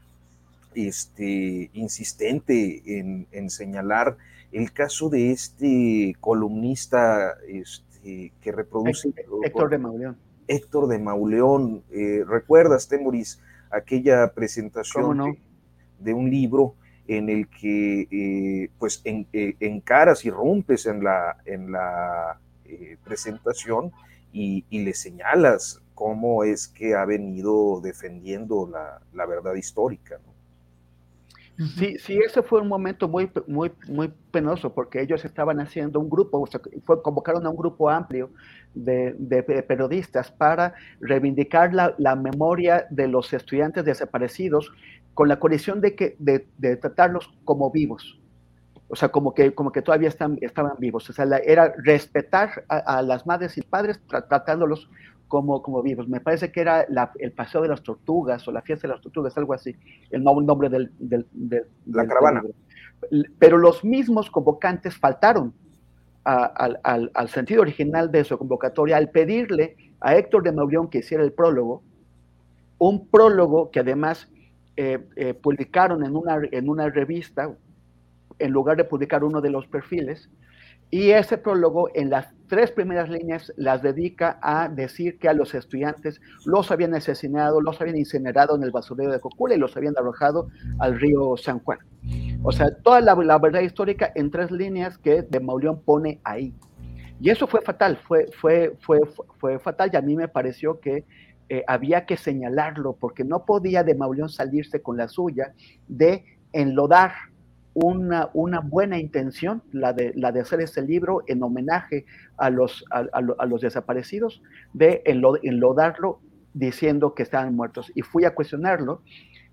insistente en señalar el caso de este columnista que reproduce... Héctor de Mauleón. ¿Recuerdas, Temoris, aquella presentación de un libro en el que pues encaras y rompes en la presentación y le señalas cómo es que ha venido defendiendo la verdad histórica, ¿no? Sí, ese fue un momento muy, muy, muy penoso, porque ellos estaban haciendo un grupo, o sea, convocaron a un grupo amplio de periodistas para reivindicar la memoria de los estudiantes desaparecidos, con la condición de tratarlos como vivos, o sea, como que todavía estaban vivos, o sea, era respetar a las madres y padres tratándolos como vivos. Me parece que era el Paseo de las Tortugas o la Fiesta de las Tortugas, algo así, el nombre la caravana. Pero los mismos convocantes faltaron al sentido original de su convocatoria al pedirle a Héctor de Mauleón que hiciera el prólogo, un prólogo que además publicaron en una revista, en lugar de publicar uno de los perfiles. Y ese prólogo, en las 3 primeras líneas, las dedica a decir que a los estudiantes los habían asesinado, los habían incinerado en el basurero de Cocula y los habían arrojado al río San Juan. O sea, toda la verdad histórica en 3 líneas que de Mauleón pone ahí. Y eso fue fatal, fue fatal, y a mí me pareció que había que señalarlo, porque no podía de Mauleón salirse con la suya de enlodar una buena intención, la de hacer ese libro en homenaje a los desaparecidos, de enlodarlo diciendo que estaban muertos. Y fui a cuestionarlo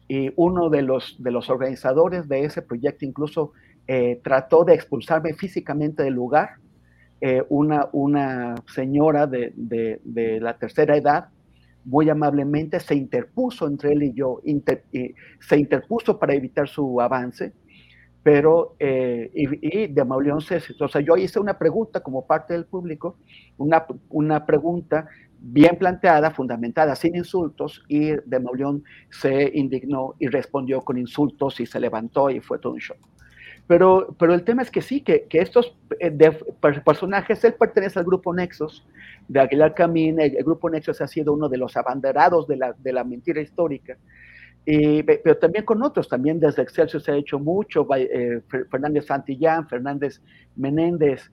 y uno de los organizadores de ese proyecto incluso trató de expulsarme físicamente del lugar. Una señora de la tercera edad muy amablemente se interpuso entre él y yo, se interpuso para evitar su avance, pero y de Mauleón o sea, yo hice una pregunta como parte del público, una pregunta bien planteada, fundamentada, sin insultos, y de Mauleón se indignó y respondió con insultos y se levantó y fue todo un show. Pero el tema es que sí, que estos personajes, él pertenece al Grupo Nexos de Aguilar Camín. El Grupo Nexos ha sido uno de los abanderados de la mentira histórica, pero también con otros, también desde Excelsior se ha hecho mucho, Fernández Santillán, Fernández Menéndez,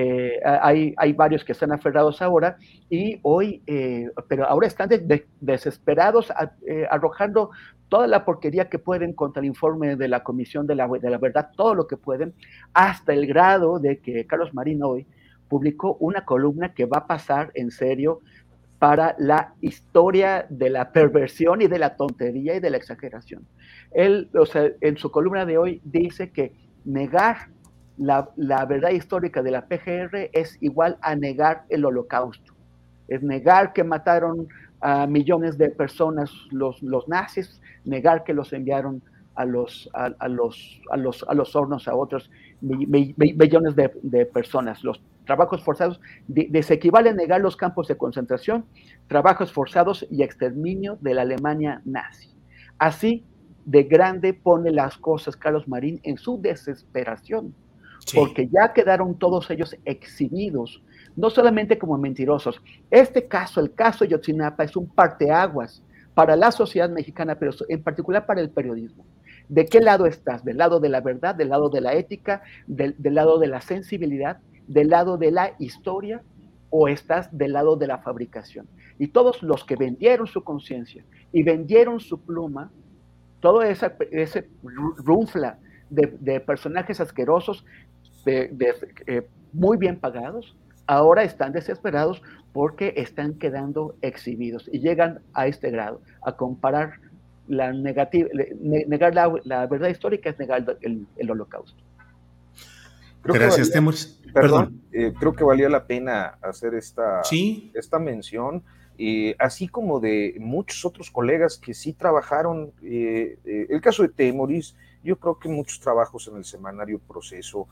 hay varios que están aferrados ahora, y hoy, pero ahora están desesperados, arrojando toda la porquería que pueden contra el informe de la Comisión de la Verdad, todo lo que pueden, hasta el grado de que Carlos Marín hoy publicó una columna que va a pasar en serio para la historia de la perversión y de la tontería y de la exageración. Él, o sea, en su columna de hoy dice que negar la verdad histórica de la PGR es igual a negar el Holocausto, es negar que mataron a millones de personas los nazis, negar que los enviaron a los hornos a otros millones de personas. Los trabajos forzados se equivale a negar los campos de concentración, trabajos forzados y exterminio de la Alemania nazi. Así de grande pone las cosas Carlos Marín en su desesperación, sí, porque ya quedaron todos ellos exhibidos, no solamente como mentirosos. Este caso, el caso Ayotzinapa, es un parteaguas para la sociedad mexicana, pero en particular para el periodismo. ¿De qué lado estás? ¿Del lado de la verdad, del lado de la ética, del lado de la sensibilidad, del lado de la historia, o estás del lado de la fabricación? Y todos los que vendieron su conciencia y vendieron su pluma, todo ese runfla de personajes asquerosos, muy bien pagados, ahora están desesperados porque están quedando exhibidos y llegan a este grado, a comparar negar la verdad histórica es negar el Holocausto. Gracias, Temoris. Perdón. Creo que valía la pena hacer esta mención, así como de muchos otros colegas que sí trabajaron. El caso de Temoris, yo creo que muchos trabajos en el semanario Proceso,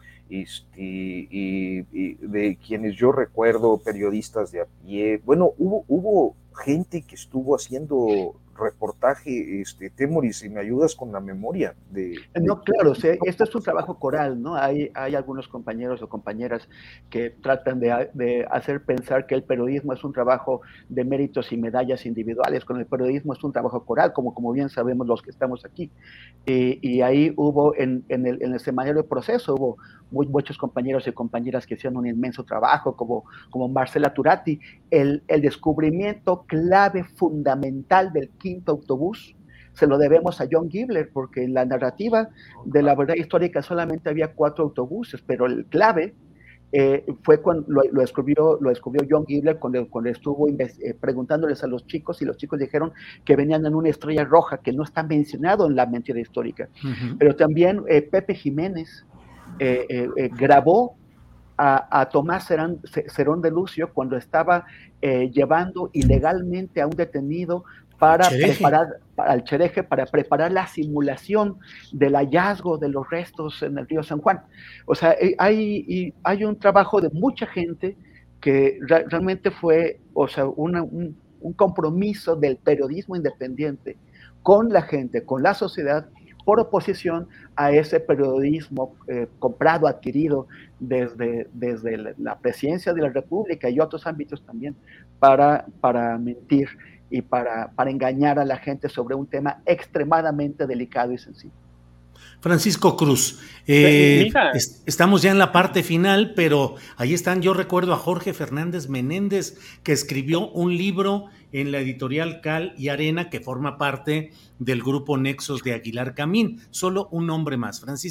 y de quienes yo recuerdo, periodistas de a pie, bueno, hubo gente que estuvo haciendo reportaje, Temoris, si me ayudas con la memoria No, claro, esto es un trabajo coral, ¿no? Hay algunos compañeros o compañeras que tratan de hacer pensar que el periodismo es un trabajo de méritos y medallas individuales, cuando el periodismo es un trabajo coral, como bien sabemos los que estamos aquí. Y ahí hubo, en el semanario Proceso, hubo muchos compañeros y compañeras que hicieron un inmenso trabajo, como Marcela Turati. El descubrimiento clave fundamental del quinto autobús se lo debemos a John Gibler, porque en la narrativa de la verdad histórica solamente había 4 autobuses, pero el clave fue cuando lo descubrió John Gibler, cuando estuvo preguntándoles a los chicos, y los chicos dijeron que venían en una estrella roja, que no está mencionado en la mentira histórica. Pero también Pepe Jiménez grabó a Tomás Cerón de Lucio cuando estaba llevando ilegalmente a un detenido para preparar la simulación del hallazgo de los restos en el río San Juan. O sea, hay un trabajo de mucha gente que realmente fue, o sea, un compromiso del periodismo independiente con la gente, con la sociedad, por oposición a ese periodismo comprado, adquirido desde la presidencia de la República y otros ámbitos también, para mentir y para engañar a la gente sobre un tema extremadamente delicado y sensible. Francisco Cruz, estamos ya en la parte final, pero ahí están. Yo recuerdo a Jorge Fernández Menéndez, que escribió un libro en la editorial Cal y Arena, que forma parte del grupo Nexos de Aguilar Camín. Solo un nombre más, Francisco.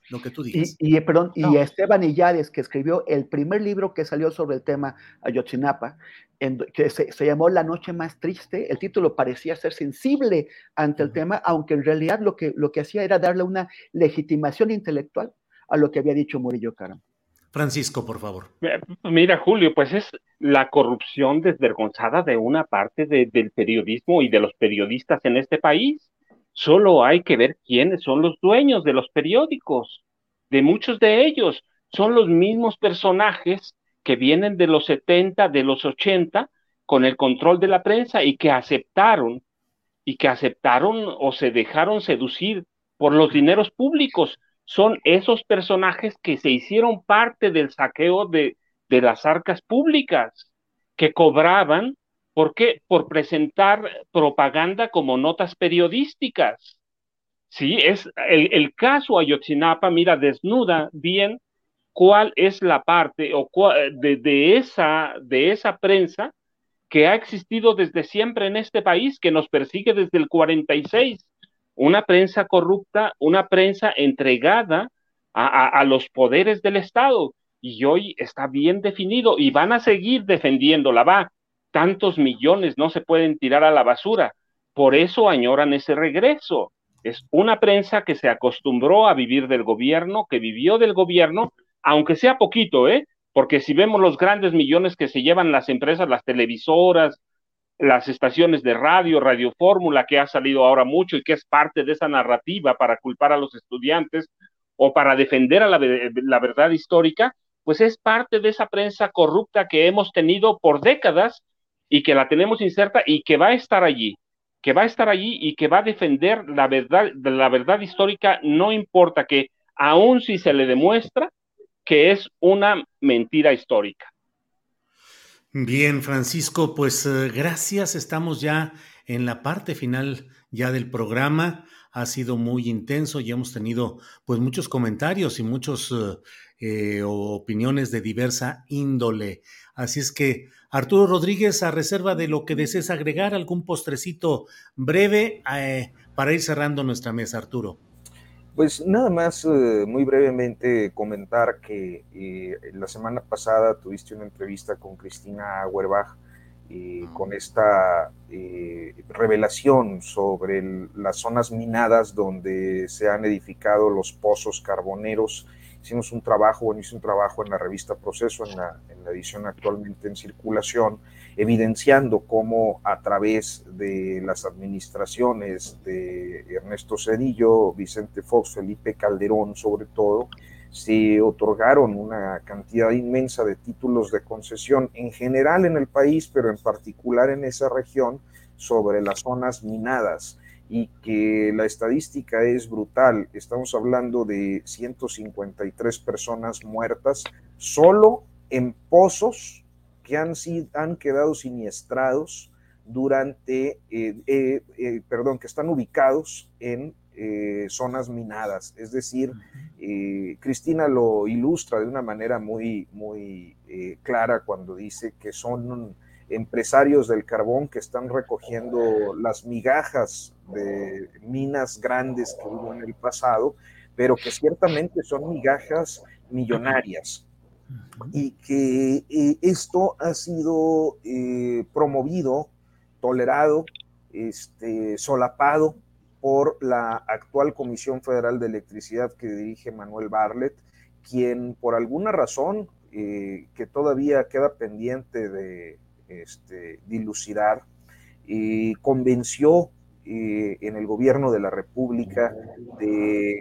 lo que tú dices. Y Esteban Illares, que escribió el primer libro que salió sobre el tema Ayotzinapa, que se llamó La noche más triste. El título parecía ser sensible ante el tema, aunque en realidad lo que hacía era darle una legitimación intelectual a lo que había dicho Murillo Karam. Francisco, por favor. Mira, Julio, pues es la corrupción desvergonzada de una parte del periodismo y de los periodistas en este país. Solo hay que ver quiénes son los dueños de los periódicos. De muchos de ellos son los mismos personajes que vienen de los 70, de los 80, con el control de la prensa y que aceptaron o se dejaron seducir por los dineros públicos. Son esos personajes que se hicieron parte del saqueo de las arcas públicas, que cobraban. ¿Por qué? Por presentar propaganda como notas periodísticas. Sí, es el caso Ayotzinapa, mira, desnuda bien cuál es la parte de esa prensa que ha existido desde siempre en este país, que nos persigue desde el 46. Una prensa corrupta, una prensa entregada a los poderes del Estado, y hoy está bien definido, y van a seguir defendiéndola, tantos millones no se pueden tirar a la basura, por eso añoran ese regreso. Es una prensa que se acostumbró a vivir del gobierno, que vivió del gobierno, aunque sea poquito, porque si vemos los grandes millones que se llevan las empresas, las televisoras, las estaciones de radio, Radio Fórmula, que ha salido ahora mucho y que es parte de esa narrativa para culpar a los estudiantes o para defender a la verdad histórica, pues es parte de esa prensa corrupta que hemos tenido por décadas y que la tenemos inserta y que va a estar allí, y que va a defender la verdad histórica, no importa que, aun si se le demuestra que es una mentira histórica. Bien, Francisco, pues gracias. Estamos ya en la parte final ya del programa. Ha sido muy intenso y hemos tenido pues muchos comentarios y muchos opiniones de diversa índole. Así es que, Arturo Rodríguez, a reserva de lo que desees agregar, algún postrecito breve para ir cerrando nuestra mesa, Arturo. Pues nada más, muy brevemente comentar que la semana pasada tuviste una entrevista con Cristina Auerbach con esta revelación sobre las zonas minadas donde se han edificado los pozos carboneros. Hice un trabajo en la revista Proceso, en la edición actualmente en circulación, evidenciando cómo a través de las administraciones de Ernesto Zedillo, Vicente Fox, Felipe Calderón sobre todo, se otorgaron una cantidad inmensa de títulos de concesión en general en el país, pero en particular en esa región, sobre las zonas minadas, y que la estadística es brutal. Estamos hablando de 153 personas muertas solo en pozos que han quedado siniestrados durante, que están ubicados en zonas minadas. Es decir, Cristina lo ilustra de una manera muy, muy clara cuando dice que son empresarios del carbón que están recogiendo las migajas de minas grandes que hubo en el pasado, pero que ciertamente son migajas millonarias, y que esto ha sido promovido, tolerado, solapado por la actual Comisión Federal de Electricidad que dirige Manuel Bartlett, quien por alguna razón que todavía queda pendiente de dilucidar, convenció en el gobierno de la República de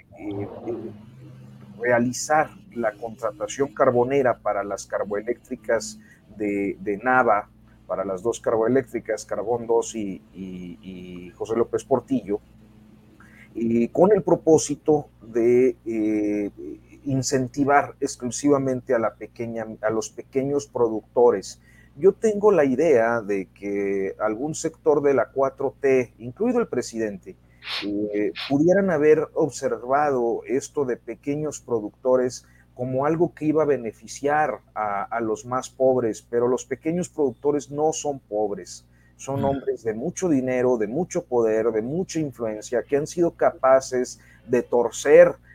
realizar la contratación carbonera para las carboeléctricas de Nava, para las dos carboeléctricas, Carbón 2 y José López Portillo, con el propósito de incentivar exclusivamente a los pequeños productores. Yo tengo la idea de que algún sector de la 4T, incluido el presidente, pudieran haber observado esto de pequeños productores como algo que iba a beneficiar a los más pobres, pero los pequeños productores no son pobres, son hombres de mucho dinero, de mucho poder, de mucha influencia, que han sido capaces de torcer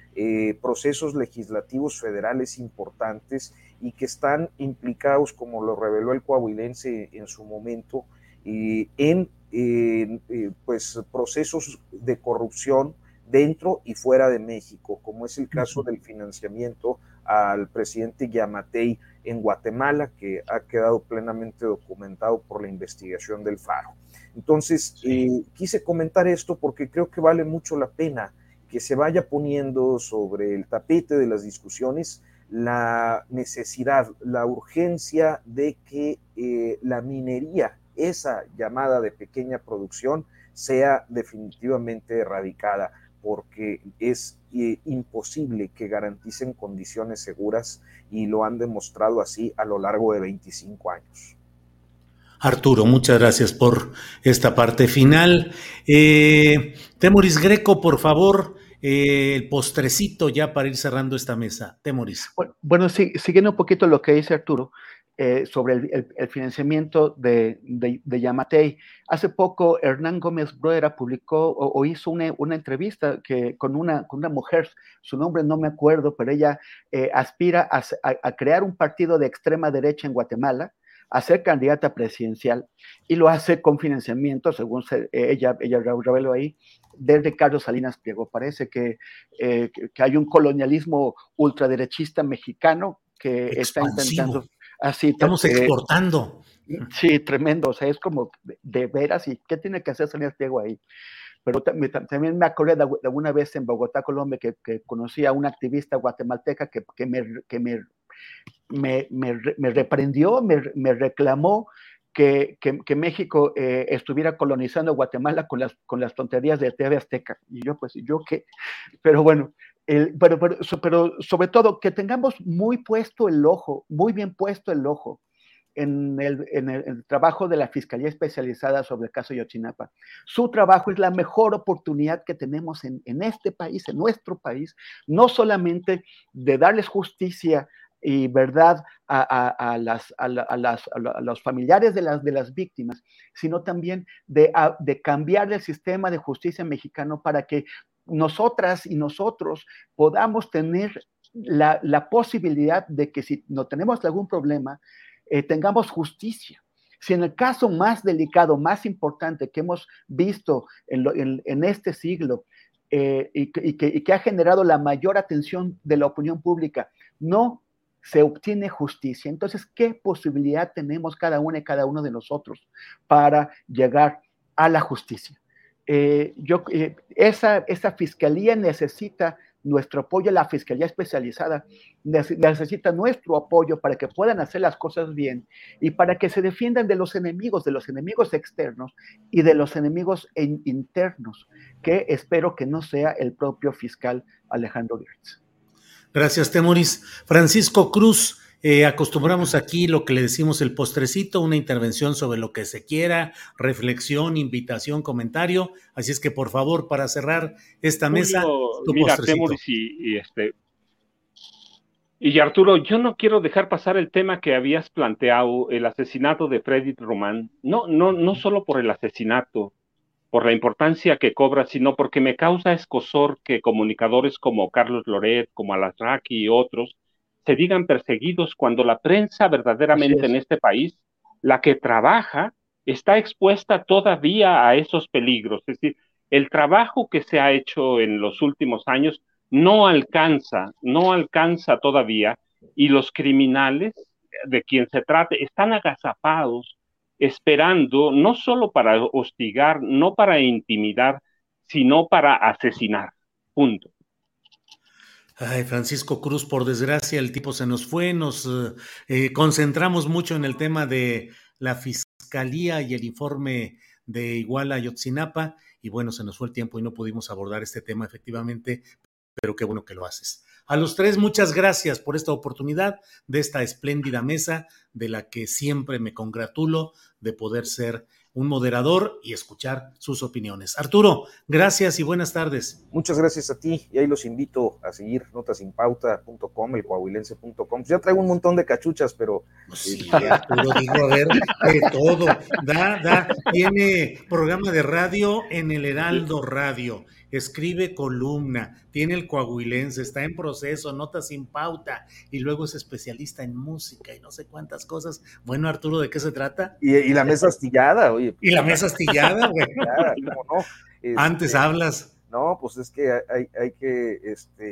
procesos legislativos federales importantes y que están implicados, como lo reveló el coahuilense en su momento, en pues procesos de corrupción dentro y fuera de México, como es el caso del financiamiento al presidente Yamatei en Guatemala, que ha quedado plenamente documentado por la investigación del Faro. Entonces, quise comentar esto porque creo que vale mucho la pena que se vaya poniendo sobre el tapete de las discusiones la necesidad, la urgencia de que la minería, esa llamada de pequeña producción, sea definitivamente erradicada, porque es imposible que garanticen condiciones seguras y lo han demostrado así a lo largo de 25 años. Arturo, muchas gracias por esta parte final. Temoris Greco, por favor, el postrecito ya para ir cerrando esta mesa. Temoris. Bueno, sí, siguiendo un poquito lo que dice Arturo sobre el financiamiento de Yamatei. Hace poco Hernán Gómez Bruera publicó o hizo una entrevista con una mujer, su nombre no me acuerdo, pero ella aspira a crear un partido de extrema derecha en Guatemala, a ser candidata presidencial, y lo hace con financiamiento, según ella reveló ahí, desde Carlos Salinas Pliego. Parece que hay un colonialismo ultraderechista mexicano que está intentando... Así, estamos exportando. Sí, tremendo, o sea, es como de veras, ¿y qué tiene que hacer Salinas Pliego ahí? Pero también me acordé de alguna vez en Bogotá, Colombia, que conocí a una activista guatemalteca que me reprendió, me reclamó que México estuviera colonizando Guatemala con las tonterías de TV Azteca. Y yo, pues, ¿yo qué? Pero bueno, pero sobre todo que tengamos muy bien puesto el ojo en el trabajo de la Fiscalía Especializada sobre el caso Ayotzinapa. Su trabajo es la mejor oportunidad que tenemos en este país, en nuestro país, no solamente de darles justicia y verdad a los familiares de las víctimas, sino también de cambiar el sistema de justicia mexicano para que nosotras y nosotros podamos tener la posibilidad de que si no tenemos algún problema, tengamos justicia. Si en el caso más delicado, más importante que hemos visto en este siglo, y que ha generado la mayor atención de la opinión pública, no se obtiene justicia, entonces, ¿qué posibilidad tenemos cada una y cada uno de nosotros para llegar a la justicia? Esa fiscalía necesita nuestro apoyo, la Fiscalía Especializada necesita nuestro apoyo para que puedan hacer las cosas bien y para que se defiendan de los enemigos externos y de los enemigos internos, que espero que no sea el propio fiscal Alejandro Gertz. Gracias, Temoris. Francisco Cruz, acostumbramos aquí lo que le decimos el postrecito, una intervención sobre lo que se quiera, reflexión, invitación, comentario. Así es que, por favor, para cerrar esta mesa, tu mira, postrecito. Temoris y Arturo, yo no quiero dejar pasar el tema que habías planteado, el asesinato de Freddy Román. No solo por el asesinato, por la importancia que cobra, sino porque me causa escozor que comunicadores como Carlos Loret, como Alasraqui y otros, se digan perseguidos cuando la prensa verdaderamente en este país, la que trabaja, está expuesta todavía a esos peligros. Es decir, el trabajo que se ha hecho en los últimos años no alcanza todavía, y los criminales de quien se trate están agazapados, esperando no solo para hostigar, no para intimidar, sino para asesinar. Punto. Ay, Francisco Cruz, por desgracia el tipo se nos fue, nos concentramos mucho en el tema de la Fiscalía y el informe de Iguala Ayotzinapa, y bueno, se nos fue el tiempo y no pudimos abordar este tema efectivamente, pero qué bueno que lo haces. A los tres, muchas gracias por esta oportunidad de esta espléndida mesa de la que siempre me congratulo de poder ser un moderador y escuchar sus opiniones. Arturo, gracias y buenas tardes. Muchas gracias a ti, y ahí los invito a seguir notasinpauta.com, elcoahuilense.com. Ya traigo un montón de cachuchas, pero... Sí, Arturo dijo, a ver, de todo. Tiene programa de radio en el Heraldo Radio, escribe columna, tiene el Coahuilense, está en proceso, Notas sin Pauta, y luego es especialista en música y no sé cuántas cosas. Bueno, Arturo, ¿de qué se trata? Y la mesa astillada, oye. Y la mesa astillada, güey. ¿Cómo no? Antes hablas. No, pues es que hay que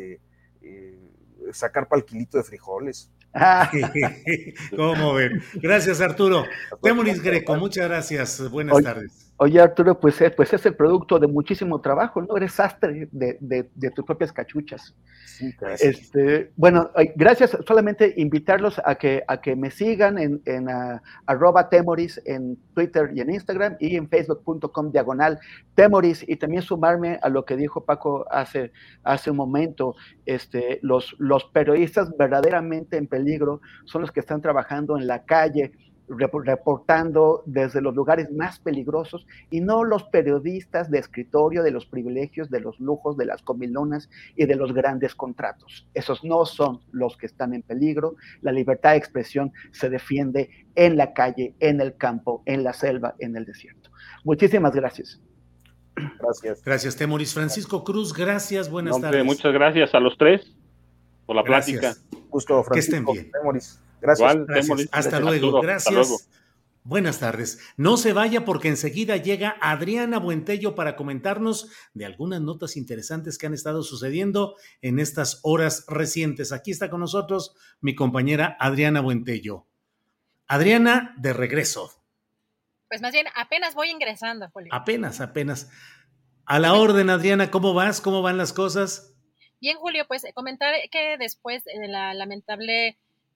sacar pa'l kilito de frijoles. ¿Cómo ven? Gracias, Arturo. Temoris Greco, muchas gracias. Buenas tardes. Oye, Arturo, pues es el producto de muchísimo trabajo, ¿no? Eres sastre de tus propias cachuchas. Sí, gracias. Bueno, gracias. Solamente invitarlos a que me sigan en @Temoris en Twitter y en Instagram, y en facebook.com/Temoris, y también sumarme a lo que dijo Paco hace un momento. Los periodistas verdaderamente en peligro son los que están trabajando en la calle, reportando desde los lugares más peligrosos, y no los periodistas de escritorio, de los privilegios, de los lujos, de las comilonas y de los grandes contratos. Esos no son los que están en peligro. La libertad de expresión se defiende en la calle, en el campo, en la selva, en el desierto. Muchísimas gracias. Gracias. Gracias, Temoris. Francisco Cruz, gracias, buenas tardes. Muchas gracias a los tres por la plática. Justo, Francisco. Que estén bien. Temoris. Gracias. Igual, gracias. Hasta luego. Gracias. Hasta luego. Buenas tardes. No se vaya, porque enseguida llega Adriana Buentello para comentarnos de algunas notas interesantes que han estado sucediendo en estas horas recientes. Aquí está con nosotros mi compañera Adriana Buentello. Adriana, de regreso. Pues más bien, apenas voy ingresando, Julio. Apenas. A la orden, Adriana, ¿cómo vas? ¿Cómo van las cosas? Bien, Julio, pues comentar que después de el lamentable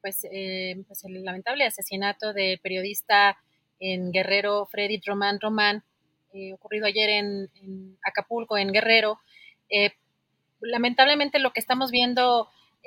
asesinato del periodista en Guerrero, Freddy Román, ocurrido ayer en Acapulco, en Guerrero, lamentablemente lo que estamos viendo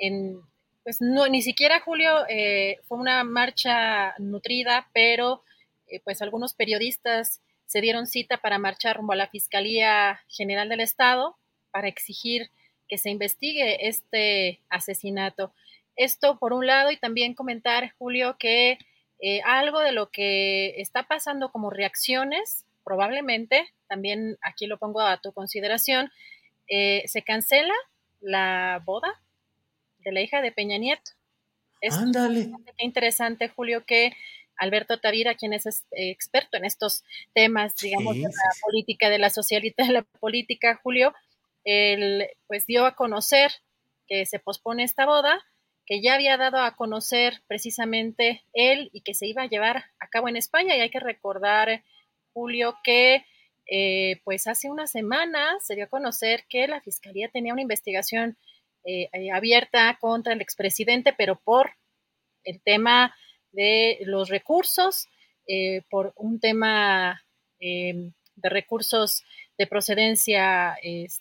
ni siquiera, Julio, fue una marcha nutrida, pero pues algunos periodistas se dieron cita para marchar rumbo a la Fiscalía General del Estado para exigir que se investigue este asesinato. Esto por un lado, y también comentar, Julio, que algo de lo que está pasando como reacciones, probablemente, también aquí lo pongo a tu consideración, se cancela la boda de la hija de Peña Nieto. Ándale. Qué interesante, Julio, que Alberto Tavira, quien es experto en estos temas, digamos, de la política, de la socialidad, de la política, Julio, él pues dio a conocer que se pospone esta boda, que ya había dado a conocer precisamente él y que se iba a llevar a cabo en España. Y hay que recordar, Julio, que pues hace una semana se dio a conocer que la Fiscalía tenía una investigación abierta contra el expresidente, pero por el tema de los recursos, por un tema de recursos de procedencia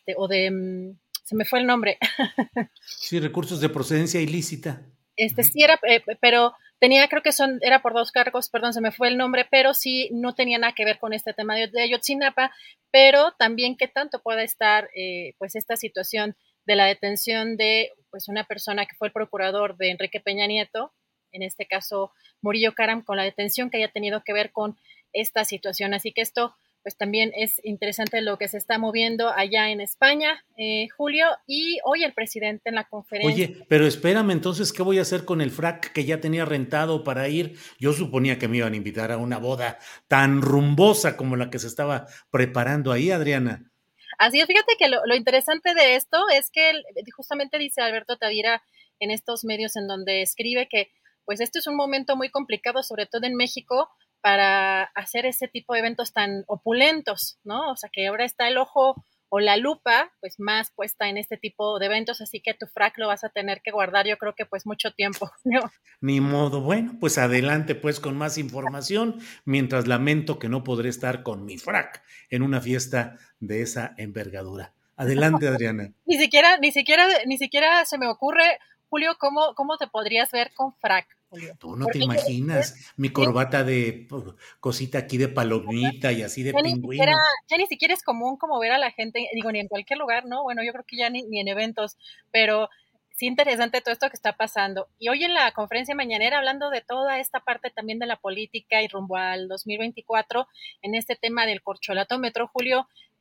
se me fue el nombre. Sí, recursos de procedencia ilícita. Sí era, pero tenía, creo que era por 2 cargos, perdón, se me fue el nombre, pero sí no tenía nada que ver con este tema de Ayotzinapa, pero también qué tanto pueda estar pues esta situación de la detención de pues una persona que fue el procurador de Enrique Peña Nieto, en este caso Murillo Karam, con la detención que haya tenido que ver con esta situación. Así que esto pues también es interesante lo que se está moviendo allá en España, Julio, y hoy el presidente en la conferencia... Oye, pero espérame, entonces, ¿qué voy a hacer con el frac que ya tenía rentado para ir? Yo suponía que me iban a invitar a una boda tan rumbosa como la que se estaba preparando ahí, Adriana. Así es, fíjate que lo interesante de esto es que justamente dice Alberto Tavira en estos medios en donde escribe que pues esto es un momento muy complicado, sobre todo en México, para hacer ese tipo de eventos tan opulentos, ¿no? O sea, que ahora está el ojo o la lupa, pues más puesta en este tipo de eventos, así que tu frac lo vas a tener que guardar, yo creo que pues mucho tiempo, ¿no? Ni modo. Bueno, pues adelante pues con más información, mientras lamento que no podré estar con mi frac en una fiesta de esa envergadura. Adelante, Adriana. Ni siquiera se me ocurre, Julio, ¿cómo te podrías ver con frac, Julio? Tú no te imaginas mi corbata de cosita aquí de palomita y así de pingüino. Ya ni siquiera es común como ver a la gente, digo, ni en cualquier lugar, ¿no? Bueno, yo creo que ya ni en eventos, pero sí interesante todo esto que está pasando. Y hoy en la conferencia mañanera, hablando de toda esta parte también de la política y rumbo al 2024, en este tema del corcholatómetro, Julio, el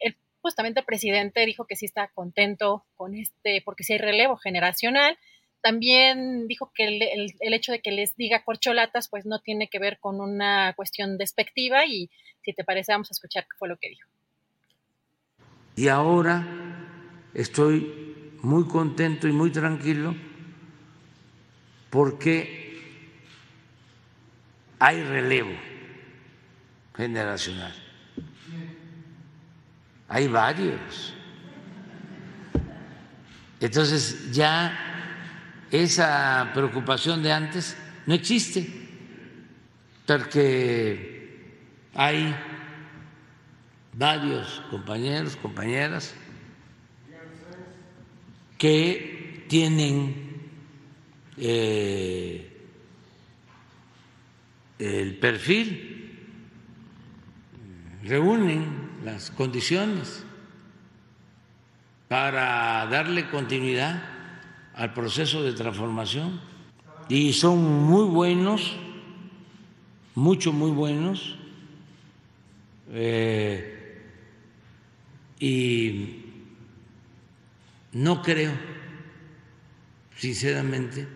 justamente el presidente dijo que sí está contento con porque sí hay relevo generacional. También dijo que el hecho de que les diga corcholatas pues no tiene que ver con una cuestión despectiva, y si te parece vamos a escuchar qué fue lo que dijo. Y ahora estoy muy contento y muy tranquilo porque hay relevo generacional. Hay varios. Entonces ya esa preocupación de antes no existe, porque hay varios compañeros, compañeras que tienen el perfil, reúnen las condiciones para darle continuidad al proceso de transformación y son muy buenos, muy buenos, y no creo, sinceramente,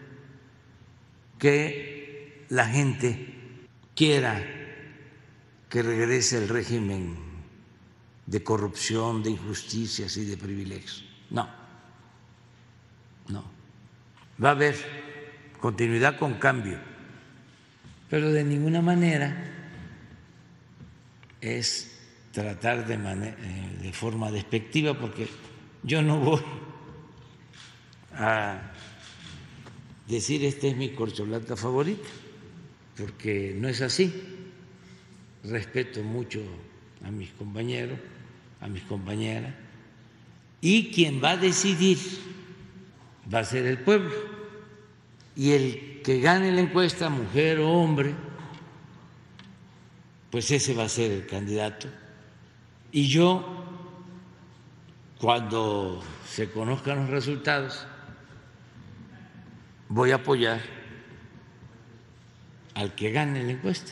que la gente quiera que regrese el régimen de corrupción, de injusticias y de privilegios. No. Va a haber continuidad con cambio, pero de ninguna manera es tratar de forma despectiva, porque yo no voy a decir esta es mi corcholata favorita, porque no es así. Respeto mucho a mis compañeros, a mis compañeras, y quien va a decidir va a ser el pueblo, y el que gane la encuesta, mujer o hombre, pues ese va a ser el candidato. Y yo, cuando se conozcan los resultados, voy a apoyar al que gane la encuesta.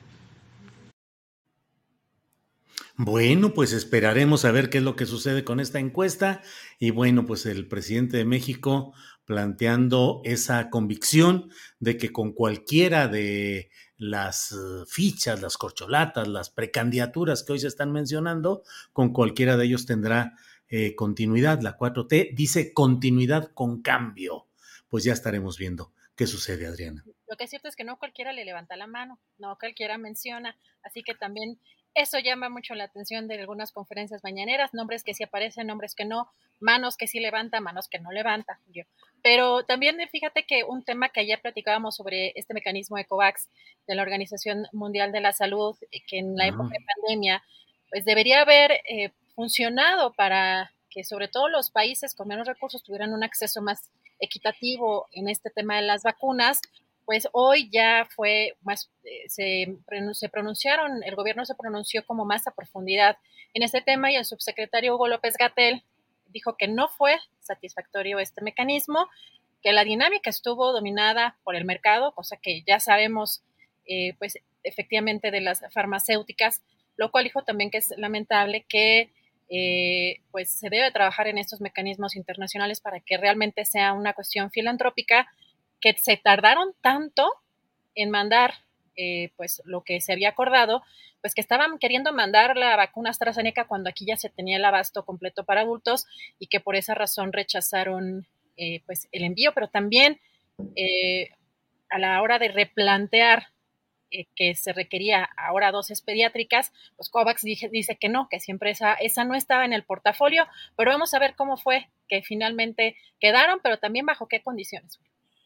Bueno, pues esperaremos a ver qué es lo que sucede con esta encuesta. Y bueno, pues el presidente de México planteando esa convicción de que con cualquiera de las fichas, las corcholatas, las precandidaturas que hoy se están mencionando, con cualquiera de ellos tendrá continuidad. La 4T dice continuidad con cambio. Pues ya estaremos viendo qué sucede, Adriana. Lo que es cierto es que no cualquiera le levanta la mano, no cualquiera menciona, así que también eso llama mucho la atención de algunas conferencias mañaneras, nombres que sí aparecen, nombres que no, manos que sí levanta, manos que no levanta, Julio. Pero también fíjate que un tema que ayer platicábamos sobre este mecanismo de COVAX de la Organización Mundial de la Salud, que en la época de pandemia, pues debería haber funcionado para que sobre todo los países con menos recursos tuvieran un acceso más equitativo en este tema de las vacunas. Pues hoy ya fue más, se pronunciaron, el gobierno se pronunció como más a profundidad en este tema, y el subsecretario Hugo López-Gatell dijo que no fue satisfactorio este mecanismo, que la dinámica estuvo dominada por el mercado, cosa que ya sabemos pues efectivamente de las farmacéuticas, lo cual dijo también que es lamentable que pues se debe trabajar en estos mecanismos internacionales para que realmente sea una cuestión filantrópica, que se tardaron tanto en mandar pues lo que se había acordado, pues que estaban queriendo mandar la vacuna AstraZeneca cuando aquí ya se tenía el abasto completo para adultos, y que por esa razón rechazaron pues el envío, pero también a la hora de replantear que se requería ahora dosis pediátricas, pues COVAX dice que no, que siempre esa no estaba en el portafolio, pero vamos a ver cómo fue que finalmente quedaron, pero también bajo qué condiciones.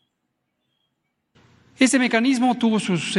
Este mecanismo tuvo sus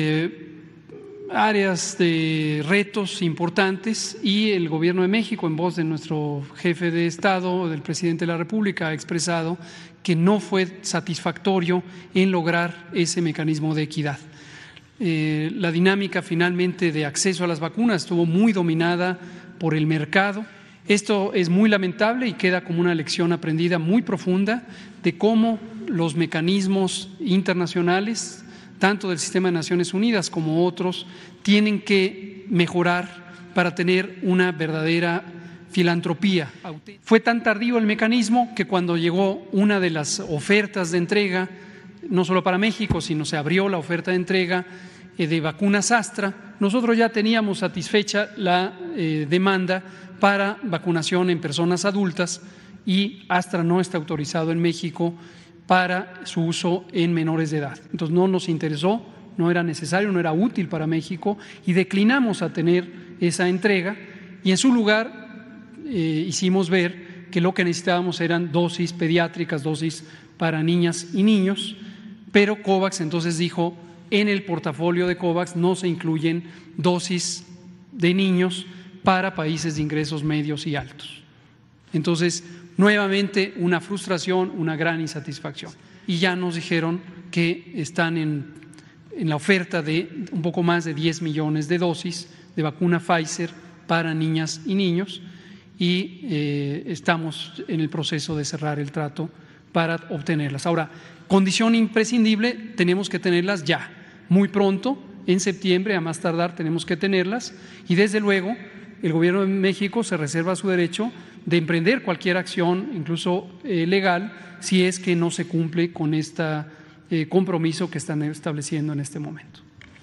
áreas de retos importantes, y el Gobierno de México, en voz de nuestro jefe de Estado, del presidente de la República, ha expresado que no fue satisfactorio en lograr ese mecanismo de equidad. La dinámica finalmente de acceso a las vacunas estuvo muy dominada por el mercado. Esto es muy lamentable y queda como una lección aprendida muy profunda de cómo los mecanismos internacionales, tanto del Sistema de Naciones Unidas como otros, tienen que mejorar para tener una verdadera filantropía. Fue tan tardío el mecanismo que cuando llegó una de las ofertas de entrega, no solo para México, sino se abrió la oferta de entrega de vacunas Astra, nosotros ya teníamos satisfecha la demanda para vacunación en personas adultas y Astra no está autorizado en México para su uso en menores de edad. Entonces no nos interesó, no era necesario, no era útil para México y declinamos a tener esa entrega y en su lugar hicimos ver que lo que necesitábamos eran dosis pediátricas, dosis para niñas y niños, pero COVAX entonces dijo, en el portafolio de COVAX no se incluyen dosis de niños para países de ingresos medios y altos. Entonces, nuevamente una frustración, una gran insatisfacción. Y ya nos dijeron que están en la oferta de un poco más de 10 millones de dosis de vacuna Pfizer para niñas y niños y estamos en el proceso de cerrar el trato para obtenerlas. Ahora, condición imprescindible, tenemos que tenerlas ya, muy pronto, en septiembre, a más tardar tenemos que tenerlas y desde luego el Gobierno de México se reserva su derecho de emprender cualquier acción, incluso legal, si es que no se cumple con este compromiso que están estableciendo en este momento.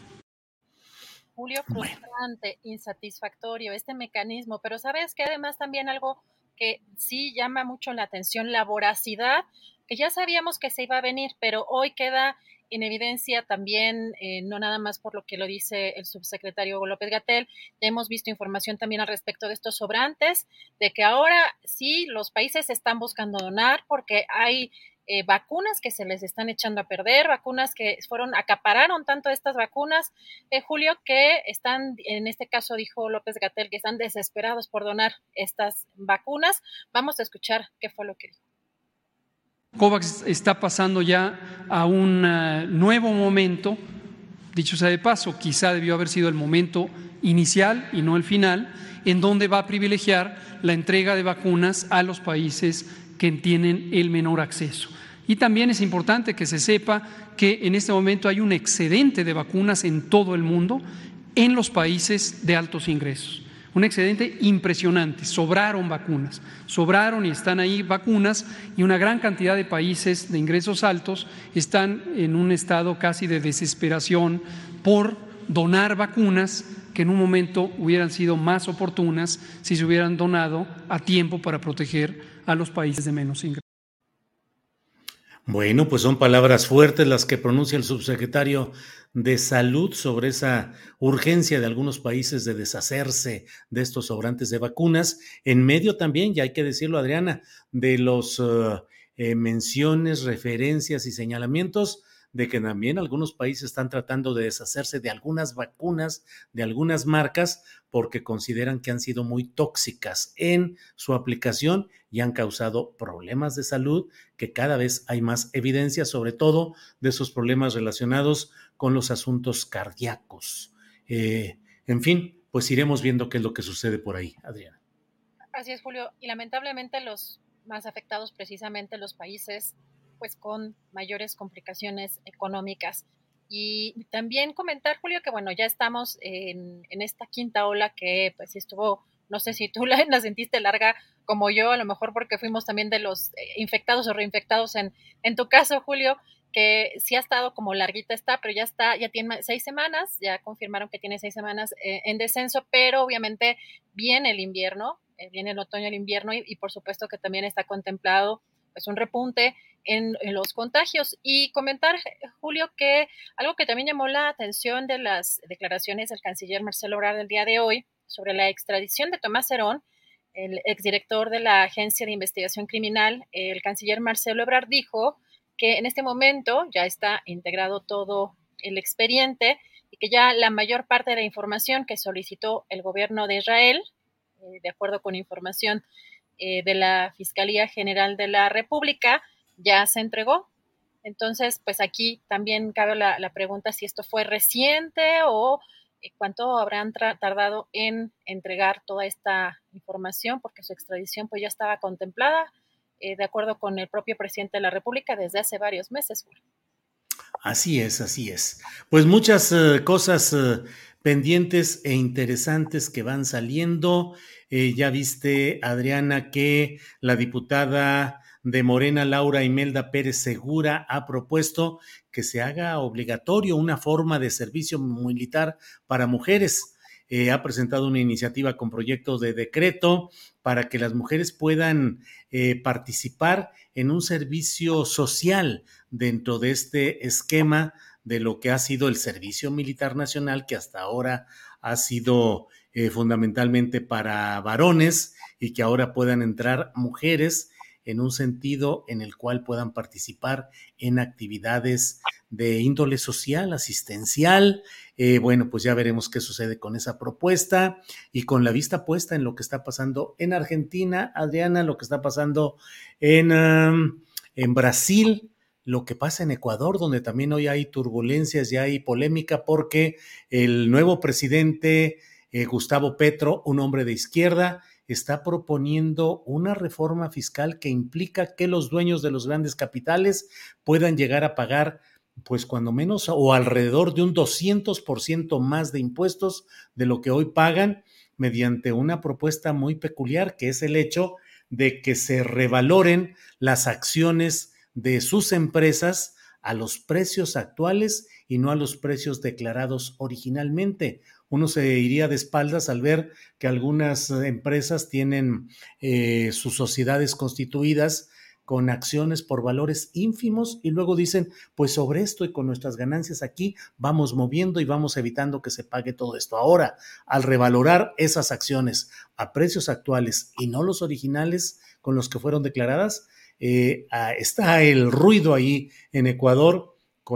Julio, frustrante, insatisfactorio este mecanismo, pero sabes que además también algo que sí llama mucho la atención, la voracidad, que ya sabíamos que se iba a venir, pero hoy queda en evidencia también, no nada más por lo que lo dice el subsecretario López-Gatell, ya hemos visto información también al respecto de estos sobrantes, de que ahora sí los países están buscando donar porque hay vacunas que se les están echando a perder, vacunas que acapararon tanto estas vacunas, Julio, que están, en este caso dijo López-Gatell, que están desesperados por donar estas vacunas. Vamos a escuchar qué fue lo que dijo. COVAX está pasando ya a un nuevo momento, dicho sea de paso, quizá debió haber sido el momento inicial y no el final, en donde va a privilegiar la entrega de vacunas a los países que tienen el menor acceso. Y también es importante que se sepa que en este momento hay un excedente de vacunas en todo el mundo en los países de altos ingresos. Un excedente impresionante, sobraron vacunas, sobraron y están ahí vacunas y una gran cantidad de países de ingresos altos están en un estado casi de desesperación por donar vacunas que en un momento hubieran sido más oportunas si se hubieran donado a tiempo para proteger a los países de menos ingresos. Bueno, pues son palabras fuertes las que pronuncia el subsecretario de Salud sobre esa urgencia de algunos países de deshacerse de estos sobrantes de vacunas, en medio también, ya hay que decirlo, Adriana, de los menciones, referencias y señalamientos de que también algunos países están tratando de deshacerse de algunas vacunas, de algunas marcas, porque consideran que han sido muy tóxicas en su aplicación y han causado problemas de salud, que cada vez hay más evidencia, sobre todo de esos problemas relacionados con los asuntos cardíacos. En fin, pues iremos viendo qué es lo que sucede por ahí, Adriana. Así es, Julio, y lamentablemente los más afectados precisamente los países pues con mayores complicaciones económicas. Y también comentar, Julio, que bueno, ya estamos en esta quinta ola que pues estuvo, no sé si tú la sentiste larga como yo, a lo mejor porque fuimos también de los infectados o reinfectados en tu caso, Julio, que sí ha estado como larguita pero ya tiene 6 semanas, ya confirmaron que tiene 6 semanas en descenso, pero obviamente viene el invierno, viene el otoño, el invierno y por supuesto que también está contemplado pues un repunte en los contagios. Y comentar, Julio, que algo que también llamó la atención de las declaraciones del canciller Marcelo Ebrard del día de hoy sobre la extradición de Tomás Herón, el exdirector de la Agencia de Investigación Criminal, el canciller Marcelo Ebrard dijo que en este momento ya está integrado todo el expediente y que ya la mayor parte de la información que solicitó el gobierno de Israel, de acuerdo con información de la Fiscalía General de la República, ya se entregó. Entonces, pues aquí también cabe la pregunta si esto fue reciente o cuánto habrán tardado en entregar toda esta información, porque su extradición pues ya estaba contemplada, de acuerdo con el propio presidente de la República, desde hace varios meses. Así es, así es. Pues muchas cosas pendientes e interesantes que van saliendo. Ya viste, Adriana, que la diputada de Morena, Laura Imelda Pérez Segura, ha propuesto que se haga obligatorio una forma de servicio militar para mujeres. Ha presentado una iniciativa con proyecto de decreto para que las mujeres puedan participar en un servicio social dentro de este esquema de lo que ha sido el Servicio Militar Nacional, que hasta ahora ha sido fundamentalmente para varones, y que ahora puedan entrar mujeres en un sentido en el cual puedan participar en actividades de índole social, asistencial. Bueno, pues ya veremos qué sucede con esa propuesta, y con la vista puesta en lo que está pasando en Argentina, Adriana, lo que está pasando en Brasil, lo que pasa en Ecuador, donde también hoy hay turbulencias y hay polémica porque el nuevo presidente Gustavo Petro, un hombre de izquierda, está proponiendo una reforma fiscal que implica que los dueños de los grandes capitales puedan llegar a pagar, pues cuando menos o alrededor de un 200% más de impuestos de lo que hoy pagan, mediante una propuesta muy peculiar, que es el hecho de que se revaloren las acciones de sus empresas a los precios actuales y no a los precios declarados originalmente. Uno se iría de espaldas al ver que algunas empresas tienen sus sociedades constituidas con acciones por valores ínfimos y luego dicen, pues sobre esto y con nuestras ganancias aquí vamos moviendo y vamos evitando que se pague todo esto. Ahora, al revalorar esas acciones a precios actuales y no los originales con los que fueron declaradas, está el ruido ahí en Ecuador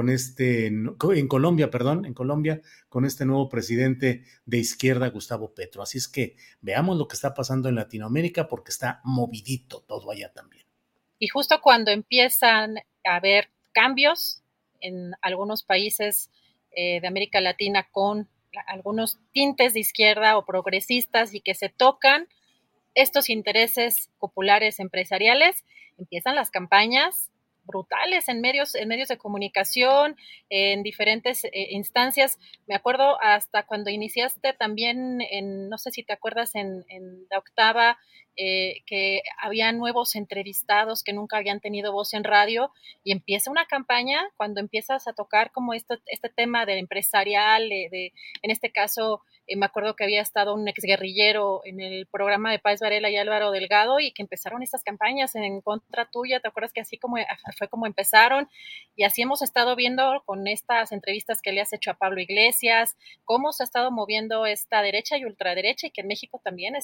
en Colombia, con este nuevo presidente de izquierda, Gustavo Petro. Así es que veamos lo que está pasando en Latinoamérica, porque está movidito todo allá también. Y justo cuando empiezan a haber cambios en algunos países de América Latina con algunos tintes de izquierda o progresistas y que se tocan estos intereses populares empresariales, empiezan las campañas brutales en medios de comunicación, en diferentes instancias. Me acuerdo hasta cuando iniciaste también, no sé si te acuerdas, en La Octava, que había nuevos entrevistados que nunca habían tenido voz en radio, y empieza una campaña cuando empiezas a tocar como este tema del empresarial, en este caso, me acuerdo que había estado un exguerrillero en el programa de Páez Varela y Álvaro Delgado, y que empezaron estas campañas en contra tuya. ¿Te acuerdas que así como fue como empezaron? Y así hemos estado viendo con estas entrevistas que le has hecho a Pablo Iglesias, cómo se ha estado moviendo esta derecha y ultraderecha, y que en México también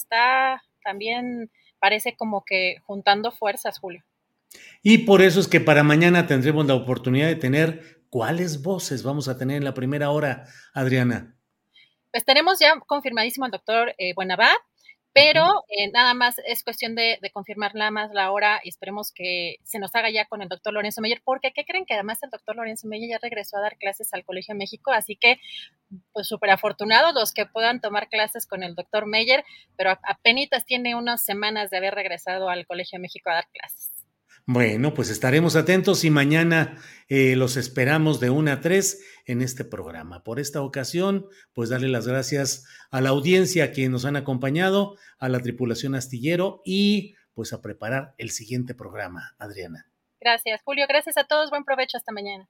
parece como que juntando fuerzas, Julio. Y por eso es que para mañana tendremos la oportunidad de tener cuáles voces vamos a tener en la primera hora, Adriana. Pues tenemos ya confirmadísimo al doctor Buenabad, pero nada más es cuestión de confirmar nada más la hora, y esperemos que se nos haga ya con el doctor Lorenzo Meyer, porque ¿qué creen? Que además el doctor Lorenzo Meyer ya regresó a dar clases al Colegio de México, así que pues súper afortunados los que puedan tomar clases con el doctor Meyer, pero apenas tiene unas semanas de haber regresado al Colegio de México a dar clases. Bueno, pues estaremos atentos y mañana los esperamos de 1 a 3 en este programa. Por esta ocasión, pues darle las gracias a la audiencia, a quienes nos han acompañado, a la tripulación astillero, y pues a preparar el siguiente programa, Adriana. Gracias, Julio. Gracias a todos. Buen provecho. Hasta mañana.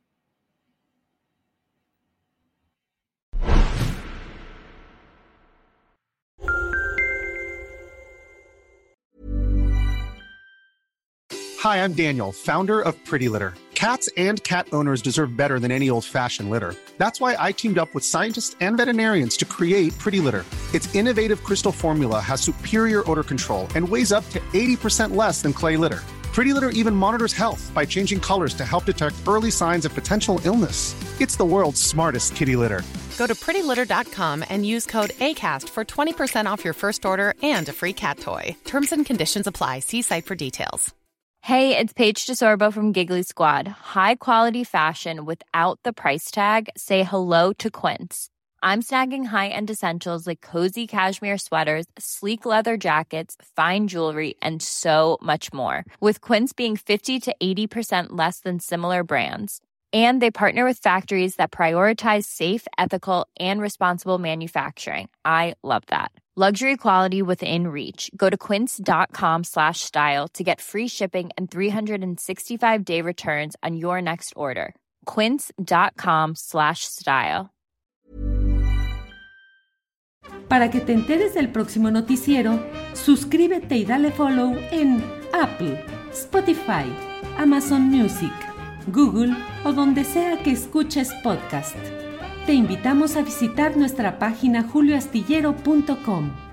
Hi, I'm Daniel, founder of Pretty Litter. Cats and cat owners deserve better than any old-fashioned litter. That's why I teamed up with scientists and veterinarians to create Pretty Litter. Its innovative crystal formula has superior odor control and weighs up to 80% less than clay litter. Pretty Litter even monitors health by changing colors to help detect early signs of potential illness. It's the world's smartest kitty litter. Go to prettylitter.com and use code ACAST for 20% off your first order and a free cat toy. Terms and conditions apply. See site for details. Hey, it's Paige DeSorbo from Giggly Squad. High quality fashion without the price tag. Say hello to Quince. I'm snagging high-end essentials like cozy cashmere sweaters, sleek leather jackets, fine jewelry, and so much more. With Quince being 50 to 80% less than similar brands. And they partner with factories that prioritize safe, ethical, and responsible manufacturing. I love that. Luxury quality within reach. Go to quince.com/style to get free shipping and 365-day returns on your next order. Quince.com/style. Para que te enteres del próximo noticiero, suscríbete y dale follow en Apple, Spotify, Amazon Music, Google o donde sea que escuches podcast. Te invitamos a visitar nuestra página julioastillero.com.